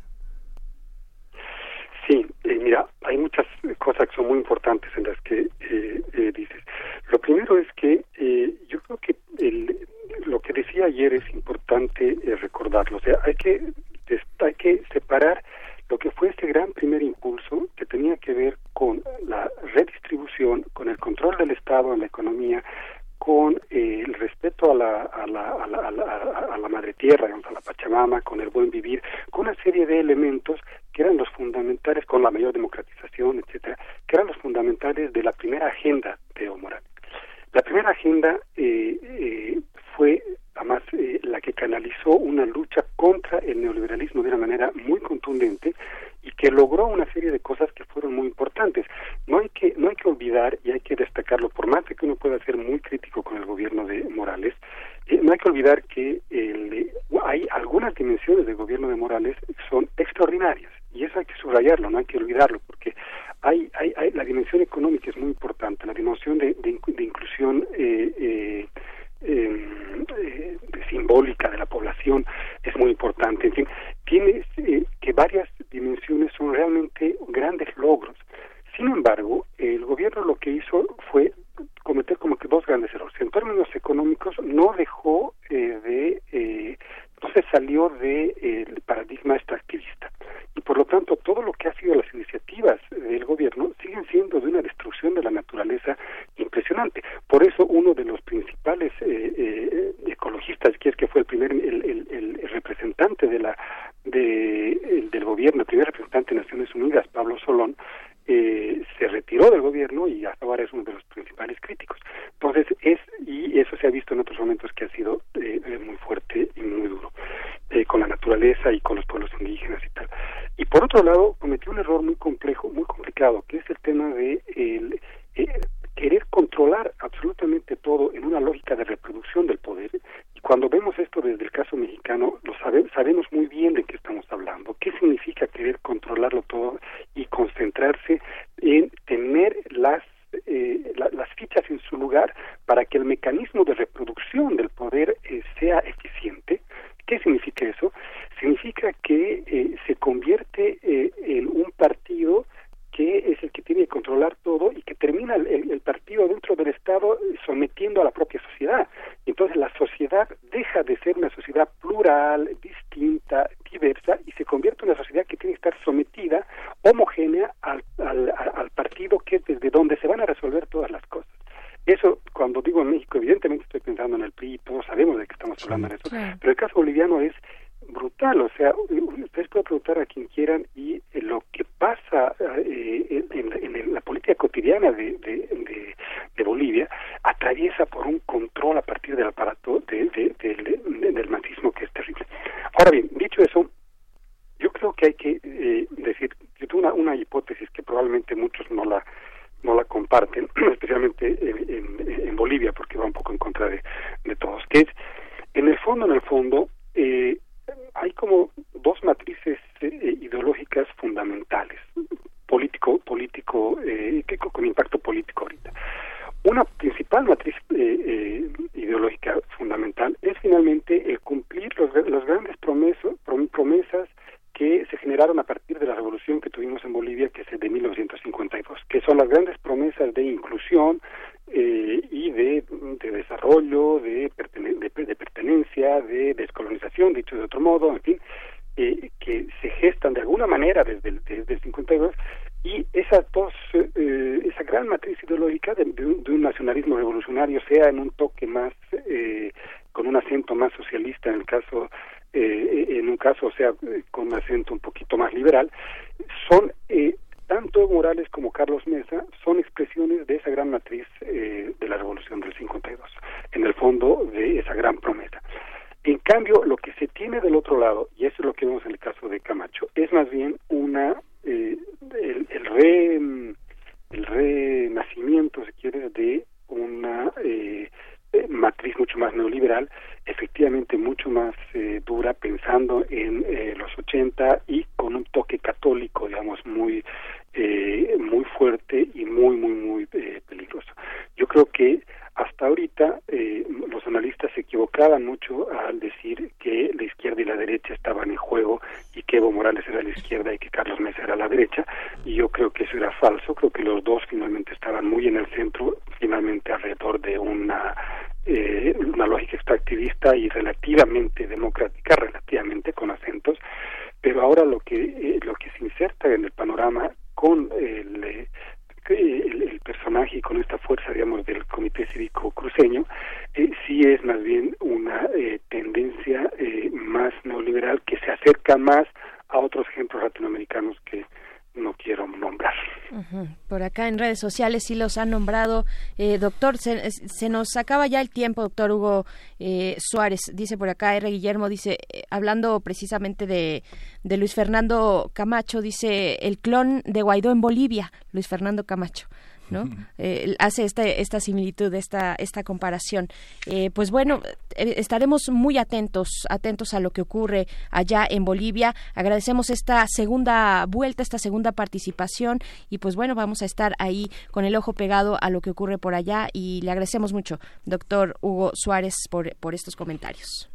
[SPEAKER 7] Sí, eh, mira, hay muchas cosas que son muy importantes en las que eh, eh, dices. Lo primero es que eh, yo creo que el, lo que decía ayer es importante eh, recordarlo. O sea, hay que hay que separar lo que fue este gran primer impulso que tenía que ver con la redistribución, con el control del Estado en la economía, con eh, el respeto a la, a la, a la, a la, a la madre tierra, digamos, a la Pachamama, con el buen vivir, con una serie de elementos que eran los fundamentales, con la mayor democratización, etcétera, que eran los fundamentales de la primera agenda de Evo Morales. La primera agenda eh, eh, fue, además, eh, la que canalizó una lucha contra el neoliberalismo de una manera muy contundente y que logró una serie de cosas que fueron muy importantes. No hay que no hay que olvidar, y hay que destacarlo, por más de que uno pueda ser muy crítico con el gobierno de Morales, eh, no hay que olvidar que el, eh, hay algunas dimensiones del gobierno de Morales que son extraordinarias, y eso hay que subrayarlo, no hay que olvidarlo, porque hay, hay, hay la dimensión económica es muy importante, la dimensión de, de, de inclusión eh, eh, eh, eh, simbólica de la población es muy importante. En fin, tienes eh, que varias dimensiones son realmente grandes logros. Sin embargo, el gobierno lo que hizo fue cometer como que dos grandes errores. En términos económicos, no dejó eh, de, eh, no se salió del de, eh, paradigma extractivista. Y por lo tanto, todo lo que ha sido las iniciativas del gobierno siguen siendo de una destrucción de la naturaleza impresionante. Por eso, uno de los principales eh, eh, ecologistas, que es que fue el primer, el, el, el representante de la, de, el, del gobierno, el primer representante de Naciones Unidas, Pablo Solón, eh, se retiró del gobierno y hasta ahora es uno de los principales críticos. Entonces, es, y se ha visto en otros momentos que ha sido eh, muy fuerte y muy duro eh, con la naturaleza y con los pueblos indígenas y tal. Y por otro lado, cometió un error muy complejo, muy complicado, que es el tema de el, eh, querer controlar absolutamente todo en una lógica de reproducción del poder. Y cuando vemos esto desde el caso mexicano, lo sabe, sabemos muy bien de qué estamos hablando. ¿Qué significa querer controlarlo todo y concentrarse en tener las eh, la, las fichas en su lugar para que el mecanismo de reproducción del poder eh, sea eficiente? ¿Qué significa eso? Significa que eh, se convierte eh, en un partido que es el que tiene que controlar todo y que termina el, el partido dentro del Estado sometiendo a la propia sociedad. Entonces la sociedad deja de ser una sociedad plural, distinta, diversa, y se convierte en una sociedad que tiene que estar sometida, homogénea, al, al, al partido que es desde donde se van a resolver todas las cosas. Eso, cuando digo en México, evidentemente estoy pensando en el P R I, todos sabemos de qué estamos hablando de eso, sí. Pero el caso boliviano es brutal, o sea, ustedes pueden preguntar a quien quieran y eh, lo que pasa eh, en, en, en la política cotidiana de, de, de, de Bolivia atraviesa por un control a partir del aparato de, de, de, de, del marxismo, que es terrible. Ahora bien, dicho eso, yo creo que hay que eh, decir, yo tengo una, una hipótesis que probablemente muchos no la no la comparten, especialmente en, en, en Bolivia, porque va un poco en contra de, de todos, que es, en el fondo, en el fondo, eh, hay como dos matrices eh, ideológicas fundamentales, político, político, eh, que, con impacto político ahorita. Una principal matriz eh, eh, ideológica fundamental es finalmente el cumplir los, los grandes promesos, promesas que se generaron a partir de la revolución que tuvimos en Bolivia, que es de mil novecientos cincuenta y dos, que son las grandes promesas de inclusión eh, y de, de desarrollo, de, pertene- de, de pertenencia, de descolonización, dicho de otro modo, en fin, eh, que se gestan de alguna manera desde el, desde el cincuenta y dos, y esas dos, eh, esa gran matriz ideológica de, de, un, de un nacionalismo revolucionario, sea en un toque más, eh, con un acento más socialista en el caso Eh, en un caso, o sea, con un acento un poquito más liberal, son, eh, tanto Evo Morales como Carlos Mesa, son expresiones de esa gran matriz eh, de la revolución del cincuenta y dos, en el fondo de esa gran promesa. En cambio, lo que se tiene del otro lado, y eso es lo que vemos en el caso de Camacho, es más bien una, eh, el, el, re, el renacimiento, si quieres, de una eh, matriz mucho más neoliberal, efectivamente mucho más eh, dura, pensando en eh, los ochenta y con un toque católico, digamos, muy eh, muy fuerte y muy, muy, muy eh, peligroso. Yo creo que hasta ahorita eh, los analistas se equivocaban mucho al decir que la izquierda y la derecha estaban en juego y que Evo Morales era la izquierda y que Carlos Mesa era la derecha, y yo creo que eso era falso. Creo que los dos finalmente estaban muy en el centro, finalmente alrededor de una eh, una lógica extractivista y relativamente democrática, relativamente con acentos, pero ahora lo que eh, lo que se inserta en el panorama con el, eh, el, el personaje y con esta fuerza, digamos, del Comité Cívico Cruceño, eh, sí es más bien una eh, tendencia eh, más neoliberal que se acerca más a otros ejemplos latinoamericanos que no quiero nombrar.
[SPEAKER 3] Uh-huh. Por acá en redes sociales sí los han nombrado. Eh, doctor, se, se nos acaba ya el tiempo, doctor Hugo eh, Suárez. Dice por acá R. Guillermo, dice, eh, hablando precisamente de, de Luis Fernando Camacho, dice, el clon de Guaidó en Bolivia, Luis Fernando Camacho, ¿no? Eh, hace este, esta similitud, esta, esta comparación. Eh, pues bueno, eh, estaremos muy atentos, atentos a lo que ocurre allá en Bolivia. Agradecemos esta segunda vuelta, esta segunda participación, y pues bueno, vamos a estar ahí con el ojo pegado a lo que ocurre por allá, y le agradecemos mucho, doctor Hugo Suárez, por, por estos comentarios.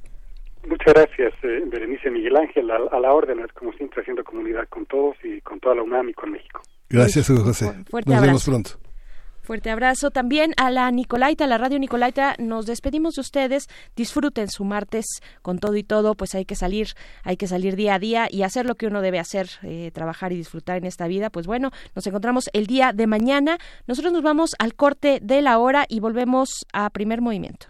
[SPEAKER 7] Muchas gracias, eh, Berenice, Miguel Ángel, a, a la orden, como siempre, haciendo comunidad con todos y con toda la UNAM y con México.
[SPEAKER 2] Gracias, Hugo José.
[SPEAKER 3] Fuerte
[SPEAKER 2] Nos
[SPEAKER 3] abrazo.
[SPEAKER 2] vemos pronto.
[SPEAKER 3] Fuerte abrazo también a la Nicolaita, a la Radio Nicolaita. Nos despedimos de ustedes. Disfruten su martes con todo y todo. Pues hay que salir, hay que salir día a día y hacer lo que uno debe hacer, eh, trabajar y disfrutar en esta vida. Pues bueno, nos encontramos el día de mañana. Nosotros nos vamos al corte de la hora y volvemos a Primer Movimiento.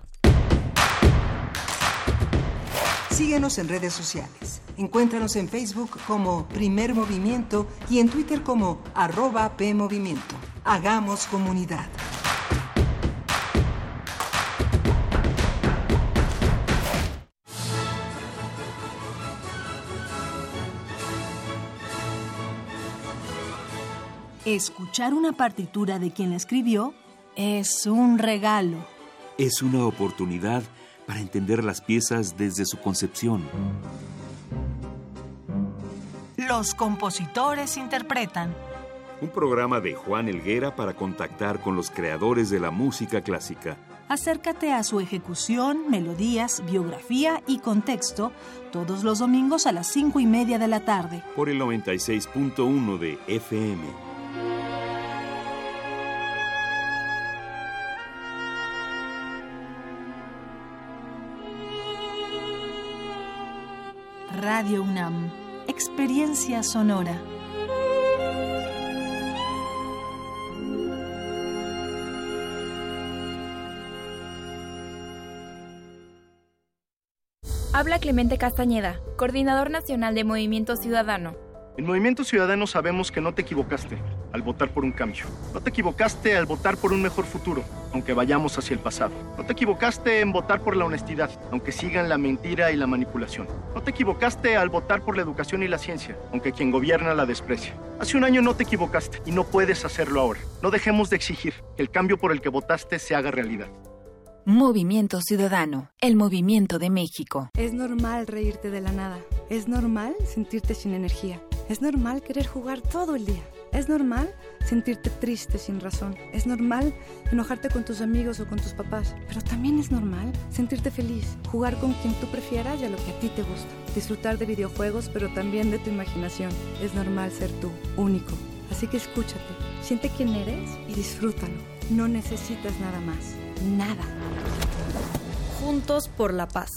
[SPEAKER 5] Síguenos en redes sociales. Encuéntranos en Facebook como Primer Movimiento y en Twitter como arroba PMovimiento. Hagamos comunidad.
[SPEAKER 11] Escuchar una partitura de quien la escribió es un regalo.
[SPEAKER 12] Es una oportunidad para entender las piezas desde su concepción.
[SPEAKER 11] Los compositores interpretan.
[SPEAKER 12] Un programa de Juan Helguera para contactar con los creadores de la música clásica.
[SPEAKER 11] Acércate a su ejecución, melodías, biografía y contexto todos los domingos a las cinco y media de la tarde.
[SPEAKER 12] Por el noventa y seis punto uno de F M.
[SPEAKER 11] Radio UNAM. Experiencia sonora.
[SPEAKER 13] Habla Clemente Castañeda, Coordinador Nacional de Movimiento Ciudadano.
[SPEAKER 14] En Movimiento Ciudadano sabemos que no te equivocaste al votar por un cambio. No te equivocaste al votar por un mejor futuro, aunque vayamos hacia el pasado. No te equivocaste en votar por la honestidad, aunque sigan la mentira y la manipulación. No te equivocaste al votar por la educación y la ciencia, aunque quien gobierna la desprecia. Hace un año no te equivocaste y no puedes hacerlo ahora. No dejemos de exigir que el cambio por el que votaste se haga realidad.
[SPEAKER 25] Movimiento Ciudadano, el movimiento de México.
[SPEAKER 26] Es normal reírte de la nada. Es normal sentirte sin energía. Es normal querer jugar todo el día. Es normal sentirte triste sin razón. Es normal enojarte con tus amigos o con tus papás. Pero también es normal sentirte feliz, jugar con quien tú prefieras y a lo que a ti te gusta. Disfrutar de videojuegos, pero también de tu imaginación. Es normal ser tú, único. Así que escúchate, siente quién eres y disfrútalo. No necesitas nada más. Nada.
[SPEAKER 13] Juntos por la paz.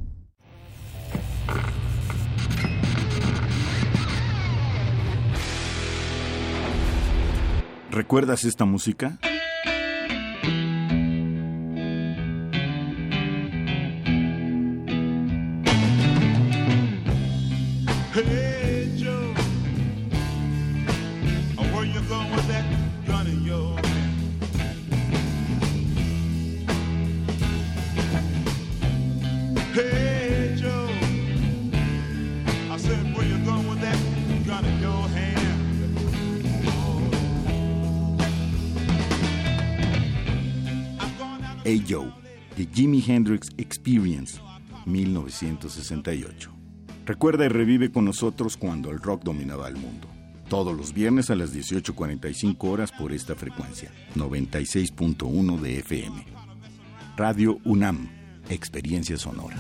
[SPEAKER 27] ¿Recuerdas esta música?
[SPEAKER 28] Hey Joe, where you going with that gun in your hand? Hey Joe, I said where you going with that gun in your hand?
[SPEAKER 27] Hey Joe, The Jimi Hendrix Experience, mil novecientos sesenta y ocho. Recuerda y revive con nosotros cuando el rock dominaba el mundo. Todos los viernes a las dieciocho cuarenta y cinco horas por esta frecuencia, noventa y seis punto uno de F M. Radio UNAM, experiencia sonora.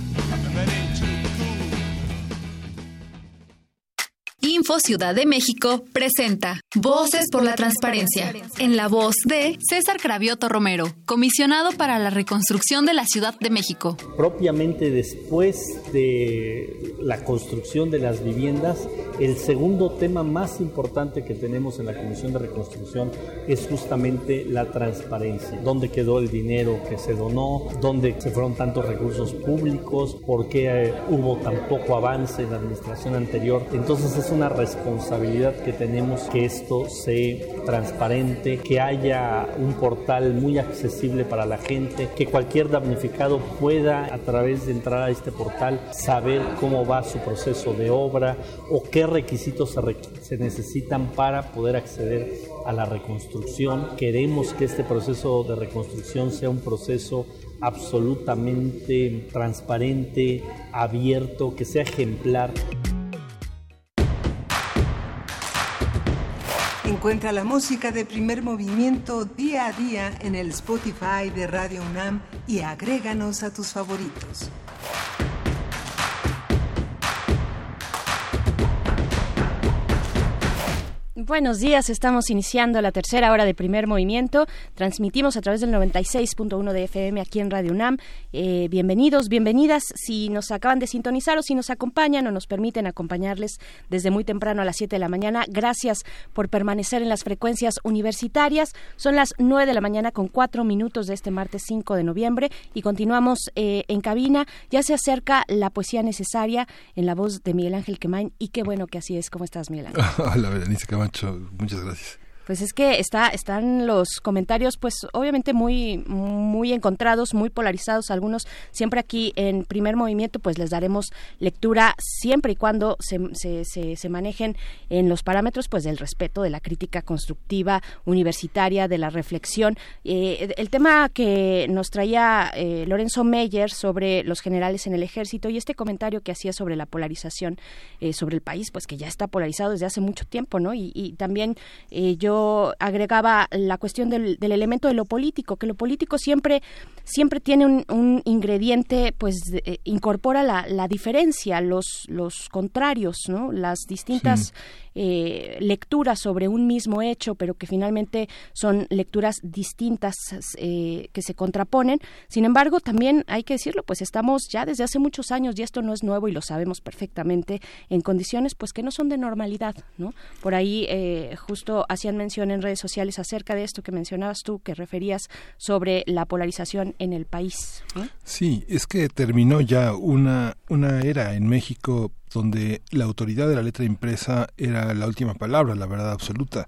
[SPEAKER 17] Info Ciudad de México presenta Voces por la Transparencia, en la voz de César Cravioto Romero, comisionado para la reconstrucción de la Ciudad de México.
[SPEAKER 29] Propiamente después de la construcción de las viviendas, el segundo tema más importante que tenemos en la Comisión de Reconstrucción es justamente la transparencia. ¿Dónde quedó el dinero que se donó? ¿Dónde se fueron tantos recursos públicos? ¿Por qué hubo tan poco avance en la administración anterior? Entonces es una responsabilidad que tenemos que esto sea transparente, que haya un portal muy accesible para la gente, que cualquier damnificado pueda, a través de entrar a este portal, saber cómo va su proceso de obra o qué requisitos se, requ- se necesitan para poder acceder a la reconstrucción. Queremos que este proceso de reconstrucción sea un proceso absolutamente transparente, abierto, que sea ejemplar.
[SPEAKER 5] Encuentra la música de Primer Movimiento día a día en el Spotify de Radio UNAM y agréganos a tus favoritos.
[SPEAKER 3] Buenos días, estamos iniciando la tercera hora de Primer Movimiento. Transmitimos a través del noventa y seis punto uno de F M aquí en Radio UNAM. Eh, bienvenidos, bienvenidas. Si nos acaban de sintonizar o si nos acompañan o nos permiten acompañarles desde muy temprano a las siete de la mañana, gracias por permanecer en las frecuencias universitarias. Son las nueve de la mañana con cuatro minutos de este martes cinco de noviembre y continuamos eh, en cabina. Ya se acerca la poesía necesaria en la voz de Miguel Ángel Quemain y qué bueno que así es. ¿Cómo estás, Miguel Ángel?
[SPEAKER 2] Hola, Berenice Camacho, muchas gracias.
[SPEAKER 3] Pues es que está, están los comentarios, pues obviamente muy, muy encontrados, muy polarizados. Algunos siempre aquí en Primer Movimiento, pues les daremos lectura siempre y cuando se, se, se, se manejen en los parámetros, pues del respeto, de la crítica constructiva, universitaria, de la reflexión. Eh, el tema que nos traía eh, Lorenzo Meyer sobre los generales en el ejército y este comentario que hacía sobre la polarización eh, sobre el país, pues que ya está polarizado desde hace mucho tiempo, ¿no? Y, y también eh, yo agregaba la cuestión del, del elemento de lo político, que lo político siempre siempre tiene un, un ingrediente, pues eh, incorpora la, la diferencia, los los contrarios, ¿no? Las distintas sí. eh, lecturas sobre un mismo hecho, pero que finalmente son lecturas distintas eh, que se contraponen. Sin embargo, también hay que decirlo, pues estamos ya desde hace muchos años, y esto no es nuevo y lo sabemos perfectamente, en condiciones pues que no son de normalidad, ¿no? Por ahí eh, justo hacían mención en redes sociales acerca de esto que mencionabas tú, que referías sobre la polarización en el país, ¿no?
[SPEAKER 2] Sí, es que terminó ya una, una era en México donde la autoridad de la letra impresa era la última palabra, la verdad absoluta.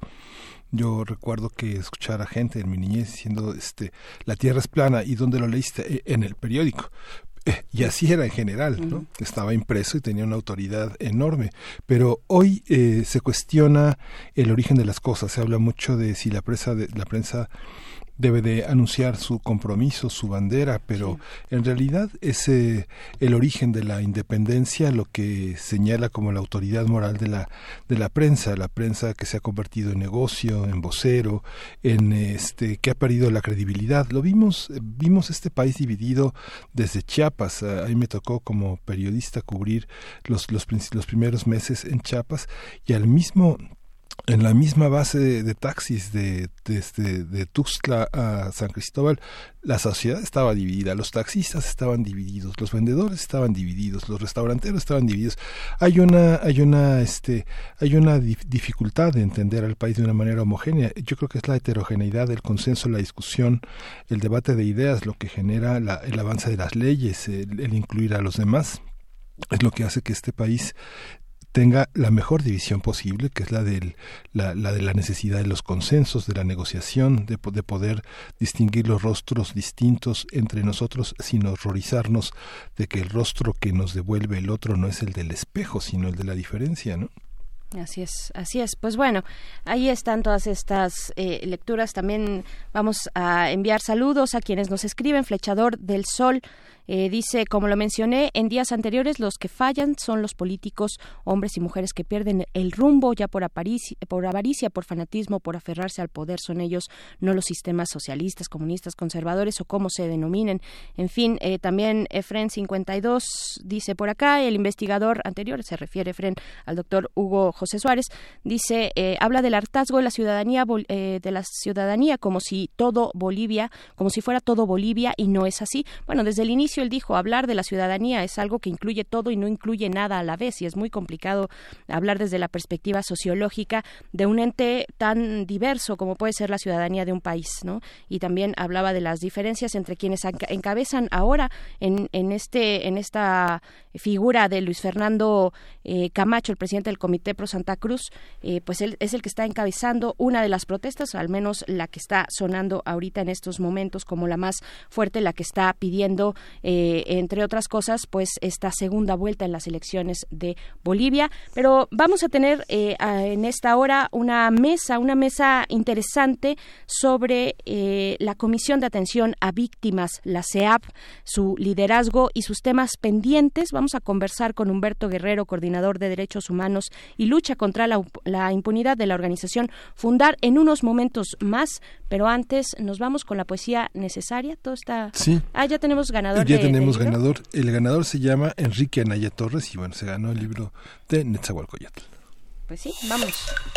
[SPEAKER 2] Yo recuerdo que escuchar a gente en mi niñez diciendo, este, la tierra es plana, ¿y dónde lo leíste? En el periódico. Eh, y así era en general, ¿no? Uh-huh. Estaba impreso y tenía una autoridad enorme. Pero hoy eh, se cuestiona el origen de las cosas. Se habla mucho de si la prensa, de, la prensa debe de anunciar su compromiso, su bandera, pero sí. en realidad es eh, el origen de la independencia lo que señala como la autoridad moral de la de la prensa, la prensa que se ha convertido en negocio, en vocero, en este que ha perdido la credibilidad. Lo vimos, vimos este país dividido desde Chiapas. A mí me tocó como periodista cubrir los los, los primeros meses en Chiapas y al mismo en la misma base de, de taxis de, de, de, de Tuxtla a San Cristóbal, la sociedad estaba dividida, los taxistas estaban divididos, los vendedores estaban divididos, los restauranteros estaban divididos. Hay una, hay una, este, hay una dif- dificultad de entender al país de una manera homogénea. Yo creo que es la heterogeneidad, el consenso, la discusión, el debate de ideas, lo que genera la, el avance de las leyes, el, el incluir a los demás, es lo que hace que este país tenga la mejor división posible, que es la, del, la, la de la necesidad de los consensos, de la negociación, de, de poder distinguir los rostros distintos entre nosotros sin horrorizarnos de que el rostro que nos devuelve el otro no es el del espejo, sino el de la diferencia, ¿no?
[SPEAKER 3] Así es, así es. Pues bueno, ahí están todas estas eh, lecturas. También vamos a enviar saludos a quienes nos escriben. Flechador del Sol eh, dice, como lo mencioné en días anteriores, los que fallan son los políticos, hombres y mujeres que pierden el rumbo ya por, aparici- por avaricia, por fanatismo, por aferrarse al poder. Son ellos, no los sistemas socialistas, comunistas, conservadores o como se denominen. En fin, eh, también Efren cincuenta y dos dice por acá, el investigador anterior, se refiere Efren al doctor Hugo José Suárez, dice, eh, habla del hartazgo de la ciudadanía eh, de la ciudadanía como si todo Bolivia, como si fuera todo Bolivia, y no es así. Bueno, desde el inicio él dijo, hablar de la ciudadanía es algo que incluye todo y no incluye nada a la vez, y es muy complicado hablar desde la perspectiva sociológica de un ente tan diverso como puede ser la ciudadanía de un país, ¿no? Y también hablaba de las diferencias entre quienes encabezan ahora en, en este en esta figura de Luis Fernando eh, Camacho, el presidente del Comité Pro Santa Cruz, eh, pues él es el que está encabezando una de las protestas, al menos la que está sonando ahorita en estos momentos como la más fuerte, la que está pidiendo, eh, entre otras cosas, pues esta segunda vuelta en las elecciones de Bolivia. Pero vamos a tener eh, a, en esta hora una mesa, una mesa interesante sobre eh, la Comisión de Atención a Víctimas, la C E A V, su liderazgo y sus temas pendientes. Vamos a conversar con Humberto Guerrero, coordinador de Derechos Humanos y Lucha contra la, la impunidad de la organización Fundar, en unos momentos más, pero antes nos vamos con la poesía necesaria. Todo está...
[SPEAKER 2] Sí.
[SPEAKER 3] Ah, ya tenemos ganador.
[SPEAKER 2] Ya
[SPEAKER 3] de,
[SPEAKER 2] tenemos
[SPEAKER 3] del
[SPEAKER 2] ganador. El ganador se llama Enrique Anaya Torres y bueno, se ganó el libro de Netzahualcóyotl.
[SPEAKER 3] Pues sí, vamos.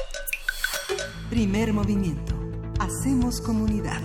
[SPEAKER 5] Primer movimiento. Hacemos comunidad.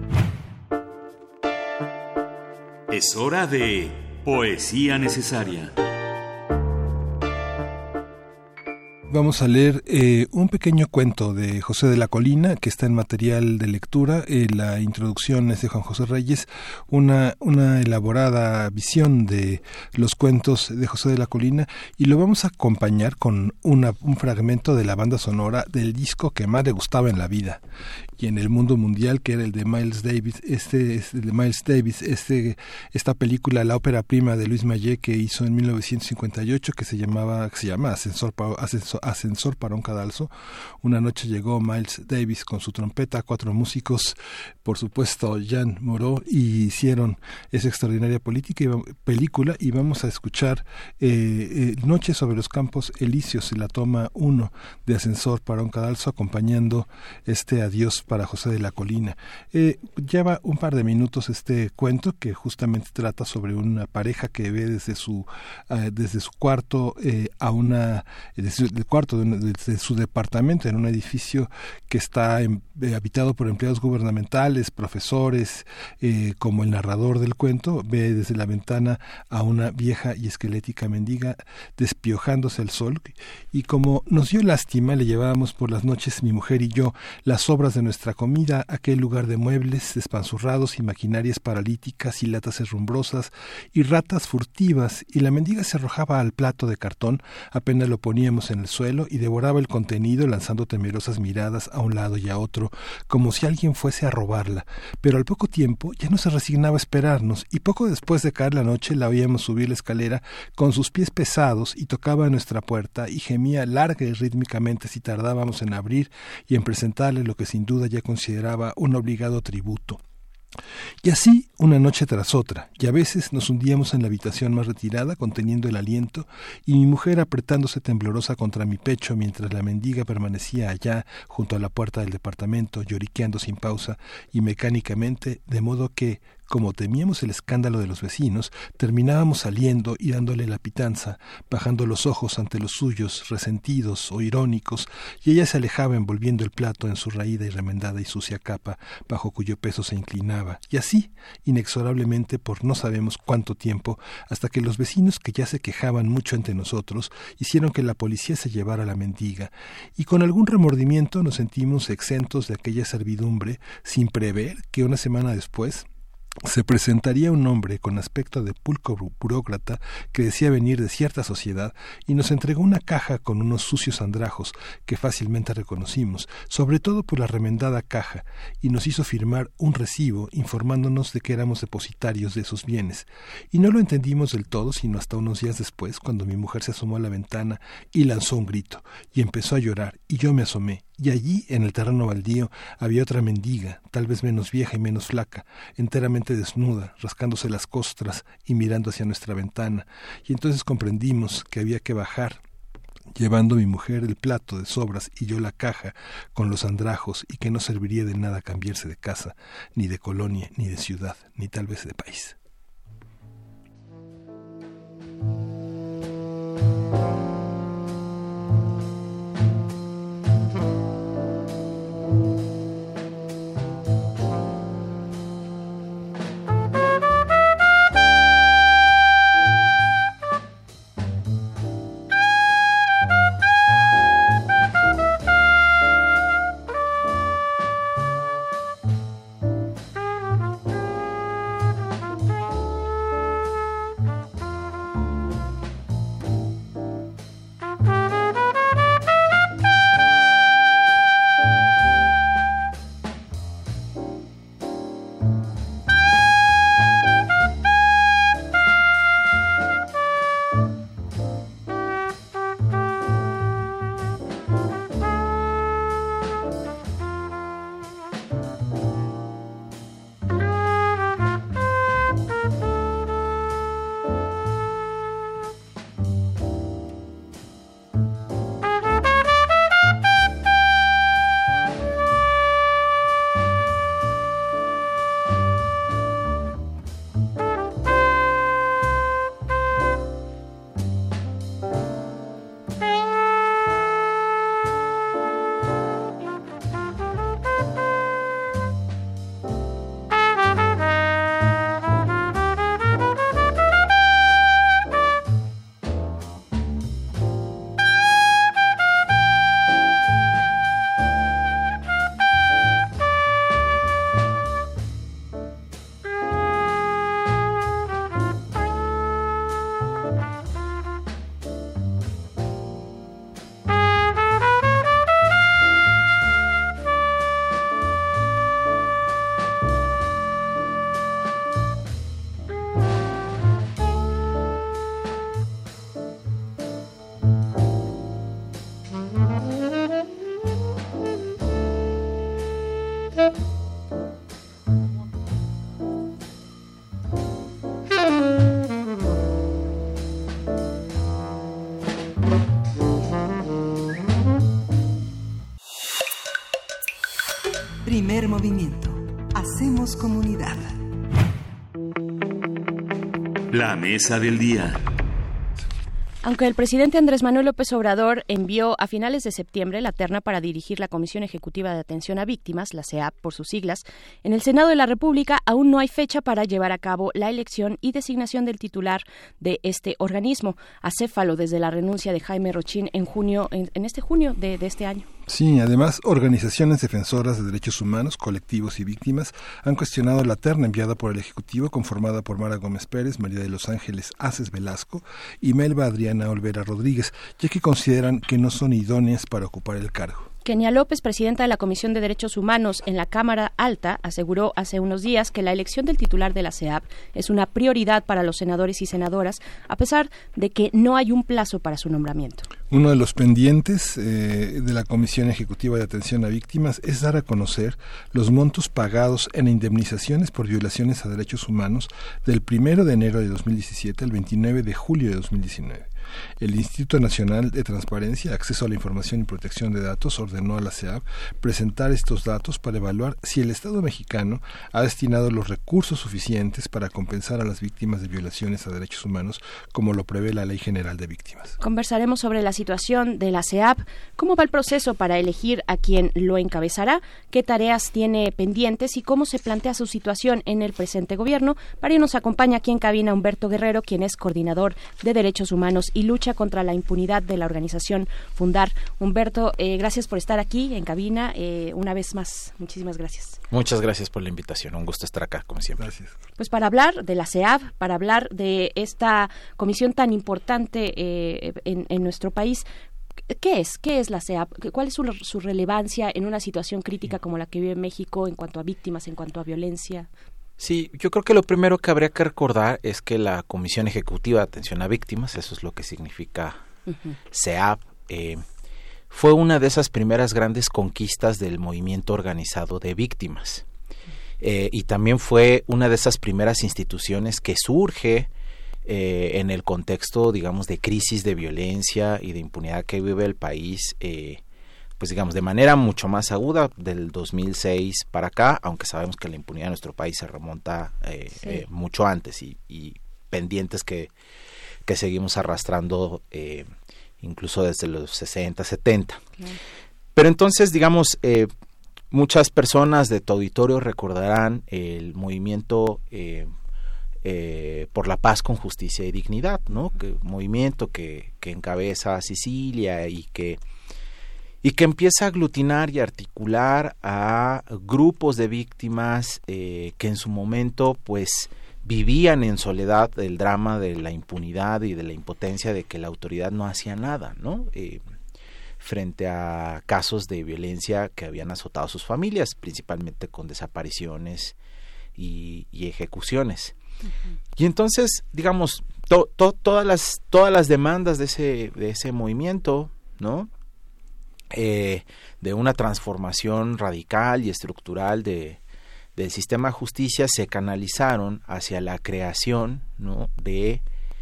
[SPEAKER 12] Es hora de poesía necesaria.
[SPEAKER 2] vamos a leer eh, un pequeño cuento de José de la Colina que está en material de lectura. Eh, la introducción es de Juan José Reyes, una, una elaborada visión de los cuentos de José de la Colina, y lo vamos a acompañar con una, un fragmento de la banda sonora del disco que más le gustaba en la vida y en el mundo mundial, que era el de Miles Davis, este, este de Miles Davis, este, esta película, la ópera prima de Luis Mayet, que hizo en mil novecientos cincuenta y ocho, que se llamaba, que se llama Ascensor para, Ascensor, Ascensor para un cadalso. Una noche llegó Miles Davis con su trompeta, cuatro músicos, por supuesto Jean Moreau, y hicieron esa extraordinaria política y, película, y vamos a escuchar eh, eh, Noche sobre los Campos Elíseos, la toma uno de Ascensor para un cadalso, acompañando este adiós para José de la Colina. Eh, lleva un par de minutos este cuento, que justamente trata sobre una pareja que ve desde su uh, desde su cuarto eh, a una desde el cuarto de, una, desde su departamento en un edificio que está en, eh, habitado por empleados gubernamentales, profesores, eh, como el narrador del cuento ve desde la ventana a una vieja y esquelética mendiga despiojándose al sol, y como nos dio lástima le llevábamos por las noches, mi mujer y yo, las sobras de nuestra comida, aquel lugar de muebles despanzurrados y maquinarias paralíticas y latas herrumbrosas y ratas furtivas, y la mendiga se arrojaba al plato de cartón apenas lo poníamos en el suelo y devoraba el contenido lanzando temerosas miradas a un lado y a otro, como si alguien fuese a robarla. Pero al poco tiempo ya no se resignaba a esperarnos, y poco después de caer la noche la oíamos subir la escalera con sus pies pesados y tocaba a nuestra puerta y gemía larga y rítmicamente si tardábamos en abrir y en presentarle lo que sin duda ya consideraba un obligado tributo. Y así, una noche tras otra, y a veces nos hundíamos en la habitación más retirada, conteniendo el aliento, y mi mujer apretándose temblorosa contra mi pecho, mientras la mendiga permanecía allá, junto a la puerta del departamento, lloriqueando sin pausa y mecánicamente, de modo que, como temíamos el escándalo de los vecinos, terminábamos saliendo y dándole la pitanza, bajando los ojos ante los suyos, resentidos o irónicos, y ella se alejaba envolviendo el plato en su raída y remendada y sucia capa, bajo cuyo peso se inclinaba, y así, inexorablemente por no sabemos cuánto tiempo, hasta que los vecinos, que ya se quejaban mucho entre nosotros, hicieron que la policía se llevara a la mendiga, y con algún remordimiento nos sentimos exentos de aquella servidumbre, sin prever que una semana después se presentaría un hombre con aspecto de pulcro burócrata que decía venir de cierta sociedad y nos entregó una caja con unos sucios andrajos que fácilmente reconocimos, sobre todo por la remendada caja, y nos hizo firmar un recibo informándonos de que éramos depositarios de esos bienes. Y no lo entendimos del todo sino hasta unos días después, cuando mi mujer se asomó a la ventana y lanzó un grito y empezó a llorar, y yo me asomé. Y allí, en el terreno baldío, había otra mendiga, tal vez menos vieja y menos flaca, enteramente desnuda, rascándose las costras y mirando hacia nuestra ventana. Y entonces comprendimos que había que bajar, llevando mi mujer el plato de sobras y yo la caja con los andrajos, y que no serviría de nada cambiarse de casa, ni de colonia, ni de ciudad, ni tal vez de país.
[SPEAKER 22] Thank you.
[SPEAKER 5] Primer movimiento. Hacemos comunidad.
[SPEAKER 12] La mesa del día.
[SPEAKER 3] Aunque el presidente Andrés Manuel López Obrador envió a finales de septiembre la terna para dirigir la Comisión Ejecutiva de Atención a Víctimas, la C E A P por sus siglas, en el Senado de la República aún no hay fecha para llevar a cabo la elección y designación del titular de este organismo, acéfalo desde la renuncia de Jaime Rochín en junio, en, en este junio de, de este año.
[SPEAKER 2] Sí, además, organizaciones defensoras de derechos humanos, colectivos y víctimas han cuestionado la terna enviada por el Ejecutivo, conformada por Mara Gómez Pérez, María de los Ángeles Aces Velasco y Melba Adriana Olvera Rodríguez, ya que consideran que no son idóneas para ocupar el cargo.
[SPEAKER 3] Kenia López, presidenta de la Comisión de Derechos Humanos en la Cámara Alta, aseguró hace unos días que la elección del titular de la C E A P es una prioridad para los senadores y senadoras, a pesar de que no hay un plazo para su nombramiento.
[SPEAKER 2] Uno de los pendientes eh, de la Comisión Ejecutiva de Atención a Víctimas es dar a conocer los montos pagados en indemnizaciones por violaciones a derechos humanos del primero de enero de dos mil diecisiete al veintinueve de julio de dos mil diecinueve. El Instituto Nacional de Transparencia, Acceso a la Información y Protección de Datos ordenó a la C E A P presentar estos datos para evaluar si el Estado mexicano ha destinado los recursos suficientes para compensar a las víctimas de violaciones a derechos humanos, como lo prevé la Ley General de Víctimas.
[SPEAKER 3] Conversaremos sobre la situación de la C E A P, cómo va el proceso para elegir a quien lo encabezará, qué tareas tiene pendientes y cómo se plantea su situación en el presente gobierno. Para ello nos acompaña aquí en cabina Humberto Guerrero, quien es coordinador de Derechos Humanos y lucha contra la impunidad de la organización Fundar. Humberto, eh, gracias por estar aquí en cabina eh, una vez más. Muchísimas gracias.
[SPEAKER 1] Muchas gracias por la invitación. Un gusto estar acá, como siempre.
[SPEAKER 2] Gracias.
[SPEAKER 3] Pues para hablar de la C E A P, para hablar de esta comisión tan importante eh, en, en nuestro país, ¿qué es? ¿Qué es la C E A P? ¿Cuál es su, su relevancia en una situación crítica como la que vive México en cuanto a víctimas, en cuanto a violencia?
[SPEAKER 1] Sí, yo creo que lo primero que habría que recordar es que la Comisión Ejecutiva de Atención a Víctimas, eso es lo que significa uh-huh. C E A P, eh, fue una de esas primeras grandes conquistas del movimiento organizado de víctimas. Eh, y también fue una de esas primeras instituciones que surge eh, en el contexto, digamos, de crisis de violencia y de impunidad que vive el país, eh, pues digamos, de manera mucho más aguda del dos mil seis para acá, aunque sabemos que la impunidad en nuestro país se remonta eh, sí. eh, mucho antes y, y pendientes que, que seguimos arrastrando eh, incluso desde los sesenta, setenta. Claro. Pero entonces, digamos, eh, muchas personas de tu auditorio recordarán el movimiento eh, eh, por la paz con justicia y dignidad, ¿no? Que movimiento que, que encabeza Sicilia y que y que empieza a aglutinar y articular a grupos de víctimas eh, que en su momento pues vivían en soledad el drama de la impunidad y de la impotencia de que la autoridad no hacía nada, ¿no? Eh, frente a casos de violencia que habían azotado a sus familias, principalmente con desapariciones y, y ejecuciones. Uh-huh. Y entonces, digamos, to, to, todas las todas las demandas de ese de ese movimiento, ¿no? Eh, de una transformación radical y estructural de, del sistema de justicia se canalizaron hacia la creación, ¿no? de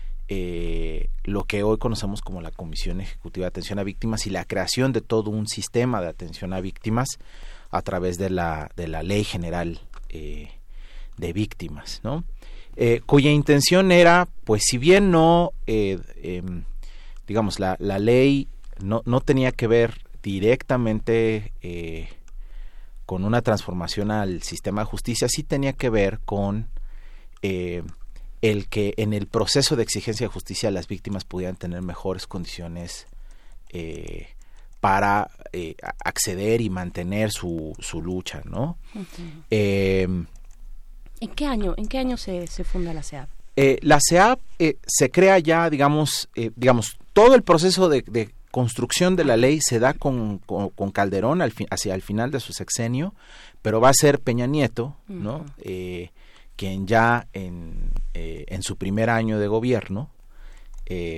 [SPEAKER 1] eh, lo que hoy conocemos como la Comisión Ejecutiva de Atención a Víctimas y la creación de todo un sistema de atención a víctimas a través de la de la Ley General eh, de Víctimas, ¿no? Eh, cuya intención era, pues si bien no, eh, eh, digamos, la, la ley no, no tenía que ver directamente eh, con una transformación al sistema de justicia, sí tenía que ver con eh, el que en el proceso de exigencia de justicia las víctimas pudieran tener mejores condiciones eh, para eh, acceder y mantener su, su lucha, ¿no? Uh-huh. Eh,
[SPEAKER 3] ¿En qué año, en qué año se, se funda la C E A P?
[SPEAKER 1] Eh, la C E A P eh, se crea ya, digamos, eh, digamos, todo el proceso de, de construcción de la ley se da con, con, con Calderón al fi, hacia el final de su sexenio, pero va a ser Peña Nieto, ¿no? Uh-huh. eh, quien ya en, eh, en su primer año de gobierno eh,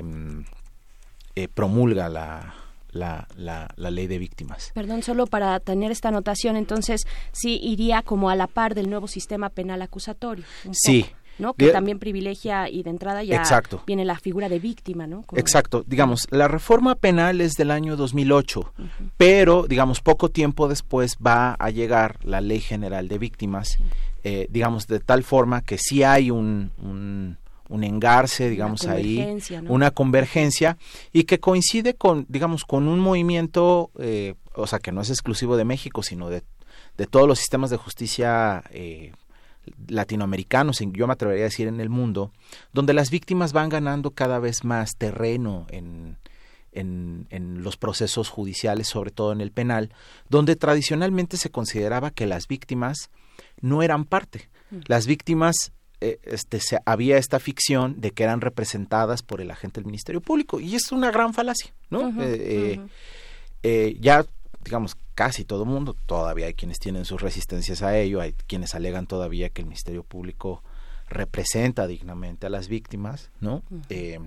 [SPEAKER 1] eh, promulga la, la, la, la ley de víctimas.
[SPEAKER 3] Perdón, solo para tener esta anotación, entonces sí iría como a la par del nuevo sistema penal acusatorio.
[SPEAKER 1] Sí,
[SPEAKER 3] ¿no? Que
[SPEAKER 1] de,
[SPEAKER 3] también privilegia y de entrada ya
[SPEAKER 1] exacto.
[SPEAKER 3] viene la figura de víctima, ¿no? Como,
[SPEAKER 1] exacto, digamos, la reforma penal es del año dos mil ocho, uh-huh. pero, digamos, poco tiempo después va a llegar la Ley General de Víctimas, sí. eh, digamos, de tal forma que sí hay un... un un engarce, digamos, una ahí, ¿no? una convergencia, y que coincide con, digamos, con un movimiento, eh, o sea, que no es exclusivo de México, sino de, de todos los sistemas de justicia eh, latinoamericanos, yo me atrevería a decir en el mundo, donde las víctimas van ganando cada vez más terreno en, en, en los procesos judiciales, sobre todo en el penal, donde tradicionalmente se consideraba que las víctimas no eran parte. Mm. Las víctimas Eh, este, se, había esta ficción de que eran representadas por el agente del Ministerio Público, y es una gran falacia, ¿no? Uh-huh, eh, uh-huh. eh, eh, ya, digamos, casi todo el mundo, todavía hay quienes tienen sus resistencias a ello, hay quienes alegan todavía que el Ministerio Público representa dignamente a las víctimas, ¿no? Uh-huh. Eh,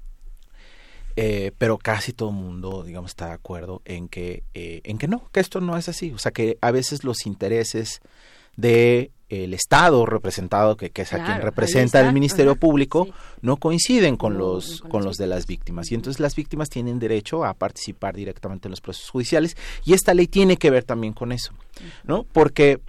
[SPEAKER 1] eh, pero casi todo el mundo, digamos, está de acuerdo en que, eh, en que no, que esto no es así, o sea, que a veces los intereses de el Estado representado, que, que es claro, a quien representa el Ministerio Ajá, Público, sí. no coinciden con no, los no con los de las víctimas, y entonces las víctimas tienen derecho a participar directamente en los procesos judiciales, y esta ley tiene que ver también con eso, ¿no? Porque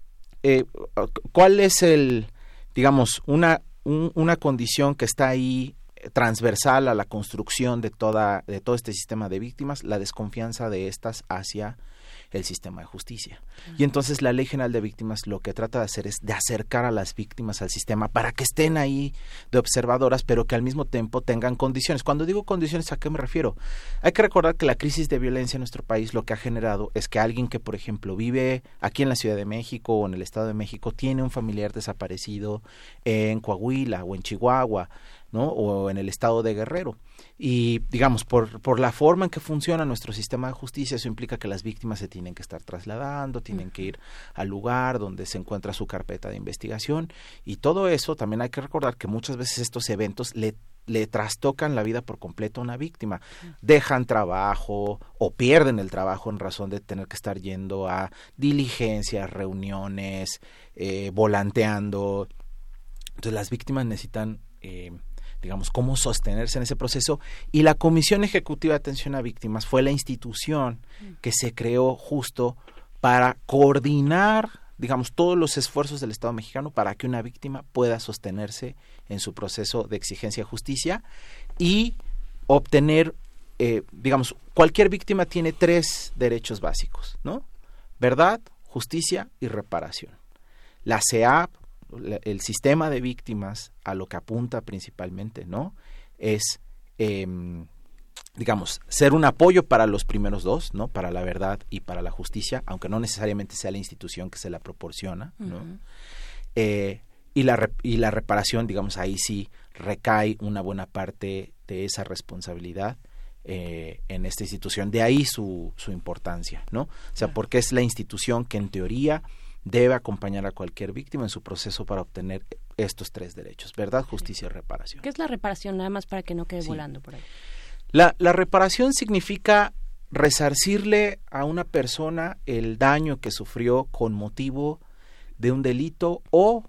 [SPEAKER 1] eh, ¿cuál es el, digamos, una un, una condición que está ahí transversal a la construcción de toda de todo este sistema de víctimas? La desconfianza de estas hacia el sistema de justicia. Uh-huh. Y entonces la Ley General de Víctimas lo que trata de hacer es de acercar a las víctimas al sistema para que estén ahí de observadoras, pero que al mismo tiempo tengan condiciones. Cuando digo condiciones, ¿a qué me refiero? Hay que recordar que la crisis de violencia en nuestro país lo que ha generado es que alguien que, por ejemplo, vive aquí en la Ciudad de México o en el Estado de México, tiene un familiar desaparecido en Coahuila o en Chihuahua, ¿no? O en el estado de Guerrero. Y, digamos, por, por la forma en que funciona nuestro sistema de justicia, eso implica que las víctimas se tienen que estar trasladando, tienen que ir al lugar donde se encuentra su carpeta de investigación, y todo eso también hay que recordar que muchas veces estos eventos le le trastocan la vida por completo a una víctima, dejan trabajo o pierden el trabajo en razón de tener que estar yendo a diligencias, reuniones, eh, volanteando. Entonces las víctimas necesitan eh, digamos, cómo sostenerse en ese proceso, y la Comisión Ejecutiva de Atención a Víctimas fue la institución que se creó justo para coordinar, digamos, todos los esfuerzos del Estado mexicano para que una víctima pueda sostenerse en su proceso de exigencia de justicia y obtener, eh, digamos, cualquier víctima tiene tres derechos básicos, ¿no? Verdad, justicia y reparación. La C E A P, el sistema de víctimas, a lo que apunta principalmente, ¿no? Es, eh, digamos, ser un apoyo para los primeros dos, ¿no? Para la verdad y para la justicia, aunque no necesariamente sea la institución que se la proporciona, ¿no? Uh-huh. Eh, y la y la reparación, digamos, ahí sí recae una buena parte de esa responsabilidad eh, en esta institución. De ahí su su importancia, ¿no? O sea, uh-huh. porque es la institución que en teoría debe acompañar a cualquier víctima en su proceso para obtener estos tres derechos: verdad, justicia y reparación.
[SPEAKER 3] ¿Qué es la reparación? Nada más para que no quede sí. volando por ahí.
[SPEAKER 1] La, la reparación significa resarcirle a una persona el daño que sufrió con motivo de un delito o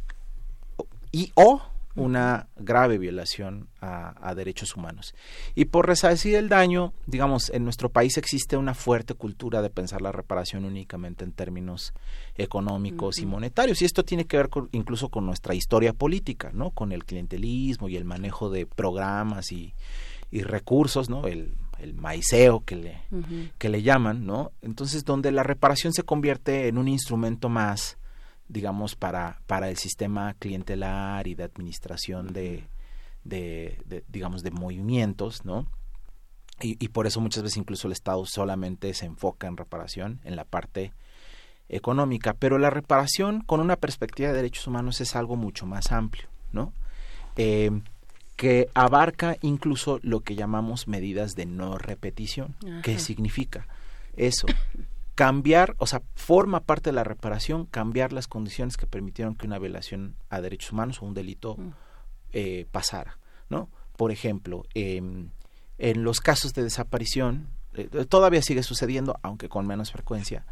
[SPEAKER 1] y o una grave violación a, a derechos humanos. Y por resarcir el daño, digamos, en nuestro país existe una fuerte cultura de pensar la reparación únicamente en términos económicos uh-huh. y monetarios, y esto tiene que ver con, incluso con nuestra historia política, ¿no? Con el clientelismo y el manejo de programas y, y recursos, ¿no? El, el maiceo que le, uh-huh. que le llaman, ¿no? Entonces, donde la reparación se convierte en un instrumento más, digamos, para para el sistema clientelar y de administración de, de, de digamos, de movimientos, ¿no? Y, y por eso muchas veces incluso el Estado solamente se enfoca en reparación, en la parte económica, pero la reparación con una perspectiva de derechos humanos es algo mucho más amplio, ¿no? Eh, que abarca incluso lo que llamamos medidas de no repetición. Ajá. ¿Qué significa eso? Cambiar, o sea, forma parte de la reparación, cambiar las condiciones que permitieron que una violación a derechos humanos o un delito eh, pasara, ¿no? Por ejemplo, eh, en los casos de desaparición, eh, todavía sigue sucediendo, aunque con menos frecuencia,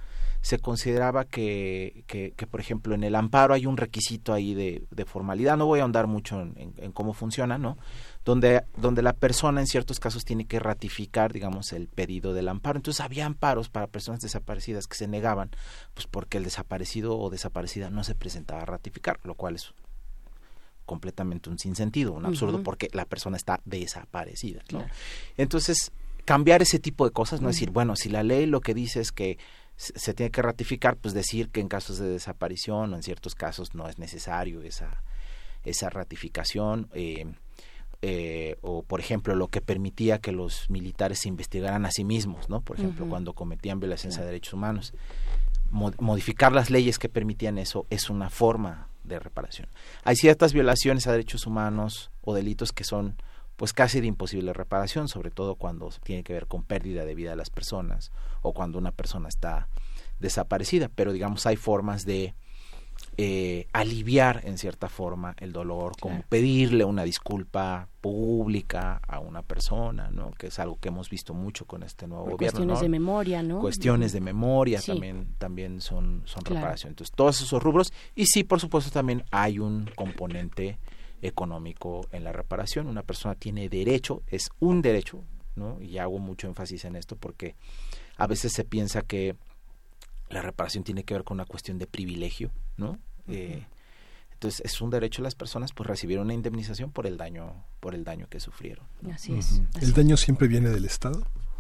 [SPEAKER 1] se consideraba que, que, que, por ejemplo, en el amparo hay un requisito ahí de, de formalidad, no voy a ahondar mucho en, en, en cómo funciona, ¿no? Donde, donde la persona en ciertos casos tiene que ratificar, digamos, el pedido del amparo. Entonces había amparos para personas desaparecidas que se negaban, pues porque el desaparecido o desaparecida no se presentaba a ratificar, lo cual es completamente un sinsentido, un absurdo, uh-huh. porque la persona está desaparecida, ¿no? Claro. Entonces, cambiar ese tipo de cosas, no uh-huh. decir, bueno, si la ley lo que dice es que se, se tiene que ratificar, pues decir que en casos de desaparición o en ciertos casos no es necesario esa, esa ratificación, eh, Eh, o por ejemplo lo que permitía que los militares se investigaran a sí mismos, ¿no? Por ejemplo, uh-huh. cuando cometían violaciones claro. a derechos humanos. Mo- modificar las leyes que permitían eso es una forma de reparación. Hay ciertas violaciones a derechos humanos o delitos que son pues casi de imposible reparación, sobre todo cuando tiene que ver con pérdida de vida de las personas o cuando una persona está desaparecida, pero digamos hay formas de Eh, aliviar en cierta forma el dolor, como claro. pedirle una disculpa pública a una persona, ¿no? Que es algo que hemos visto mucho con este nuevo
[SPEAKER 3] Por
[SPEAKER 1] gobierno,
[SPEAKER 3] cuestiones
[SPEAKER 1] ¿no?
[SPEAKER 3] de memoria, ¿no?
[SPEAKER 1] Cuestiones de memoria
[SPEAKER 3] sí.
[SPEAKER 1] también también son son
[SPEAKER 3] claro.
[SPEAKER 1] reparación. Entonces, todos esos rubros y sí, por supuesto, también hay un componente económico en la reparación. Una persona tiene derecho, es un derecho, ¿no? Y hago mucho énfasis en esto porque a veces se piensa que la reparación tiene que ver con una cuestión de privilegio, ¿no? Uh-huh. Eh, entonces es un derecho de las personas pues recibir una indemnización por el daño por el daño que sufrieron, ¿no?
[SPEAKER 3] Así es.
[SPEAKER 2] Uh-huh.
[SPEAKER 3] Así
[SPEAKER 2] ¿El daño siempre viene del Estado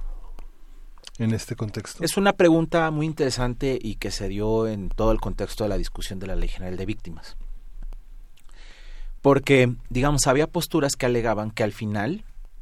[SPEAKER 2] en este contexto?
[SPEAKER 1] Es una pregunta muy interesante y que se dio en todo el contexto de la discusión de la Ley General de Víctimas. Porque, digamos, había posturas que alegaban que al final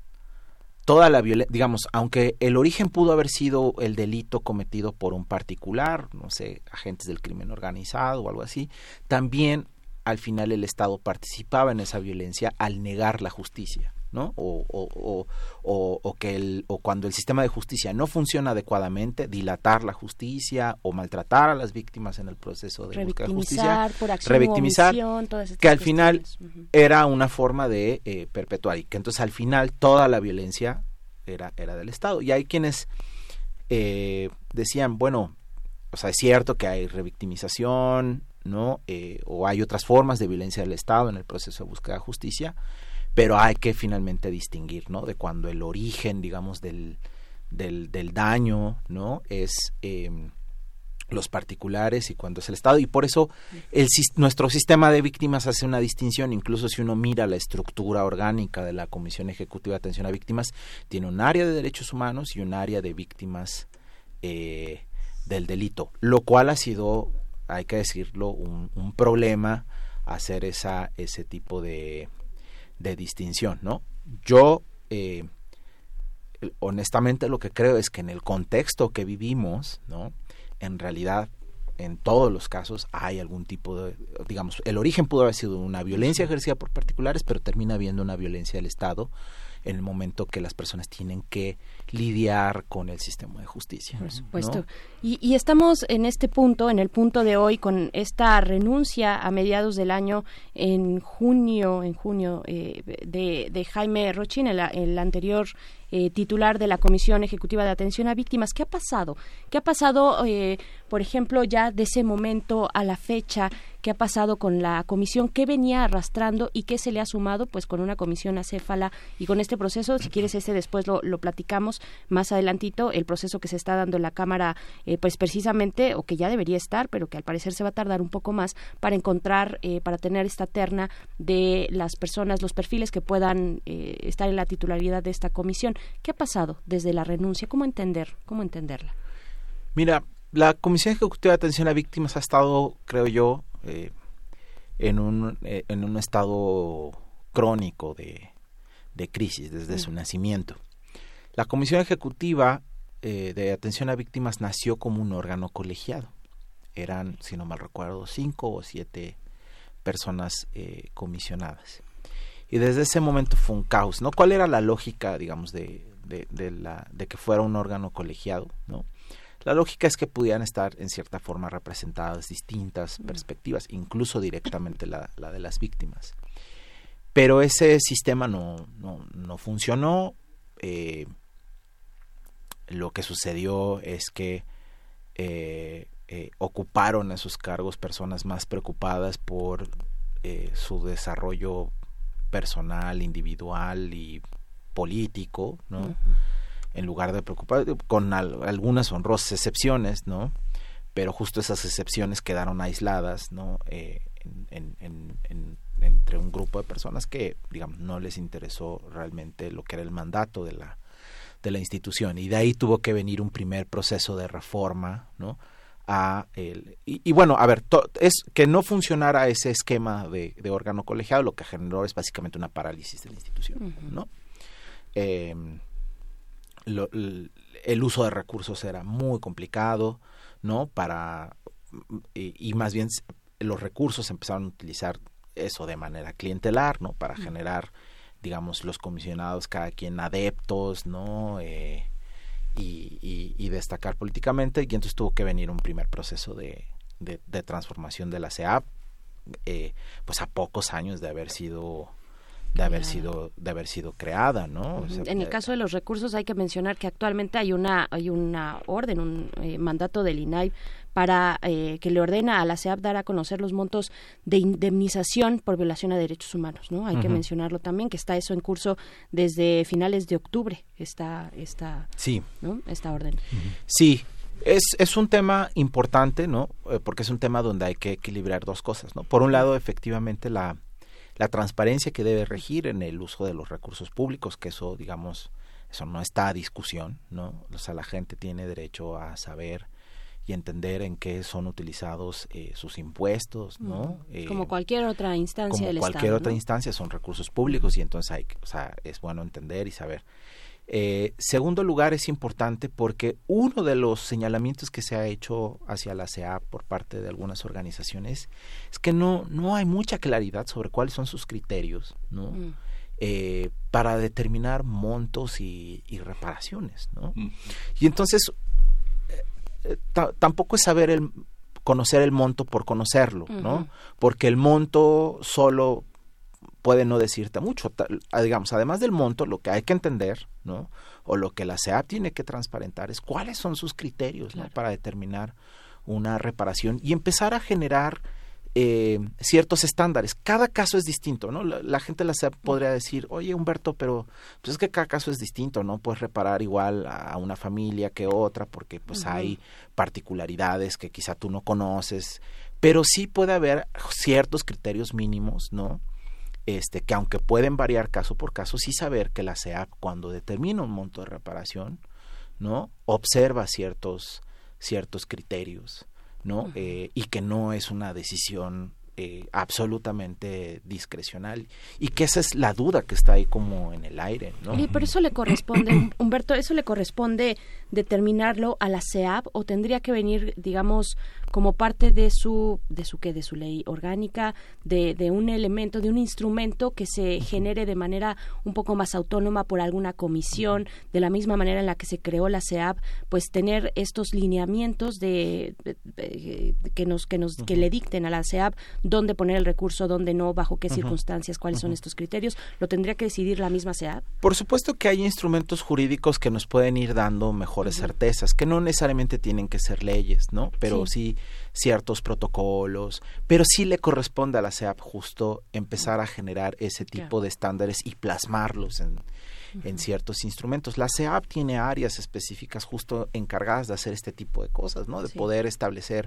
[SPEAKER 1] toda la violencia, digamos, aunque el origen pudo haber sido el delito cometido por un particular, no sé, agentes del crimen organizado o algo así, también al final el Estado participaba en esa violencia al negar la justicia, ¿no? O, o, o, o, o que el, o cuando el sistema de justicia no funciona adecuadamente, dilatar la justicia o maltratar a las víctimas en el proceso de búsqueda de justicia,
[SPEAKER 3] por acción
[SPEAKER 1] revictimizar,
[SPEAKER 3] o omisión, todas estas
[SPEAKER 1] que al final
[SPEAKER 3] uh-huh.
[SPEAKER 1] era una forma de eh, perpetuar y que entonces al final toda la violencia era, era del Estado. Y hay quienes eh, decían, bueno, o sea, es cierto que hay revictimización, ¿no? Eh, o hay otras formas de violencia del Estado en el proceso de búsqueda de justicia, pero hay que finalmente distinguir, ¿no? De cuando el origen, digamos, del, del, del daño, ¿no? Es eh, los particulares y cuando es el Estado. Y por eso el, nuestro sistema de víctimas hace una distinción, incluso si uno mira la estructura orgánica de la Comisión Ejecutiva de Atención a Víctimas, tiene un área de derechos humanos y un área de víctimas eh, del delito, lo cual ha sido, hay que decirlo, un, un problema hacer esa ese tipo de de distinción, ¿no? Yo eh, honestamente lo que creo es que en el contexto que vivimos, ¿no? En realidad en todos los casos hay algún tipo de, digamos, el origen pudo haber sido una violencia ejercida por particulares, pero termina habiendo una violencia del Estado en el momento que las personas tienen que lidiar con el sistema de justicia.
[SPEAKER 3] Por supuesto.
[SPEAKER 1] ¿No?
[SPEAKER 3] Y, y estamos en este punto, en el punto de hoy, con esta renuncia a mediados del año, en junio, en junio eh, de, de Jaime Rochín, el, el anterior eh, titular de la Comisión Ejecutiva de Atención a Víctimas. ¿Qué ha pasado? ¿Qué ha pasado, eh, por ejemplo, ya de ese momento a la fecha? ¿Qué ha pasado con la comisión? ¿Qué venía arrastrando y qué se le ha sumado? Pues con una comisión acéfala y con este proceso, si quieres este después lo, lo platicamos más adelantito, el proceso que se está dando en la Cámara, eh, pues precisamente, o que ya debería estar, pero que al parecer se va a tardar un poco más para encontrar, eh, para tener esta terna de las personas, los perfiles que puedan eh, estar en la titularidad de esta comisión. ¿Qué ha pasado desde la renuncia? ¿Cómo entender? ¿Cómo entenderla?
[SPEAKER 1] Mira, la Comisión Ejecutiva de Atención a Víctimas ha estado, creo yo, eh, en un eh, en un estado crónico de, de crisis desde mm. su nacimiento. La Comisión Ejecutiva eh, de Atención a Víctimas nació como un órgano colegiado. Eran, si no mal recuerdo, cinco o siete personas eh, comisionadas. Y desde ese momento fue un caos, ¿no? ¿Cuál era la lógica, digamos, de, de, de, la, de que fuera un órgano colegiado, ¿no? La lógica es que pudieran estar en cierta forma representadas distintas perspectivas, incluso directamente la, la de las víctimas. Pero ese sistema no, no, no funcionó. Eh, lo que sucedió es que eh, eh, ocuparon esos cargos personas más preocupadas por eh, su desarrollo personal, individual y político, ¿no? Uh-huh. En lugar de preocupar, con al, algunas honrosas excepciones, ¿no? Pero justo esas excepciones quedaron aisladas, ¿no? Eh, en, en, en, entre un grupo de personas que, digamos, no les interesó realmente lo que era el mandato de la de la institución, y de ahí tuvo que venir un primer proceso de reforma, ¿no? A el, y, y bueno, a ver, to, es que no funcionara ese esquema de, de órgano colegiado, lo que generó es básicamente una parálisis de la institución, uh-huh. ¿no? Eh, lo, el, el uso de recursos era muy complicado, ¿no? Para y, y más bien los recursos empezaron a utilizar eso de manera clientelar, ¿no? Para uh-huh. generar, digamos, los comisionados, cada quien adeptos, ¿no? Eh, y, y, y destacar políticamente, y entonces tuvo que venir un primer proceso de, de, de transformación de la C E A P, eh, pues a pocos años de haber sido de haber claro. sido de haber sido creada, ¿no?
[SPEAKER 3] Uh-huh.
[SPEAKER 1] O sea,
[SPEAKER 3] en el caso de los recursos hay que mencionar que actualmente hay una hay una orden, un eh, mandato del I N A I para eh, que le ordena a la C E A P dar a conocer los montos de indemnización por violación a derechos humanos, ¿no? Hay uh-huh. que mencionarlo también, que está eso en curso desde finales de octubre, esta esta
[SPEAKER 1] sí.
[SPEAKER 3] ¿no? esta orden.
[SPEAKER 1] Uh-huh. Sí. Es, es un tema importante, ¿no? Eh, porque es un tema donde hay que equilibrar dos cosas, ¿no? Por un lado, efectivamente, la la transparencia que debe regir en el uso de los recursos públicos, que eso, digamos, eso no está a discusión, ¿no? O sea, la gente tiene derecho a saber y entender en qué son utilizados eh, sus impuestos, ¿no? Eh,
[SPEAKER 3] como cualquier otra instancia
[SPEAKER 1] como
[SPEAKER 3] del
[SPEAKER 1] cualquier
[SPEAKER 3] Estado,
[SPEAKER 1] otra
[SPEAKER 3] ¿no?
[SPEAKER 1] instancia son recursos públicos y entonces hay, o sea, es bueno entender y saber. Eh, segundo lugar, es importante porque uno de los señalamientos que se ha hecho hacia la C E A P por parte de algunas organizaciones es que no no hay mucha claridad sobre cuáles son sus criterios, ¿no? Mm. Eh, para determinar montos y, y reparaciones, ¿no? Mm. Y entonces eh, t- tampoco es saber el conocer el monto por conocerlo, uh-huh. ¿no? Porque el monto solo puede no decirte mucho, digamos, además del monto, lo que hay que entender, ¿no? O lo que la C E A P tiene que transparentar es cuáles son sus criterios, claro. ¿no? Para determinar una reparación y empezar a generar eh, ciertos estándares. Cada caso es distinto, ¿no? La, la gente de la C E A P podría decir, oye, Humberto, pero pues es que cada caso es distinto, ¿no? Puedes reparar igual a una familia que otra porque pues uh-huh. hay particularidades que quizá tú no conoces, pero sí puede haber ciertos criterios mínimos, ¿no? Este, que aunque pueden variar caso por caso, sí saber que la C E A P cuando determina un monto de reparación, ¿no? Observa ciertos ciertos criterios, ¿no? Uh-huh. Eh, y que no es una decisión eh, absolutamente discrecional y que esa es la duda que está ahí como en el aire, ¿no?
[SPEAKER 3] Y por eso le corresponde, Humberto, eso le corresponde determinarlo a la C E A P o tendría que venir, digamos, como parte de su de su qué de su ley orgánica, de, de un elemento, de un instrumento que se genere de manera un poco más autónoma por alguna comisión, de la misma manera en la que se creó la C E A P, pues tener estos lineamientos de, de, de que nos que nos uh-huh. que le dicten a la C E A P dónde poner el recurso, dónde no, bajo qué uh-huh. circunstancias, cuáles uh-huh. son estos criterios, lo tendría que decidir la misma C E A P.
[SPEAKER 1] Por supuesto que hay instrumentos jurídicos que nos pueden ir dando mejores uh-huh. certezas, que no necesariamente tienen que ser leyes, ¿no? Pero sí, sí ciertos protocolos, pero sí le corresponde a la C E A P justo empezar a generar ese tipo claro. de estándares y plasmarlos en, uh-huh. en ciertos instrumentos. La C E A P tiene áreas específicas justo encargadas de hacer este tipo de cosas, ¿no? De sí. poder establecer,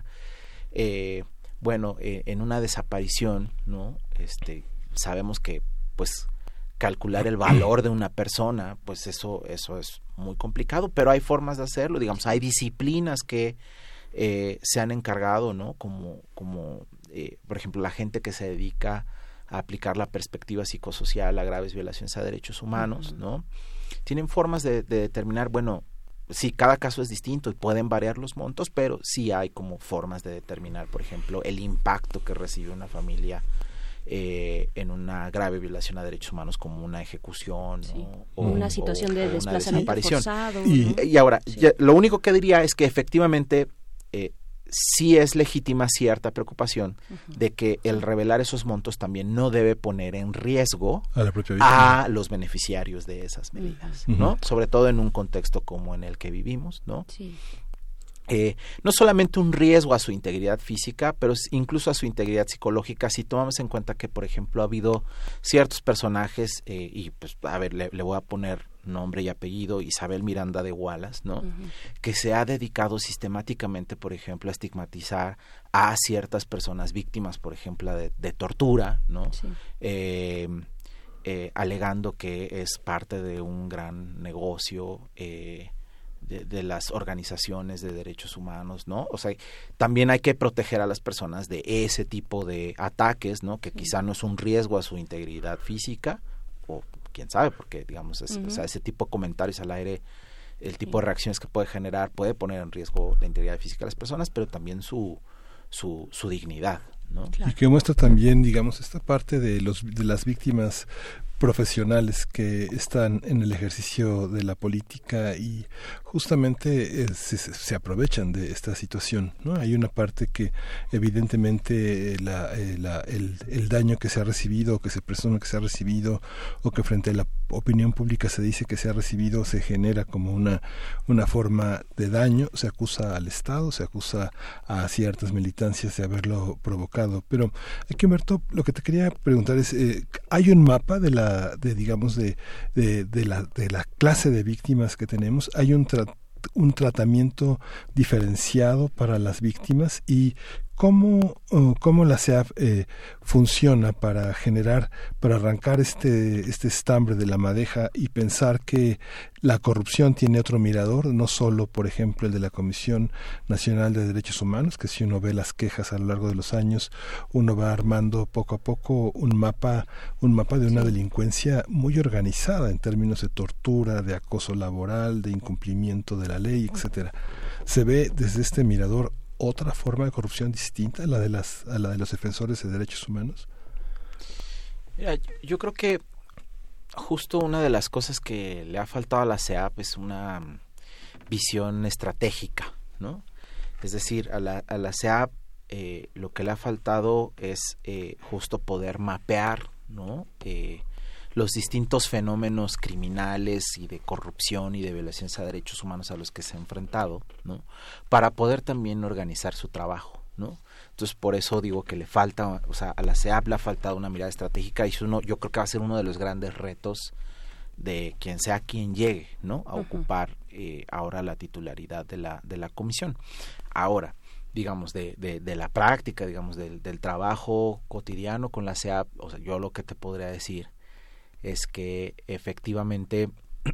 [SPEAKER 1] eh, bueno, eh, en una desaparición, ¿no? Este, sabemos que, pues, calcular el valor de una persona, pues eso, eso es muy complicado, pero hay formas de hacerlo, digamos, hay disciplinas que Eh, se han encargado, ¿no? Como, como eh, por ejemplo, la gente que se dedica a aplicar la perspectiva psicosocial a graves violaciones a derechos humanos, uh-huh. ¿no? Tienen formas de, de determinar, bueno, sí, cada caso es distinto y pueden variar los montos, pero sí hay como formas de determinar, por ejemplo, el impacto que recibe una familia eh, en una grave violación a derechos humanos como una ejecución, sí. ¿no? o
[SPEAKER 3] una situación
[SPEAKER 1] o,
[SPEAKER 3] de
[SPEAKER 1] o
[SPEAKER 3] desplazamiento forzado,
[SPEAKER 1] y,
[SPEAKER 3] ¿no?
[SPEAKER 1] y ahora,
[SPEAKER 3] sí.
[SPEAKER 1] ya, lo único que diría es que efectivamente Eh, sí es legítima cierta preocupación uh-huh. de que el revelar esos montos también no debe poner en riesgo
[SPEAKER 2] a, la propia víctima.
[SPEAKER 1] a los beneficiarios de esas medidas,
[SPEAKER 2] uh-huh.
[SPEAKER 1] ¿no? Sobre todo en un contexto como en el que vivimos, ¿no?
[SPEAKER 3] Sí.
[SPEAKER 1] eh, no solamente un riesgo a su integridad física, pero incluso a su integridad psicológica, si tomamos en cuenta que, por ejemplo, ha habido ciertos personajes, eh, y pues, a ver, le, le voy a poner nombre y apellido, Isabel Miranda de Wallace, ¿no? Uh-huh. Que se ha dedicado sistemáticamente, por ejemplo, a estigmatizar a ciertas personas víctimas, por ejemplo, de, de tortura, ¿no? Sí. Eh, eh, alegando que es parte de un gran negocio, eh, De, de las organizaciones de derechos humanos, ¿no? O sea, también hay que proteger a las personas de ese tipo de ataques, ¿no? Que quizá no es un riesgo a su integridad física, o quién sabe, porque digamos, es, uh-huh. o sea, ese tipo de comentarios al aire, el tipo sí. de reacciones que puede generar, puede poner en riesgo la integridad física de las personas, pero también su su, su dignidad, ¿no?
[SPEAKER 2] Claro. Y que muestra también, digamos, esta parte de los de las víctimas profesionales que están en el ejercicio de la política y justamente eh, se, se aprovechan de esta situación, ¿no? Hay una parte que evidentemente eh, la, eh, la, el, el daño que se ha recibido o que se presume que se ha recibido o que frente a la opinión pública se dice que se ha recibido se genera como una, una forma de daño, se acusa al Estado, se acusa a ciertas militancias de haberlo provocado, pero aquí, Humberto, lo que te quería preguntar es, eh, ¿hay un mapa de la de digamos de, de, de la de la clase de víctimas que tenemos? ¿Hay un tra- un tratamiento diferenciado para las víctimas? Y ¿Cómo, uh, cómo la C E A P eh, funciona para generar, para arrancar este, este estambre de la madeja y pensar que la corrupción tiene otro mirador, no solo, por ejemplo, el de la Comisión Nacional de Derechos Humanos, que si uno ve las quejas a lo largo de los años, uno va armando poco a poco un mapa, un mapa de una sí. delincuencia muy organizada en términos de tortura, de acoso laboral, de incumplimiento de la ley, etcétera. Se ve desde este mirador otra forma de corrupción distinta a la de las a la de los defensores de derechos humanos.
[SPEAKER 1] Mira, yo creo que justo una de las cosas que le ha faltado a la C E A P es una visión estratégica, ¿no? Es decir, a la, a la C E A P eh, lo que le ha faltado es eh, justo poder mapear, ¿no? Eh, los distintos fenómenos criminales y de corrupción y de violaciones a derechos humanos a los que se ha enfrentado, ¿no? Para poder también organizar su trabajo, ¿no? Entonces, por eso digo que le falta, o sea, a la C E A P le ha faltado una mirada estratégica y es uno, yo creo que va a ser uno de los grandes retos de quien sea quien llegue, ¿no? A uh-huh. ocupar eh, ahora la titularidad de la de la comisión. Ahora, digamos, de, de, de la práctica, digamos, del, del trabajo cotidiano con la C E A P, o sea, yo lo que te podría decir es que efectivamente,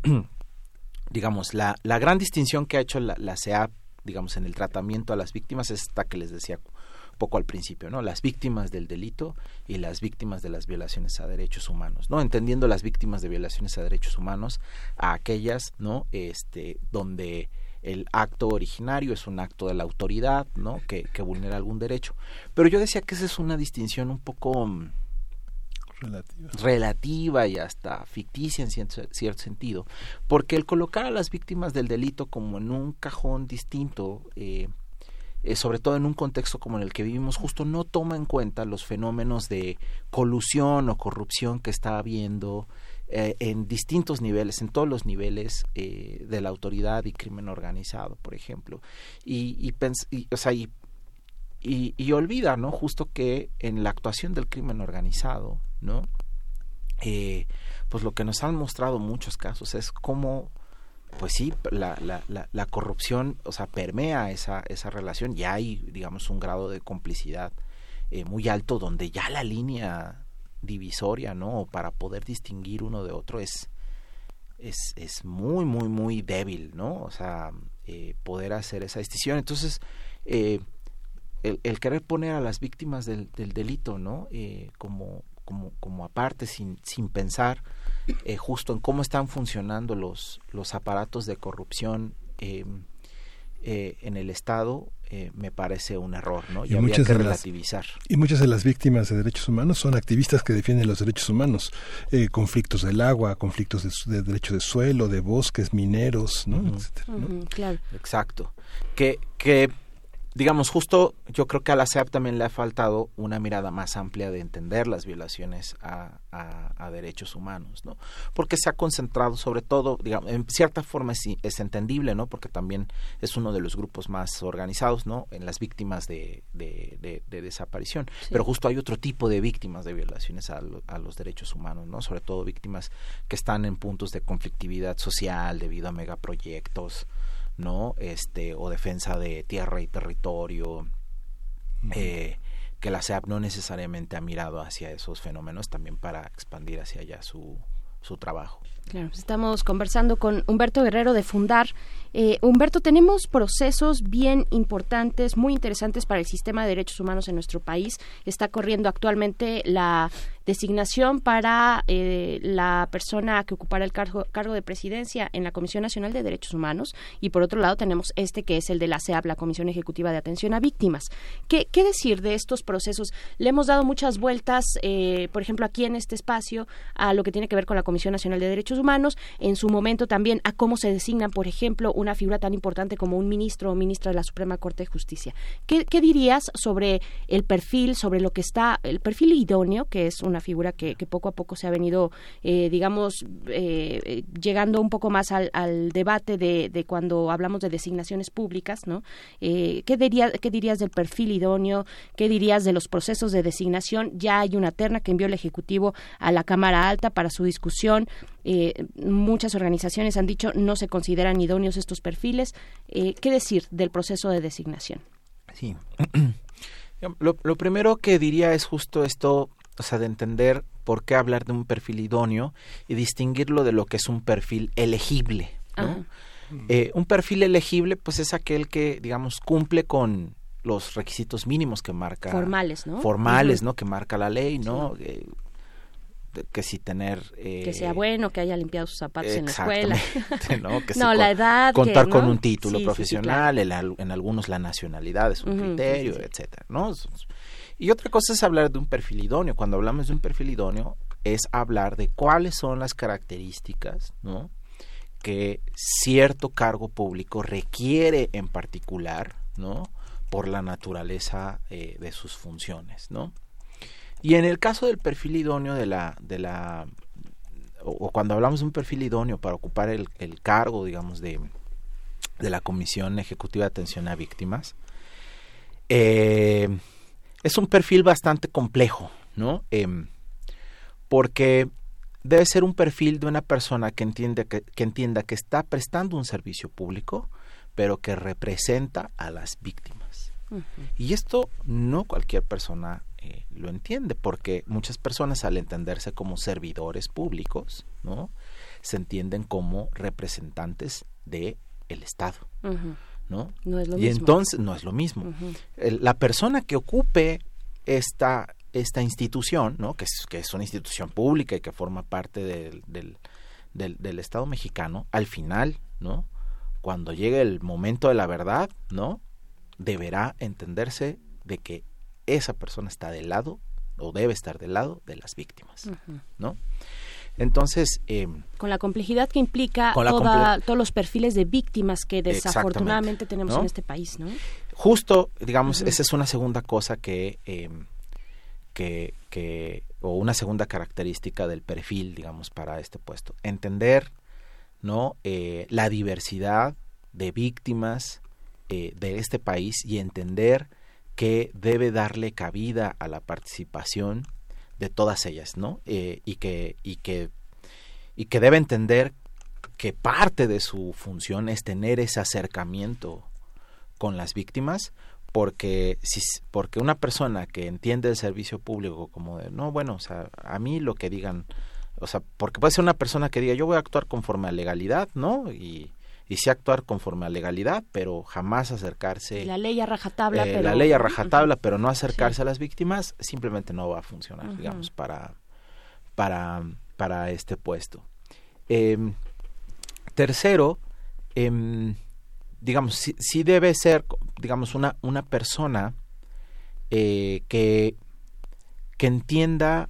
[SPEAKER 1] digamos, la, la gran distinción que ha hecho la, la C E A P, digamos, en el tratamiento a las víctimas es esta que les decía poco al principio, ¿no? Las víctimas del delito y las víctimas de las violaciones a derechos humanos, ¿no? Entendiendo las víctimas de violaciones a derechos humanos a aquellas, ¿no? Este, donde el acto originario es un acto de la autoridad, ¿no? Que, que vulnera algún derecho. Pero yo decía que esa es una distinción un poco relativa, relativa y hasta ficticia en cierto, cierto sentido, porque el colocar a las víctimas del delito como en un cajón distinto, eh, eh, sobre todo en un contexto como en el que vivimos, justo no toma en cuenta los fenómenos de colusión o corrupción que está habiendo eh, en distintos niveles, en todos los niveles eh, de la autoridad y crimen organizado, por ejemplo, y, y, pens- y o sea, y Y, y olvida, ¿no? Justo que en la actuación del crimen organizado, ¿no? Eh, pues lo que nos han mostrado muchos casos es cómo, pues sí, la, la, la, la corrupción, o sea, permea esa, esa relación y hay, digamos, un grado de complicidad eh, muy alto donde ya la línea divisoria, ¿no? Para poder distinguir uno de otro es, es, es muy, muy, muy débil, ¿no? O sea, eh, poder hacer esa distinción. Entonces, eh, El, el querer poner a las víctimas del, del delito, ¿no? Eh, como, como, como aparte, sin, sin pensar eh, justo en cómo están funcionando los, los aparatos de corrupción eh, eh, en el Estado, eh, me parece un error, ¿no? Y, y habría que relativizar.
[SPEAKER 2] Las, y muchas de las víctimas de derechos humanos son activistas que defienden los derechos humanos, eh, conflictos del agua, conflictos de, de derecho de suelo, de bosques, mineros, ¿no?
[SPEAKER 1] Uh-huh.
[SPEAKER 2] Etcétera, ¿no?
[SPEAKER 3] Uh-huh, claro.
[SPEAKER 1] Exacto. Que, que digamos, justo yo creo que a la C E A P también le ha faltado una mirada más amplia de entender las violaciones a, a, a derechos humanos, ¿no? Porque se ha concentrado sobre todo, digamos, en cierta forma es, es entendible, ¿no? Porque también es uno de los grupos más organizados, ¿no? En las víctimas de, de, de, de desaparición. Sí. Pero justo hay otro tipo de víctimas de violaciones a, lo, a los derechos humanos, ¿no? Sobre todo víctimas que están en puntos de conflictividad social debido a megaproyectos, ¿no? Este, o defensa de tierra y territorio, uh-huh. eh, que la C E A P no necesariamente ha mirado hacia esos fenómenos también para expandir hacia allá su, su trabajo.
[SPEAKER 3] Claro, estamos conversando con Humberto Guerrero de Fundar. Eh, Humberto, tenemos procesos bien importantes, muy interesantes para el sistema de derechos humanos en nuestro país. Está corriendo actualmente la designación para eh, la persona que ocupará el cargo, cargo de presidencia en la Comisión Nacional de Derechos Humanos, y por otro lado tenemos este que es el de la C E A P, la Comisión Ejecutiva de Atención a Víctimas. ¿Qué, qué decir de estos procesos? Le hemos dado muchas vueltas, eh, por ejemplo, aquí en este espacio, a lo que tiene que ver con la Comisión Nacional de Derechos Humanos, en su momento también a cómo se designan, por ejemplo, una figura tan importante como un ministro o ministra de la Suprema Corte de Justicia. ¿Qué, qué dirías sobre el perfil, sobre lo que está, el perfil idóneo, que es una figura que, que poco a poco se ha venido, eh, digamos, eh, llegando un poco más al, al debate de, de cuando hablamos de designaciones públicas, ¿no? Eh, ¿qué, diría, ¿Qué dirías del perfil idóneo? ¿Qué dirías de los procesos de designación? Ya hay una terna que envió el Ejecutivo a la Cámara Alta para su discusión. Eh, muchas organizaciones han dicho no se consideran idóneos estos perfiles. Eh, ¿Qué decir del proceso de designación?
[SPEAKER 1] Sí. Lo, lo primero que diría es justo esto, o sea, de entender por qué hablar de un perfil idóneo y distinguirlo de lo que es un perfil elegible, ¿no? Eh, un perfil elegible, pues es aquel que, digamos, cumple con los requisitos mínimos que marca...
[SPEAKER 3] Formales, ¿no?
[SPEAKER 1] Formales, uh-huh. ¿no? Que marca la ley, ¿no? Sí. Eh, que si tener... Eh,
[SPEAKER 3] que sea bueno, que haya limpiado sus zapatos en la escuela.
[SPEAKER 1] ¿no? Que
[SPEAKER 3] no,
[SPEAKER 1] si
[SPEAKER 3] la
[SPEAKER 1] con,
[SPEAKER 3] edad.
[SPEAKER 1] Contar
[SPEAKER 3] que,
[SPEAKER 1] con
[SPEAKER 3] ¿no?
[SPEAKER 1] un título
[SPEAKER 3] sí,
[SPEAKER 1] profesional,
[SPEAKER 3] sí, sí, claro.
[SPEAKER 1] en, en algunos la nacionalidad es un uh-huh, criterio, sí, sí. etcétera, ¿no? Y otra cosa es hablar de un perfil idóneo. Cuando hablamos de un perfil idóneo, es hablar de cuáles son las características, ¿no? Que cierto cargo público requiere en particular, ¿no? Por la naturaleza eh, de sus funciones, ¿no? Y en el caso del perfil idóneo de la, de la, o, o cuando hablamos de un perfil idóneo para ocupar el, el cargo, digamos, de, de la Comisión Ejecutiva de Atención a Víctimas, eh, es un perfil bastante complejo, ¿no? Eh, porque debe ser un perfil de una persona que entiende que, que entienda que está prestando un servicio público, pero que representa a las víctimas. Uh-huh. Y esto no cualquier persona eh, lo entiende, porque muchas personas, al entenderse como servidores públicos, ¿no? Se entienden como representantes de el Estado, uh-huh. ¿no?
[SPEAKER 3] No es lo
[SPEAKER 1] y
[SPEAKER 3] mismo.
[SPEAKER 1] entonces no es lo mismo. Uh-huh. El, la persona que ocupe esta esta institución, ¿no? Que es, que es una institución pública y que forma parte del, del, del, del Estado mexicano, al final, ¿no? Cuando llegue el momento de la verdad, ¿no? Deberá entenderse de que esa persona está del lado, o debe estar del lado de las víctimas, uh-huh. ¿no? Entonces... Eh,
[SPEAKER 3] con la complejidad que implica toda, comple- todos los perfiles de víctimas que desafortunadamente tenemos, ¿no? En este país, ¿no?
[SPEAKER 1] Justo, digamos, uh-huh. esa es una segunda cosa que... Eh, Que, que o una segunda característica del perfil, digamos, para este puesto, entender, ¿no? Eh, la diversidad de víctimas eh, de este país y entender que debe darle cabida a la participación de todas ellas, ¿no? Eh, y que y que y que debe entender que parte de su función es tener ese acercamiento con las víctimas. Porque si porque una persona que entiende el servicio público como de, no, bueno, o sea, a mí lo que digan, o sea, porque puede ser una persona que diga, yo voy a actuar conforme a legalidad, ¿no? Y, y sí actuar conforme a legalidad, pero jamás acercarse...
[SPEAKER 3] La ley a rajatabla,
[SPEAKER 1] eh,
[SPEAKER 3] pero...
[SPEAKER 1] La ley a rajatabla, uh-huh. pero no acercarse
[SPEAKER 3] sí.
[SPEAKER 1] a las víctimas, simplemente no va a funcionar, uh-huh. digamos, para, para, para este puesto. Eh, tercero, eh, digamos, sí, sí debe ser, digamos, una, una persona eh, que, que entienda,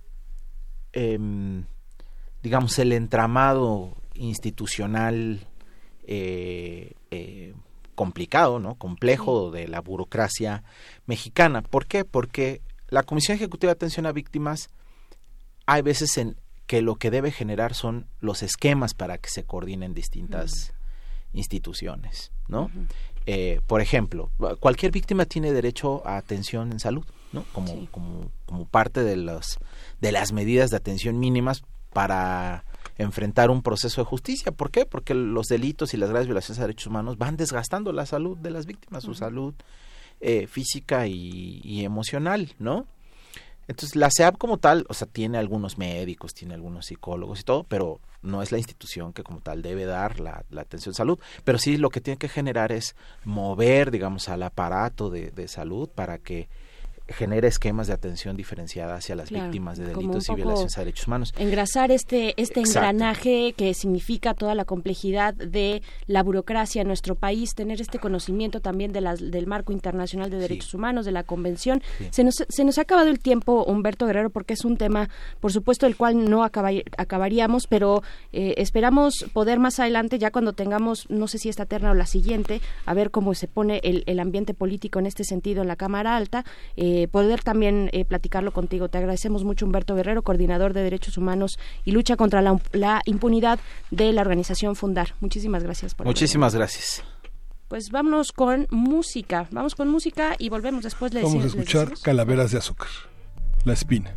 [SPEAKER 1] eh, digamos, el entramado institucional eh, eh, complicado, ¿no? complejo de la burocracia mexicana. ¿Por qué? Porque la Comisión Ejecutiva de Atención a Víctimas hay veces en que lo que debe generar son los esquemas para que se coordinen distintas uh-huh. instituciones, ¿no? Uh-huh. Eh, por ejemplo, cualquier víctima tiene derecho a atención en salud, ¿no? Como, sí. como, como parte de los de las medidas de atención mínimas para enfrentar un proceso de justicia. ¿Por qué? Porque los delitos y las graves violaciones a derechos humanos van desgastando la salud de las víctimas, uh-huh. su salud eh, física y, y emocional, ¿no? Entonces la C E A P como tal, o sea, tiene algunos médicos, tiene algunos psicólogos y todo, pero no es la institución que como tal debe dar la, la atención de salud, pero sí lo que tiene que generar es mover, digamos, al aparato de, de salud para que genera esquemas de atención diferenciada hacia las claro, víctimas de delitos y violaciones a derechos humanos.
[SPEAKER 3] Engrasar este este Exacto. engranaje que significa toda la complejidad de la burocracia en nuestro país, tener este conocimiento también de las, del marco internacional de derechos sí. humanos, de la convención. Sí. Se nos se nos ha acabado el tiempo, Humberto Guerrero, porque es un tema, por supuesto, del cual no acaba, acabaríamos, pero eh, esperamos poder más adelante, ya cuando tengamos, no sé si esta terna o la siguiente, a ver cómo se pone el, el ambiente político en este sentido en la Cámara Alta, eh, poder también eh, platicarlo contigo. Te agradecemos mucho, Humberto Guerrero, coordinador de Derechos Humanos y Lucha contra la, la Impunidad de la organización Fundar. Muchísimas gracias por
[SPEAKER 1] Muchísimas venir. Gracias.
[SPEAKER 3] Pues vámonos con música. Vamos con música y volvemos después. Les
[SPEAKER 2] Vamos a escuchar Calaveras de Azúcar, La Espina.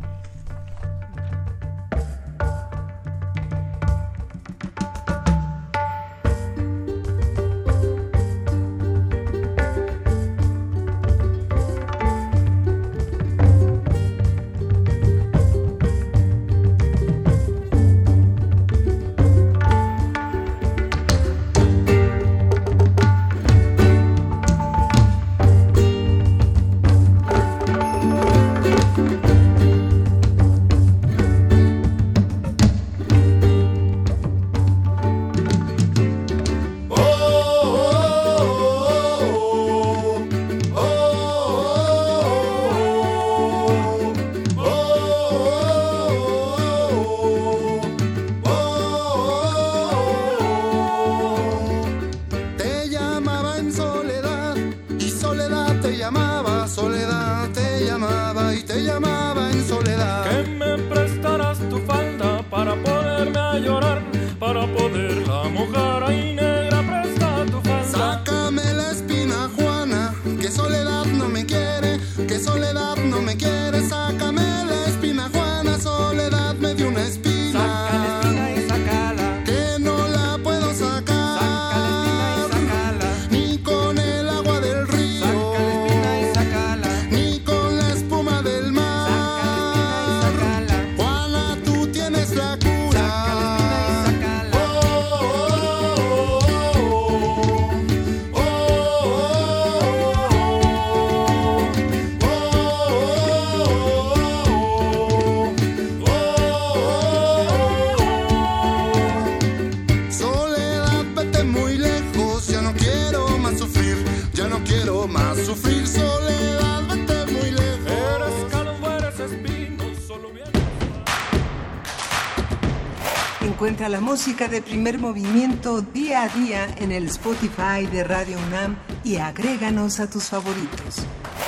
[SPEAKER 5] Encuentra la música de Primer Movimiento día a día en el Spotify de Radio UNAM y agréganos a tus favoritos.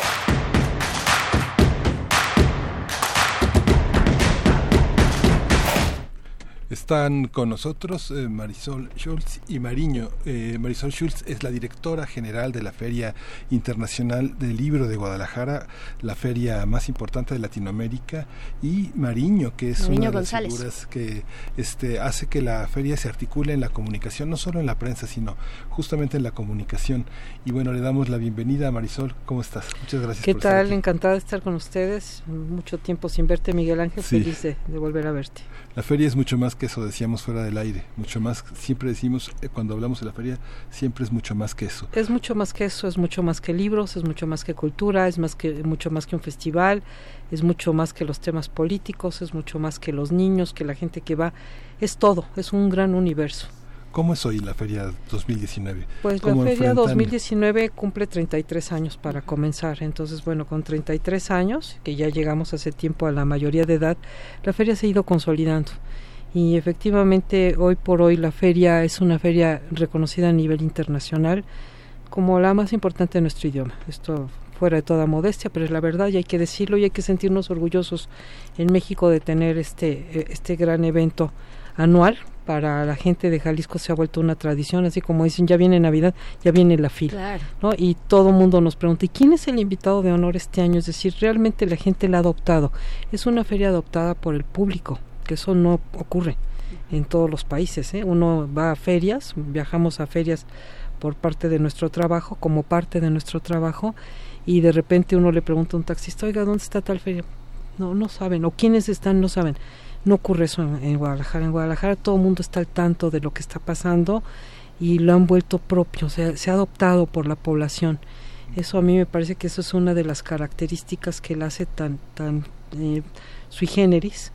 [SPEAKER 2] Están con nosotros eh, Marisol Schulz y Mariño. Eh, Marisol Schulz es la directora general de la Feria Internacional del Libro de Guadalajara, la feria más importante de Latinoamérica, y Mariño, que es
[SPEAKER 3] Mariño
[SPEAKER 2] una de
[SPEAKER 3] González.
[SPEAKER 2] las figuras que este, hace que la feria se articule en la comunicación, no solo en la prensa, sino justamente en la comunicación. Y bueno, le damos la bienvenida a Marisol. ¿Cómo estás? Muchas gracias.
[SPEAKER 4] ¿Qué
[SPEAKER 2] por
[SPEAKER 4] tal?
[SPEAKER 2] Estar aquí.
[SPEAKER 4] Encantada de estar con ustedes. Mucho tiempo sin verte, Miguel Ángel.
[SPEAKER 2] Sí.
[SPEAKER 4] Feliz de, de volver a verte.
[SPEAKER 2] La feria es mucho más que eso, decíamos fuera del aire, mucho más, siempre decimos, eh, cuando hablamos de la feria, siempre es mucho más que eso.
[SPEAKER 4] Es mucho más que eso, es mucho más que libros, es mucho más que cultura, es más que mucho más que un festival, es mucho más que los temas políticos, es mucho más que los niños, que la gente que va, es todo, es un gran universo.
[SPEAKER 2] ¿Cómo es hoy la Feria dos mil diecinueve?
[SPEAKER 4] Pues la Feria dos mil diecinueve cumple treinta y tres años para comenzar, entonces bueno, con treinta y tres años, que ya llegamos hace tiempo a la mayoría de edad, la feria se ha ido consolidando y efectivamente hoy por hoy la feria es una feria reconocida a nivel internacional. como la más importante de nuestro idioma. Esto fuera de toda modestia, pero es la verdad y hay que decirlo y hay que sentirnos orgullosos en México de tener este, este gran evento anual. Para la gente de Jalisco se ha vuelto una tradición, así como dicen, ya viene Navidad, ya viene la fila, claro, ¿no? Y todo el mundo nos pregunta, ¿y quién es el invitado de honor este año? Es decir, realmente la gente la ha adoptado. Es una feria adoptada por el público, que eso no ocurre en todos los países, ¿eh? Uno va a ferias, viajamos a ferias por parte de nuestro trabajo, como parte de nuestro trabajo, y de repente uno le pregunta a un taxista, oiga, ¿dónde está tal feria? No, no saben, o quiénes están, no saben. No ocurre eso en, en Guadalajara. En Guadalajara todo el mundo está al tanto de lo que está pasando y lo han vuelto propio, o sea, se ha adoptado por la población. Eso a mí me parece que eso es una de las características que la hace tan tan eh, sui generis,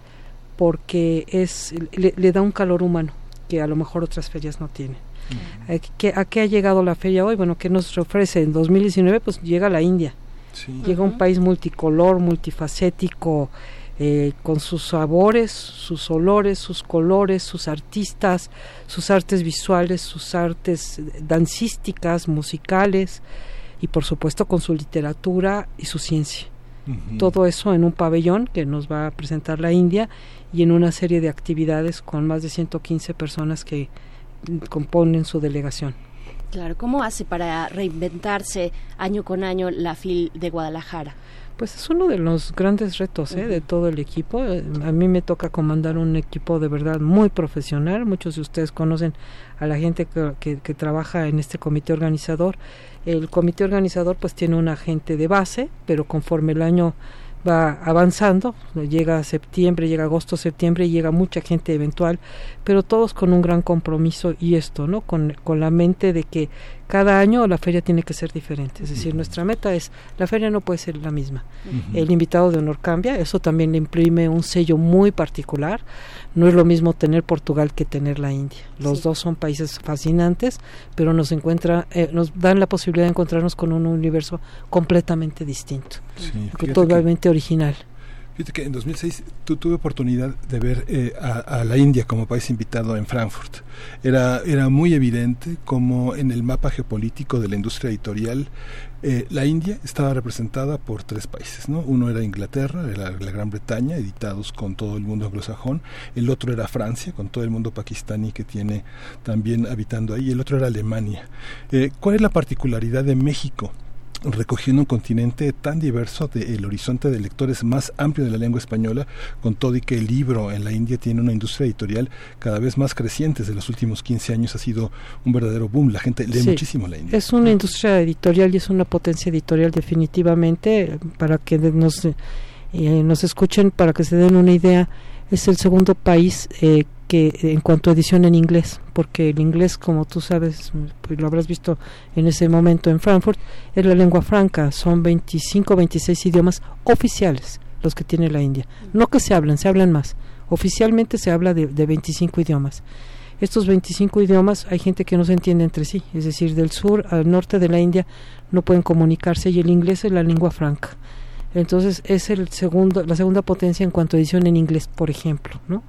[SPEAKER 4] porque es le, le da un calor humano que a lo mejor otras ferias no tienen. Uh-huh. ¿A, qué, ¿A qué ha llegado la feria hoy? Bueno, ¿qué nos ofrece? En dos mil diecinueve pues llega la India. Sí. Llega uh-huh. un país multicolor, multifacético, Eh, con sus sabores, sus olores, sus colores, sus artistas, sus artes visuales, sus artes dancísticas, musicales y por supuesto con su literatura y su ciencia. Uh-huh. Todo eso en un pabellón que nos va a presentar la India y en una serie de actividades con más de ciento quince personas que componen su delegación.
[SPEAKER 3] Claro, ¿cómo hace para reinventarse año con año la F I L de Guadalajara?
[SPEAKER 4] Pues es uno de los grandes retos ¿eh? uh-huh. de todo el equipo. A mí me toca comandar un equipo de verdad muy profesional. Muchos de ustedes conocen a la gente que, que, que trabaja en este comité organizador. El comité organizador pues tiene una gente de base, pero conforme el año va avanzando, llega septiembre, llega agosto, septiembre y llega mucha gente eventual, pero todos con un gran compromiso y esto, ¿no? Con, con la mente de que cada año la feria tiene que ser diferente, es decir, uh-huh. nuestra meta es, la feria no puede ser la misma. Uh-huh. El invitado de honor cambia, eso también le imprime un sello muy particular. No es lo mismo tener Portugal que tener la India. Los sí. dos son países fascinantes, pero nos encuentra, eh, nos dan la posibilidad de encontrarnos con un universo completamente distinto, sí, totalmente que, original.
[SPEAKER 2] Fíjate que en dos mil seis tu, tuve oportunidad de ver eh, a, a la India como país invitado en Frankfurt. Era, era muy evidente como en el mapa geopolítico de la industria editorial eh, la India estaba representada por tres países, ¿no? Uno era Inglaterra, era la Gran Bretaña, editados con todo el mundo anglosajón. El otro era Francia, con todo el mundo pakistaní que tiene también habitando ahí. El otro era Alemania. Eh, ¿Cuál es la particularidad de México? Recogiendo un continente tan diverso, de el horizonte de lectores más amplio de la lengua española, con todo y que el libro en la India tiene una industria editorial cada vez más creciente. Desde los últimos quince años ha sido un verdadero boom, la gente lee sí, muchísimo la India.
[SPEAKER 4] Es una industria editorial y es una potencia editorial definitivamente. Para que nos, eh, nos escuchen, para que se den una idea, es el segundo país eh, que en cuanto a edición en inglés, porque el inglés, como tú sabes, pues lo habrás visto en ese momento en Frankfurt, es la lengua franca, son veinticinco, veintiséis idiomas oficiales los que tiene la India, no que se hablan, se hablan más, oficialmente se habla de, de veinticinco idiomas. Estos veinticinco idiomas hay gente que no se entiende entre sí, es decir, del sur al norte de la India no pueden comunicarse y el inglés es la lengua franca. Entonces es el segundo, la segunda potencia en cuanto a edición en inglés, por ejemplo, ¿no?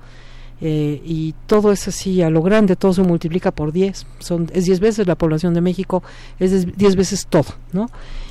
[SPEAKER 4] Eh, y todo es así a lo grande, todo se multiplica por diez, son, es diez veces la población de México, es diez veces todo, ¿no?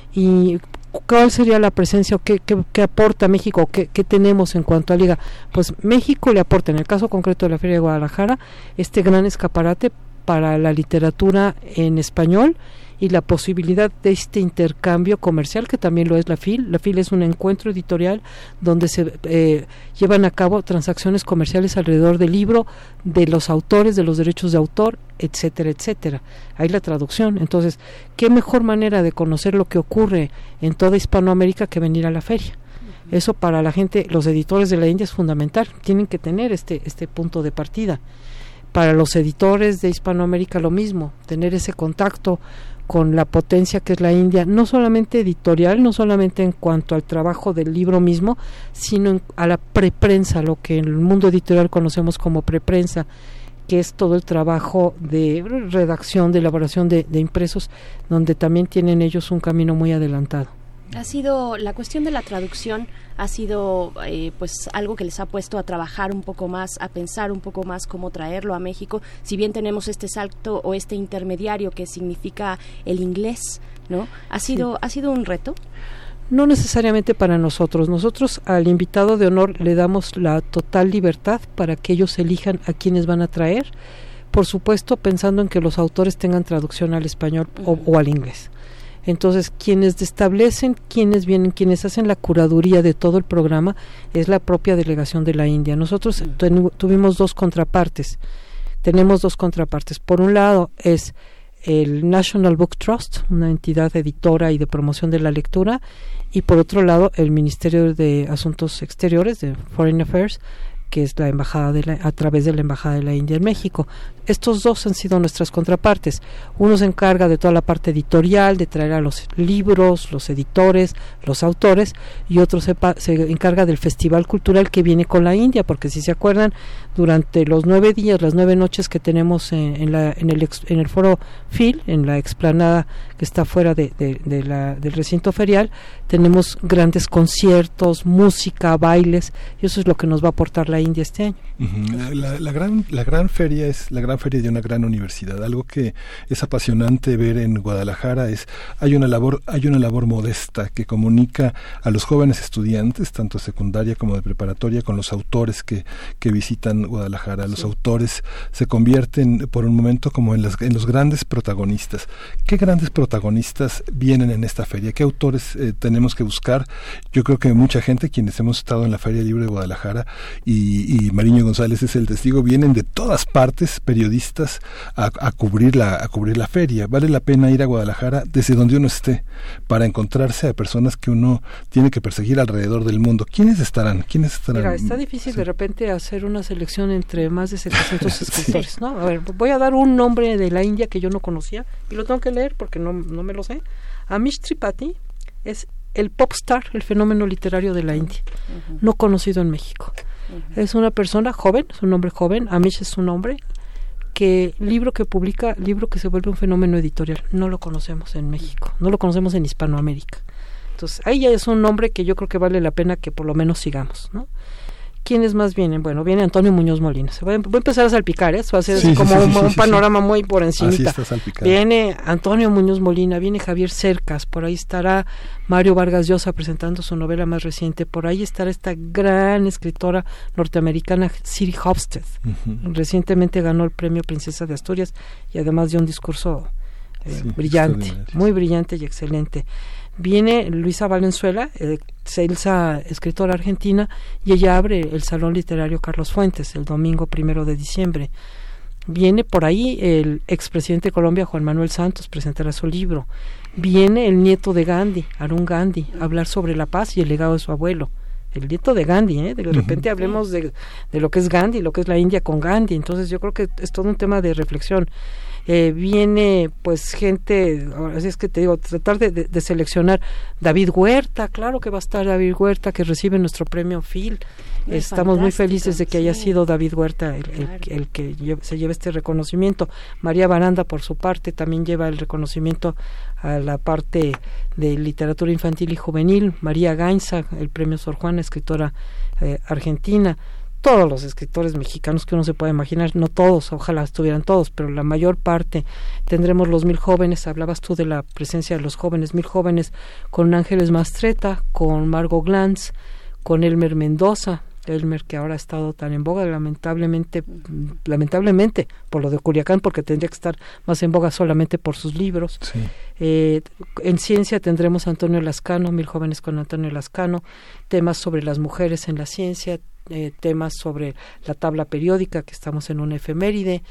[SPEAKER 4] Y ¿cuál sería la presencia o qué, qué, qué aporta México, qué, qué tenemos en cuanto a liga? Pues México le aporta, en el caso concreto de la Feria de Guadalajara, este gran escaparate para la literatura en español y la posibilidad de este intercambio comercial que también lo es la F I L. La F I L es un encuentro editorial donde se eh, llevan a cabo transacciones comerciales alrededor del libro, de los autores, de los derechos de autor, etcétera, etcétera. Hay la traducción. Entonces, ¿qué mejor manera de conocer lo que ocurre en toda Hispanoamérica que venir a la feria? Eso para la gente, los editores de la India es fundamental. Tienen que tener este, este punto de partida. Para los editores de Hispanoamérica lo mismo, tener ese contacto con la potencia que es la India, no solamente editorial, no solamente en cuanto al trabajo del libro mismo, sino en, a la preprensa, lo que en el mundo editorial conocemos como preprensa, que es todo el trabajo de redacción, de elaboración de, de impresos, donde también tienen ellos un camino muy adelantado.
[SPEAKER 3] Ha sido, la cuestión de la traducción ha sido eh, pues algo que les ha puesto a trabajar un poco más, a pensar un poco más cómo traerlo a México, si bien tenemos este salto o este intermediario que significa el inglés, ¿no? ¿Ha sido, sí. ¿ha sido un reto?
[SPEAKER 4] No necesariamente para nosotros. Nosotros al invitado de honor le damos la total libertad para que ellos elijan a quienes van a traer, por supuesto pensando en que los autores tengan traducción al español o, uh-huh. o al inglés. Entonces, quienes establecen, quienes vienen, quienes hacen la curaduría de todo el programa es la propia delegación de la India. Nosotros uh-huh. ten, tuvimos dos contrapartes. Tenemos dos contrapartes. Por un lado es el National Book Trust, una entidad editora y de promoción de la lectura, y por otro lado el Ministerio de Asuntos Exteriores, de Foreign Affairs, que es la embajada de la, a través de la embajada de la India en México. Estos dos han sido nuestras contrapartes. Uno se encarga de toda la parte editorial, de traer a los libros, los editores, los autores, y otro se, se encarga del festival cultural que viene con la India, porque si se acuerdan, durante los nueve días, las nueve noches que tenemos en, en, la, en, el, ex, en el foro Phil, en la explanada que está fuera de, de, de la, del recinto ferial, tenemos grandes conciertos, música, bailes, y eso es lo que nos va a aportar la India este año.
[SPEAKER 2] Uh-huh. La, la gran la gran feria es la gran feria de una gran universidad. Algo que es apasionante ver en Guadalajara es hay una labor hay una labor modesta que comunica a los jóvenes estudiantes, tanto de secundaria como de preparatoria, con los autores que que visitan Guadalajara. Los sí. autores se convierten por un momento como en las en los grandes protagonistas. ¿Qué grandes protagonistas vienen en esta feria? ¿Qué autores eh, tenemos que buscar? Yo creo que mucha gente, quienes hemos estado en la Feria Libre de Guadalajara, y, y Mariño González es el testigo, vienen de todas partes periodistas a, a cubrir la a cubrir la feria. Vale la pena ir a Guadalajara desde donde uno esté para encontrarse a personas que uno tiene que perseguir alrededor del mundo. ¿Quiénes estarán? ¿Quiénes estarán?
[SPEAKER 4] Mira, está difícil sí. de repente hacer una selección entre más de setecientos escritores, sí. ¿no? A ver, voy a dar un nombre de la India que yo no conocía y lo tengo que leer porque no, no me lo sé. Amish Tripathi es el pop star, el fenómeno literario de la India, uh-huh. no conocido en México. Uh-huh. Es una persona joven, es un hombre joven, Amish es un hombre que libro que publica, libro que se vuelve un fenómeno editorial, no lo conocemos en México, no lo conocemos en Hispanoamérica. Entonces, ahí ya es un nombre que yo creo que vale la pena que por lo menos sigamos, ¿no? ¿Quiénes más vienen? Bueno, viene Antonio Muñoz Molina. Se va, voy a empezar a salpicar, ¿eh? Va a ser sí, como sí, sí, un, sí, un panorama sí. muy por encimita. Viene Antonio Muñoz Molina, viene Javier Cercas, por ahí estará Mario Vargas Llosa presentando su novela más reciente, por ahí estará esta gran escritora norteamericana Siri Hofstede. Uh-huh. Recientemente ganó el premio Princesa de Asturias y además dio un discurso eh, sí, brillante, muy brillante y excelente. Viene Luisa Valenzuela, eh, Celsa, escritora argentina, y ella abre el Salón Literario Carlos Fuentes el domingo primero de diciembre. Viene por ahí el expresidente de Colombia, Juan Manuel Santos, presentará su libro. Viene el nieto de Gandhi, Arun Gandhi, a hablar sobre la paz y el legado de su abuelo. El nieto de Gandhi, ¿eh? De repente uh-huh. hablemos de, de lo que es Gandhi, lo que es la India con Gandhi. Entonces yo creo que es todo un tema de reflexión. Eh, viene pues gente, así es que te digo, tratar de, de, de seleccionar. David Huerta, claro que va a estar David Huerta, que recibe nuestro premio Phil. Es Estamos muy felices de que sí. haya sido David Huerta el, claro. el, el que lleve, se lleve este reconocimiento. María Baranda, por su parte, también lleva el reconocimiento a la parte de literatura infantil y juvenil. María Gainza, el premio Sor Juana, escritora eh, argentina. Todos los escritores mexicanos que uno se puede imaginar, no todos, ojalá estuvieran todos, pero la mayor parte. Tendremos los Mil Jóvenes, hablabas tú de la presencia de los jóvenes, Mil Jóvenes, con Ángeles Mastretta, con Margot Glantz, con Elmer Mendoza, Elmer que ahora ha estado tan en boga, lamentablemente, lamentablemente por lo de Culiacán, porque tendría que estar más en boga solamente por sus libros. Sí. Eh, en ciencia tendremos a Antonio Lascano, Mil Jóvenes con Antonio Lascano, temas sobre las mujeres en la ciencia, Eh, temas sobre la tabla periódica, que estamos en una efeméride,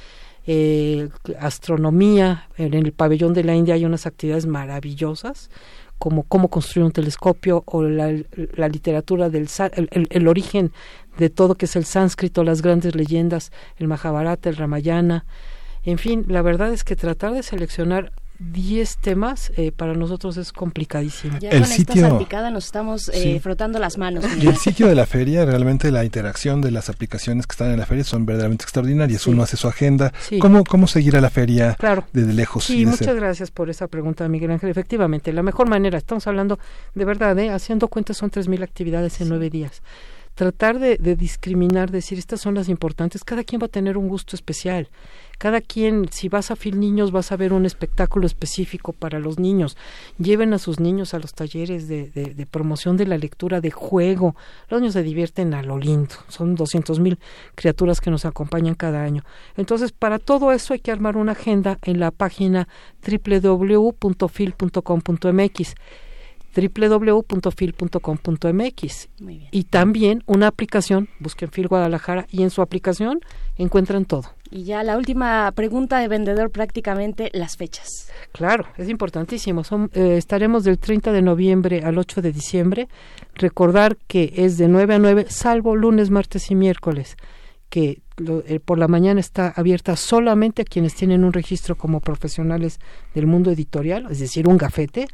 [SPEAKER 4] eh, astronomía. En el pabellón de la India hay unas actividades maravillosas, como cómo construir un telescopio, o la, la literatura del el, el, el origen de todo que es el sánscrito, las grandes leyendas, el Mahabharata, el Ramayana. En fin, la verdad es que tratar de seleccionar diez temas, eh, para nosotros es complicadísimo.
[SPEAKER 3] Ya el con sitio, esta salpicada nos estamos eh, sí. frotando las manos.
[SPEAKER 2] Y el sitio de la feria, realmente la interacción de las aplicaciones que están en la feria son verdaderamente extraordinarias. Sí. Uno hace su agenda. Sí. ¿Cómo, ¿Cómo seguir a la feria claro. desde lejos?
[SPEAKER 4] Sí, muchas ser... gracias por esa pregunta, Miguel Ángel. Efectivamente, la mejor manera, estamos hablando de verdad, ¿eh? haciendo cuentas son tres mil actividades en sí. nueve días. Tratar de, de discriminar, decir, estas son las importantes, cada quien va a tener un gusto especial. Cada quien, si vas a Fil Niños, vas a ver un espectáculo específico para los niños. Lleven a sus niños a los talleres de, de, de promoción de la lectura, de juego. Los niños se divierten a lo lindo. Son doscientas mil criaturas que nos acompañan cada año. Entonces, para todo eso hay que armar una agenda en la página doble u doble u doble u punto fil punto com punto m x. doble u doble u doble u punto fil punto com punto m x. Y también una aplicación, busquen Fil Guadalajara y en su aplicación encuentran todo.
[SPEAKER 3] Y ya la última pregunta de vendedor, prácticamente las fechas.
[SPEAKER 4] Claro, es importantísimo. Son, eh, estaremos del treinta de noviembre al ocho de diciembre. Recordar que es de nueve a nueve, salvo lunes, martes y miércoles, que lo, eh, por la mañana está abierta solamente a quienes tienen un registro como profesionales del mundo editorial, es decir, un gafete.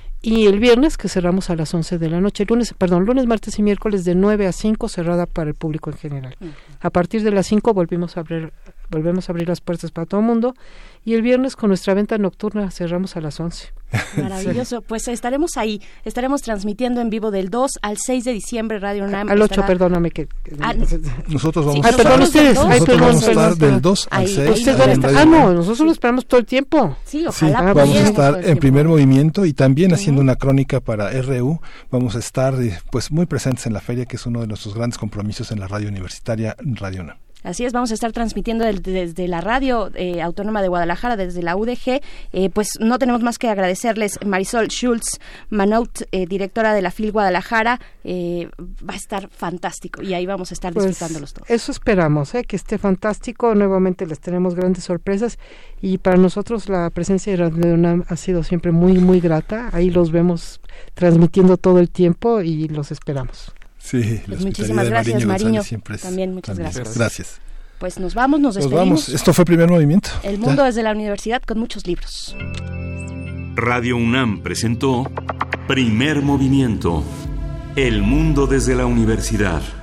[SPEAKER 4] Y el viernes, que cerramos a las once de la noche, lunes, perdón, lunes, martes y miércoles de nueve a cinco, cerrada para el público en general. Uh-huh. A partir de las cinco volvimos a abrir, volvemos a abrir las puertas para todo el mundo, y el viernes con nuestra venta nocturna cerramos a las once.
[SPEAKER 3] Maravilloso, pues estaremos ahí, estaremos transmitiendo en vivo del dos al seis de diciembre Radio UNAM.
[SPEAKER 4] Al ocho, perdóname que...
[SPEAKER 2] Ah, nosotros vamos
[SPEAKER 4] sí, a estar... Perdón, ustedes.
[SPEAKER 2] Nosotros
[SPEAKER 4] Ay, perdón,
[SPEAKER 2] vamos a estar
[SPEAKER 4] perdón,
[SPEAKER 2] del dos al seis.
[SPEAKER 4] Ah, no, nosotros lo esperamos todo el tiempo.
[SPEAKER 3] Sí, ojalá.
[SPEAKER 2] Sí, vamos a estar en primer movimiento y también haciendo uh-huh. una crónica para R U. Vamos a estar pues muy presentes en la feria, que es uno de nuestros grandes compromisos en la radio universitaria Radio UNAM.
[SPEAKER 3] Así es, vamos a estar transmitiendo desde, desde la radio eh, autónoma de Guadalajara, desde la U D G. Eh, pues no tenemos más que agradecerles. Marisol Schultz Manaut, eh, directora de la Fil Guadalajara, eh, va a estar fantástico y ahí vamos a estar pues disfrutándolos todos.
[SPEAKER 4] Eso esperamos, eh, que esté fantástico. Nuevamente les tenemos grandes sorpresas y para nosotros la presencia de Radio UNAM ha sido siempre muy, muy grata. Ahí los vemos transmitiendo todo el tiempo y los esperamos.
[SPEAKER 2] Sí,
[SPEAKER 3] pues muchísimas gracias, Mariño. Es, también muchas
[SPEAKER 2] también.
[SPEAKER 3] gracias.
[SPEAKER 2] Gracias.
[SPEAKER 3] Pues nos vamos, nos despedimos.
[SPEAKER 2] Nos vamos. Esto fue Primer Movimiento.
[SPEAKER 3] El mundo ya. Desde la universidad con muchos libros.
[SPEAKER 12] Radio UNAM presentó Primer Movimiento. El mundo desde la universidad.